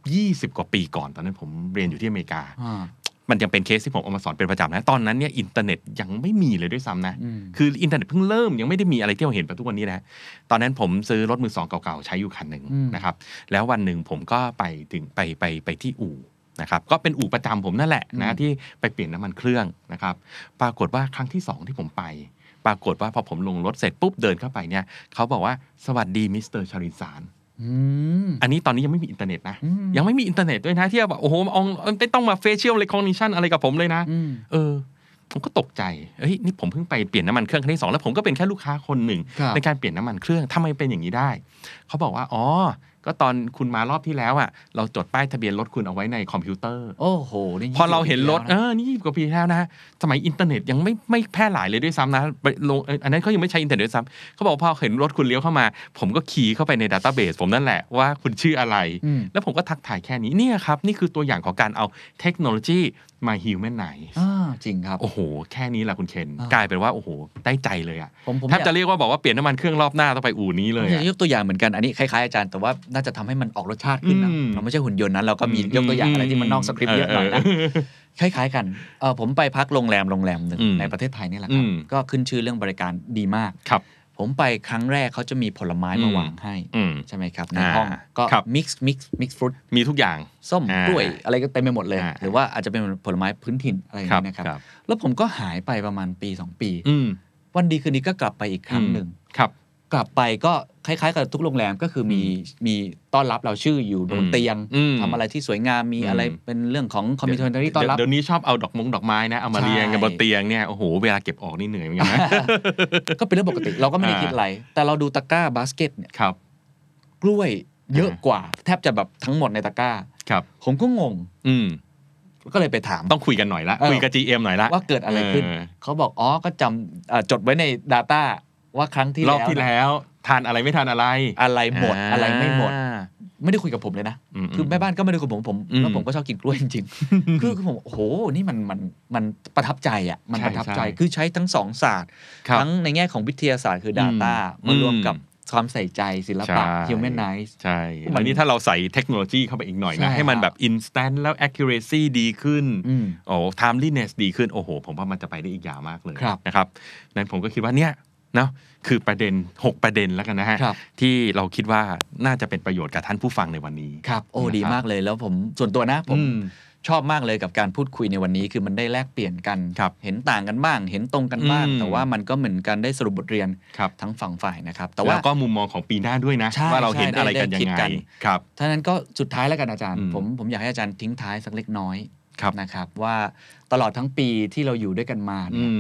20กว่าปีก่อนตอนนั้นผมเรียนอยู่ที่อเมริกามันยังเป็นเคสที่ผมเอามาสอนเป็นประจำนะตอนนั้นเนี่ยอินเทอร์เน็ตยังไม่มีเลยด้วยซ้ำนะคืออินเทอร์เน็ตเพิ่งเริ่มยังไม่ได้มีอะไรที่เราเห็นไปทุกวันนี้นะตอนนั้นผมซื้อรถมือสองเก่าๆใช้อยู่คันหนึ่งนะครับแล้ววันหนึ่งผมก็ไปที่อู่นะครับก็เป็นอู่ประจำผมนั่นแหละนะที่ไปเปลี่ยนน้ำมันเครื่องนะครับปรากฏว่าครั้งที่2ที่ผมไปปรากฏว่าพอผมลงรถเสร็จปุ๊บเดินเข้าไปเนี่ยเขาบอกว่าสวัสดีมิสเตอร์ชรินสารอันนี้ตอนนี้ยังไม่มีอินเทอร์เน็ตนะยังไม่มีอินเทอร์เน็ตด้วยนะที่แบบโอ้โหไม่ต้องมา facial recognition อะไรกับผมเลยนะผมก็ตกใจนี่ผมเพิ่งไปเปลี่ยนน้ำมันเครื่องครั้งที่2แล้วผมก็เป็นแค่ลูกค้าคนหนึ่งในการเปลี่ยนน้ำมันเครื่องทำไมเป็นอย่างนี้ได้เขาบอกว่าก็ตอนคุณมารอบที่แล้วเราจดป้ายทะเบียนรถคุณเอาไว้ในคอมพิวเตอร์โอ้โหพอเราเห็นรถนี่20 กว่าปีแล้วนะสมัยอินเทอร์เน็ตยังไม่แพร่หลายเลยด้วยซ้ำนะอันนั้นเขายังไม่ใช้อินเทอร์เน็ตด้วยซ้ำเขาบอกพอเห็นรถคุณเลี้ยวเข้ามาผมก็คีย์เข้าไปในดัตต้าเบสผมนั่นแหละว่าคุณชื่ออะไรแล้วผมก็ทักทายแค่นี้เนี่ยครับนี่คือตัวอย่างของการเอาเทคโนโลยีมา humanize จริงครับโอ้โหแค่นี้แหละคุณเคนกลายเป็นว่าโอ้โหได้ใจเลยแทบจะเรียกว่าบอกว่าเปลี่ยนน้ำมันเครื่องรอบหน้าต้องไปอู่นี้เลยยกตัวอย่างเหมือนกันอันนี้คล้ายๆอาจารย์แต่ว่าน่าจะทำให้มันออกรสชาติขึ้นนะเราไม่ใช่หุ่นยนต์นั้นเราก็มียกตัวอย่างอะไรที่มันนอกสคริปต์เยอะหน่อยนะคล้ายๆกันผมไปพักโรงแรมนึงในประเทศไทยนี่แหละครับก็ขึ้นชื่อเรื่องบริการดีมากผมไปครั้งแรกเขาจะมีผลไม้มาวางให้ใช่ไหมครับในห้องก็มิกซ์ฟรุตมีทุกอย่างส้มกล้วยอะไรก็เต็มไปหมดเลยหรือว่าอาจจะเป็นผลไม้พื้นถิ่นอะไรอย่างนี้นะครับแล้วผมก็หายไปประมาณปี2ปีวันดีคืนนี้ก็กลับไปอีกครั้งหนึ่งกลับไปก็คล้ายๆกับทุกโรงแรมก็คือมีต้อนรับเราชื่ออยู่บนเตียงทำอะไรที่สวยงามมีอะไรเป็นเรื่องของคอมมิชชั่นที่ต้อนรับเดี๋ยวนี้ชอบเอาดอกไม้นะเอามาเรียงกันบนเตียงเนี่ยโอ้โหเวลาเก็บออกนี่เหนื่อยเหมือนกันนะก็เป็นเรื่องปกติเราก็ไม่ได้คิดอะไรแต่เราดูตะกร้าบาสเกตเนี่ยกล้วยเยอะกว่าแทบจะแบบทั้งหมดในตะกร้าผมก็งงก็เลยไปถามต้องคุยกันหน่อยละคุยกับ GM หน่อยละว่าเกิดอะไรขึ้นเขาบอกก็จำจดไว้ใน data ว่าครั้งที่รอบที่แล้วทานอะไรไม่ทานอะไรหมดอะไรไม่หมดไม่ได้คุยกับผมเลยนะคือแม่บ้านก็ไม่ได้คุยกับผมแล้วผมก็ชอบกินกล้วยจริงๆคือผมโอ้โหนี่มันประทับใจมันประทับใจคือใช้ทั้ง2ศาสตร์ทั้งในแง่ของวิทยาศาสตร์คือ data มารวมกับความใส่ใจศิลปะ humanize ใช่อันนี้ถ้าเราใส่เทคโนโลยีเข้าไปอีกหน่อยนะให้มันแบบ instant แล้ว accuracy ดีขึ้นtimeliness ดีขึ้นโอ้โหผมว่ามันจะไปได้อีกยาวมากเลยนะครับนั้นผมก็คิดว่าเนี่ยเนาะคือประเด็น6ประเด็นแล้วกันนะฮะที่เราคิดว่าน่าจะเป็นประโยชน์กับท่านผู้ฟังในวันนี้ครับโอ้ดีมากเลยแล้วผมส่วนตัวนะผมชอบมากเลยกับการพูดคุยในวันนี้คือมันได้แลกเปลี่ยนกันเห็นต่างกันบ้างเห็นตรงกันบ้างแต่ว่ามันก็เหมือนกันได้สรุปบทเรียนทั้งฝั่งฝ่ายนะครับแต่ว่าก็มุมมองของปีหน้าด้วยนะว่าเราเห็นอะไรกันยังไงครับท่านั้นก็สุดท้ายแล้วกันอาจารย์ผมอยากให้อาจารย์ทิ้งท้ายสักเล็กน้อยนะครับว่าตลอดทั้งปีที่เราอยู่ด้วยกันมาเนี่ย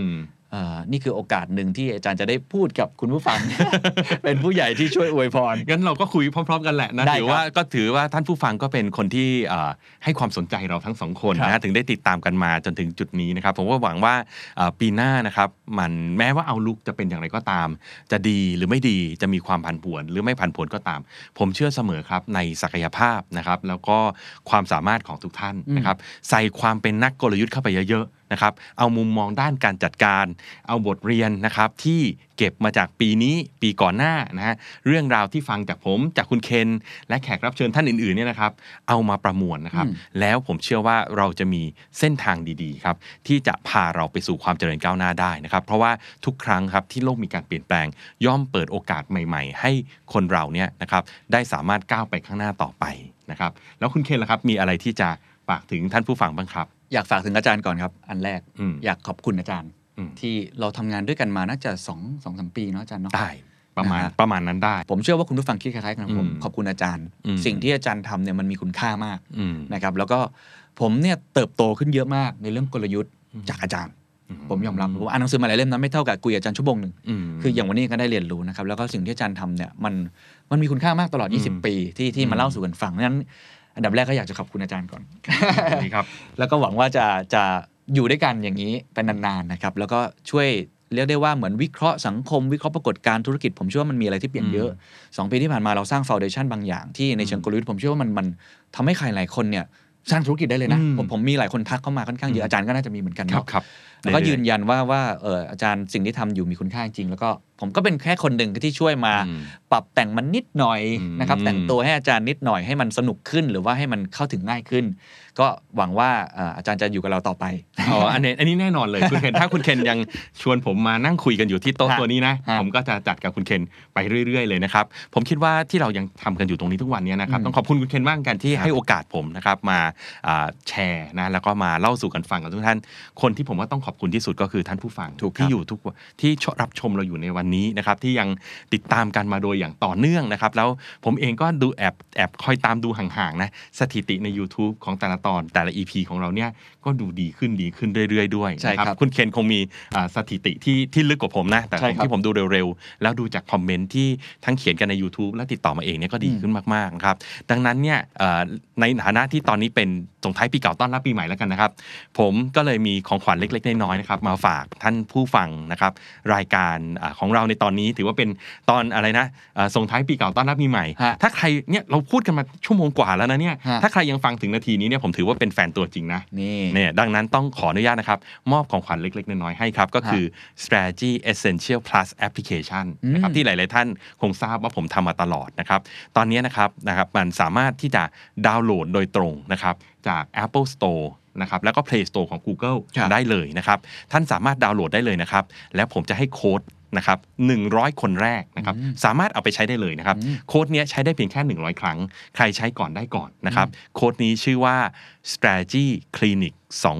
นี่คือโอกาสหนึ่งที่อาจารย์จะได้พูดกับคุณผู้ฟัง เป็นผู้ใหญ่ที่ช่วยอวยพรงั้นเราก็คุยพร้อมๆกันแหละนะได้ถือครับว่าก็ถือว่าท่านผู้ฟังก็เป็นคนที่ให้ความสนใจเราทั้งสองคนครับนะถึงได้ติดตามกันมาจนถึงจุดนี้นะครับผมก็หวังว่าปีหน้านะครับมันแม้ว่าเอาลุกจะเป็นอย่างไรก็ตาม จะดีหรือไม่ดีจะมีความผันผวนหรือไม่ผันผวนก็ตาม ผมเชื่อเสมอครับในศักยภาพนะครับแล้วก็ความสามารถของทุกท่านนะครับใส่ความเป็นนักกลยุทธ์เข้าไปเยอะๆนะครับเอามุมมองด้านการจัดการเอาบทเรียนนะครับที่เก็บมาจากปีนี้ปีก่อนหน้านะฮะเรื่องราวที่ฟังจากผมจากคุณเคนและแขกรับเชิญท่านอื่นๆเนี่ยนะครับเอามาประมวลนะครับแล้วผมเชื่อว่าเราจะมีเส้นทางดีๆครับที่จะพาเราไปสู่ความเจริญก้าวหน้าได้นะครับเพราะว่าทุกครั้งครับที่โลกมีการเปลี่ยนแปลงย่อมเปิดโอกาสใหม่ๆให้คนเราเนี่ยนะครับได้สามารถก้าวไปข้างหน้าต่อไปนะครับแล้วคุณเคนล่ะครับมีอะไรที่จะฝากถึงท่านผู้ฟังบ้างครับอยากฝากถึงอาจารย์ก่อนครับอันแรกอืมอยากขอบคุณอาจารย์ที่เราทำงานด้วยกันมาน่าจะ2-3 ปีเนาะอาจารย์เนาะได้ประมาณนะฮะประมาณนั้นได้ผมเชื่อว่าคุณผู้ฟังคิดคล้ายๆกันกับผมอืมขอบคุณอาจารย์อืมสิ่งที่อาจารย์ทำเนี่ยมันมีคุณค่ามากอืมนะครับแล้วก็ผมเนี่ยเติบโตขึ้นเยอะมากในเรื่องกลยุทธ์จากอาจารย์ ผมยอมรับผมอ่านหนังสือมาหลายเล่มนะไม่เท่ากับคุยอาจารย์ชั่วโมงหนึ่งอืมคืออย่างวันนี้ก็ได้เรียนรู้นะครับแล้วก็สิ่งที่อาจารย์ทำเนี่ยมันมีคุณค่ามากตลอด 20 ปีที่มาเล่าสู่กันฟังนั้นอันดับแรกก็อยากจะขอบคุณอาจารย์ก่อนดีครับแล้วก็หวังว่าจะอยู่ด้วยกันอย่างนี้เป็นนานๆนะครับแล้วก็ช่วยเรียกได้ว่าเหมือนวิเคราะห์สังคมวิเคราะห์ปรากฏการณ์ธุรกิจผมเชื่อว่ามันมีอะไรที่เปลี่ยนเยอะ2 ปีที่ผ่านมาเราสร้างฟาวเดชั่นบางอย่างที่ในเชิงกลยุทธ์ผมเชื่อว่ามันทำให้ใครหลายคนเนี่ยสร้างธุรกิจได้เลยนะผมมีหลายคนทักเข้ามาค่อนข้างเยอะอาจารย์ก็น่าจะมีเหมือนกันครับเนาะครับแล้วก็ยืนยันว่าอาจารย์สิ่งที่ทำอยู่มีคุณค่าจริงแล้วก็ผมก็เป็นแค่คนหนึ่งที่ช่วยมาปรับแต่งมันนิดหน่อยนะครับแต่งตัวให้อาจารย์นิดหน่อยให้มันสนุกขึ้นหรือว่าให้มันเข้าถึงง่ายขึ้น ก็หวังว่าอาจารย์จะอยู่กับเราต่อไปอ๋ออันนี้แน่นอนเลยคุณเคนถ้าคุณเคนยังชวนผมมานั่งคุยกันอยู่ที่โต๊ะฮะตัวนี้นะฮะผมก็จะจัดกับคุณเคนไปเรื่อยๆเลยนะครับผมคิดว่าที่เรายังทำกันอยู่ตรงนี้ทุกวันนี้นะครับต้องขอบคุณคุณเคนมากกันที่ให้โอกาสผมนะครับมาแชร์นะแล้วก็มาเล่าสู่กันฟังกับทุกท่านคนที่ผมว่าต้องขอบคุณที่สุดก็คือท่านผู้ฟังถูกครับที่อยู่ที่รับชมเราอยู่ในวันนี้นะครับที่ยังติดตามกันมาโดยอย่างต่อเนื่องนะครับแล้วผมเองก็ดูแอบคอยตามดูห่างๆนะสถิติใน YouTube ของแต่ละตอนแต่ละ EP ของเราเนี่ยก็ดูดีขึ้นเรื่อยๆด้วยใช่นะครับ คุณเคนคงมีสถิติที่ลึกกว่าผมนะแต่ใช่ครับที่ผมดูเร็วๆแล้วดูจากคอมเมนต์ที่ทั้งเขียนกันใน YouTube และติดต่อมาเองเนี่ยก็ดีขึ้นมากๆนะครับดังนั้นเนี่ยในฐานะที่ตอนนี้เป็นส่งท้ายปีเก่าต้อนรับปีใหม่แล้วกันนะครับผมก็เลยมีของขวัญเล็กๆน้อยๆนะครับมาฝากท่านผู้ฟังนะครับรายการของเราในตอนนี้ถือว่าเป็นตอนอะไรนะส่งท้ายปีเก่าต้อนรับปีใหม่ฮะถ้าใครเนี่ยเราพูดกันมาชั่วโมงกว่าแล้วนะเนี่ยฮะถ้าใครยังฟังถึงนาทีนี้เนี่ยผมถือว่าเป็นแฟนตัวจริงนะนี่เนี่ยดังนั้นต้องขออนุญาตนะครับมอบของขวัญเล็กๆน้อยๆให้ครับก็คือ Strategy Essential Plus Application นะครับที่หลายๆท่านคงทราบว่าผมทำมาตลอดนะครับตอนนี้นะครับมันสามารถที่จะดาวน์โหลดโดยตรงนะครับจาก Apple Store นะครับแล้วก็ Play Store ของ Google ครับได้เลยนะครับท่านสามารถดาวน์โหลดได้เลยนะครับแล้วผมจะให้โค้ดนะครับ100 คนแรกนะครับสามารถเอาไปใช้ได้เลยนะครับโค้ดเนี้ยใช้ได้เพียงแค่100 ครั้งใครใช้ก่อนได้ก่อนนะครับโค้ดนี้ชื่อว่า Strategy Clinic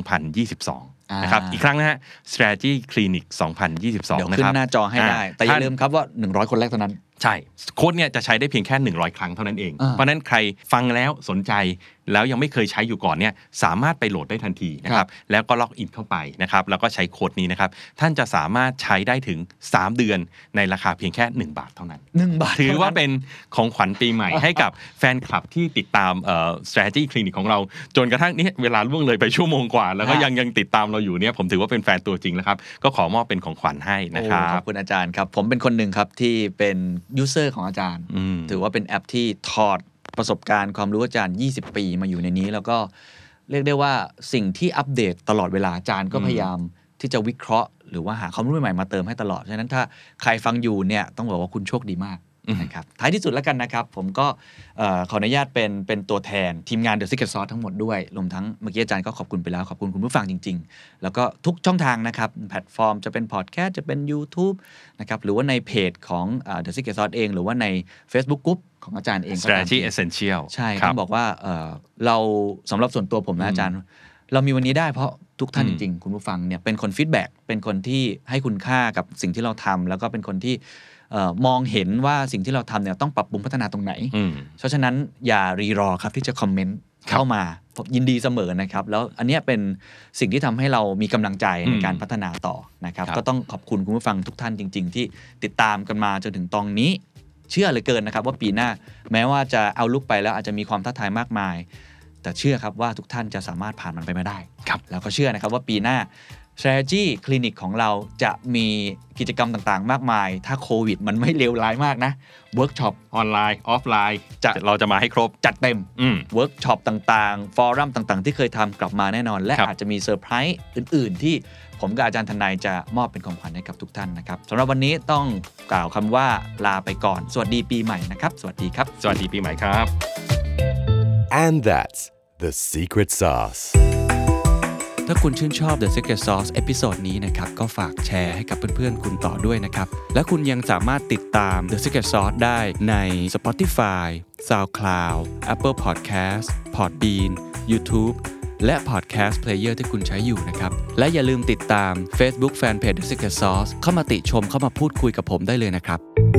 2022 นะครับอีกครั้งนะฮะ Strategy Clinic 2022 เดี๋ยวนะขึ้คน รับหน้าจอให้ได้ แต่อย่าลืมครับว่า100 คนแรกเท่านั้นใช่โค้ดเนี่ยจะใช้ได้เพียงแค่100 ครั้งเท่านั้นเอง เพราะฉะนั้นใครฟังแล้วสนใจแล้วยังไม่เคยใช้อยู่ก่อนเนี่ยสามารถไปโหลดได้ทันทีนะครับแล้วก็ล็อกอินเข้าไปนะครับแล้วก็ใช้โค้ดนี้นะครับท่านจะสามารถใช้ได้ถึง3 เดือนในราคาเพียงแค่1 บาทเท่านั้น 1 บาทถือว่าเป็นของขวัญปีใหม่ ให้กับแฟนคลับที่ติดตาม strategy clinic ของเราจนกระทั่งนี้เวลาล่วงเลยไปชั่วโมงกว่า แล้วก็ยังติดตามเราอยู่เนี่ยผมถือว่าเป็นแฟนตัวจริงแล้วครับก็ขอมอบเป็นของขวัญให้นะครัขบอบคุณอาจารย์ครับผมเป็นคนหนึ่งครับที่เป็นยูเซอร์ของอาจารย์ ถือว่าเป็นแอปที่ถอดประสบการณ์ความรู้อาจารย์20 ปีมาอยู่ในนี้ แล้วก็เรียกได้ว่าสิ่งที่อัปเดตตลอดเวลาอาจารย์ก็พยายามที่จะวิเคราะห์หรือว่าหาความรู้ใหม่ๆมาเติมให้ตลอดฉะนั้นถ้าใครฟังอยู่เนี่ยต้องบอกว่าคุณโชคดีมากนะครับท้ายที่สุดแล้วกันนะครับผมก็ขออนุญาตเป็นตัวแทนทีมงาน The Secret Sauce ทั้งหมดด้วยรวมทั้งเมื่อกี้อาจารย์ก็ขอบคุณไปแล้วขอบคุณคุณผู้ฟังจริงๆแล้วก็ทุกช่องทางนะครับแพลตฟอร์มจะเป็นพอดแคสต์จะเป็น YouTube นะครับหรือว่าในเพจของThe Secret Sauce เองหรือว่าใน Facebook Group ของอาจารย์เองก็ตาม strategy essential ใช่ครัต้องบอกว่าเราสำหรับส่วนตัวผมนะอาจารย์ เรามีวันนี้ได้เพราะทุกท่านจริงๆคุณผู้ฟังเนี่ยเป็นคนฟีดแบ็กเป็นคนที่ให้คุณค่ากับสิ่งที่เราทำแล้วก็เป็นคนที่มองเห็นว่าสิ่งที่เราทำเนี่ยต้องปรับปรุงพัฒนาตรงไหนเพราะฉะนั้นอย่ารีรอครับที่จะคอมเมนต์เข้ามายินดีเสมอนะครับแล้วอันเนี้ยเป็นสิ่งที่ทำให้เรามีกำลังใจในการพัฒนาต่อนะครับก็ต้องขอบคุณคุณผู้ฟังทุกท่านจริงๆที่ติดตามกันมาจนถึงตอนนี้เชื่อเหลือเกินนะครับว่าปีหน้าแม้ว่าจะเอาลุกไปแล้วอาจจะมีความท้าทายมากมายแต่เชื่อครับว่าทุกท่านจะสามารถผ่านมันไปมาได้ครับแล้วก็เชื่อนะครับว่าปีหน้า Strategy Clinic ของเราจะมีกิจกรรมต่างๆมากมายถ้าโควิดมันไม่เลวร้ายมากนะเวิร์กช็อปออนไลน์ออฟไลน์เราจะมาให้ครบจัดเต็มเวิร์กช็อปต่างๆฟอรัมต่างๆที่เคยทำกลับมาแน่นอนและอาจจะมีเซอร์ไพรส์อื่นๆที่ผมกับอาจารย์ทนายจะมอบเป็นของขวัญให้กับทุกท่านนะครับสำหรับวันนี้ต้องกล่าวคำว่าลาไปก่อนสวัสดีปีใหม่นะครับสวัสดีครับสวัสดีปีใหม่ครับ And that's the secret sauce ถ้าคุณชื่นชอบ The Secret Sauce เอพิโซดนี้นะครับก็ฝากแชร์ให้กับเพื่อนๆคุณต่อด้วยนะครับและคุณยังสามารถติดตาม The Secret Sauce ได้ใน Spotify, SoundCloud, Apple Podcast, Podbean, YouTube และ Podcast Player ที่คุณใช้อยู่นะครับและอย่าลืมติดตาม Facebook Fanpage The Secret Sauce เข้ามาติชมเข้ามาพูดคุยกับผมได้เลยนะครับ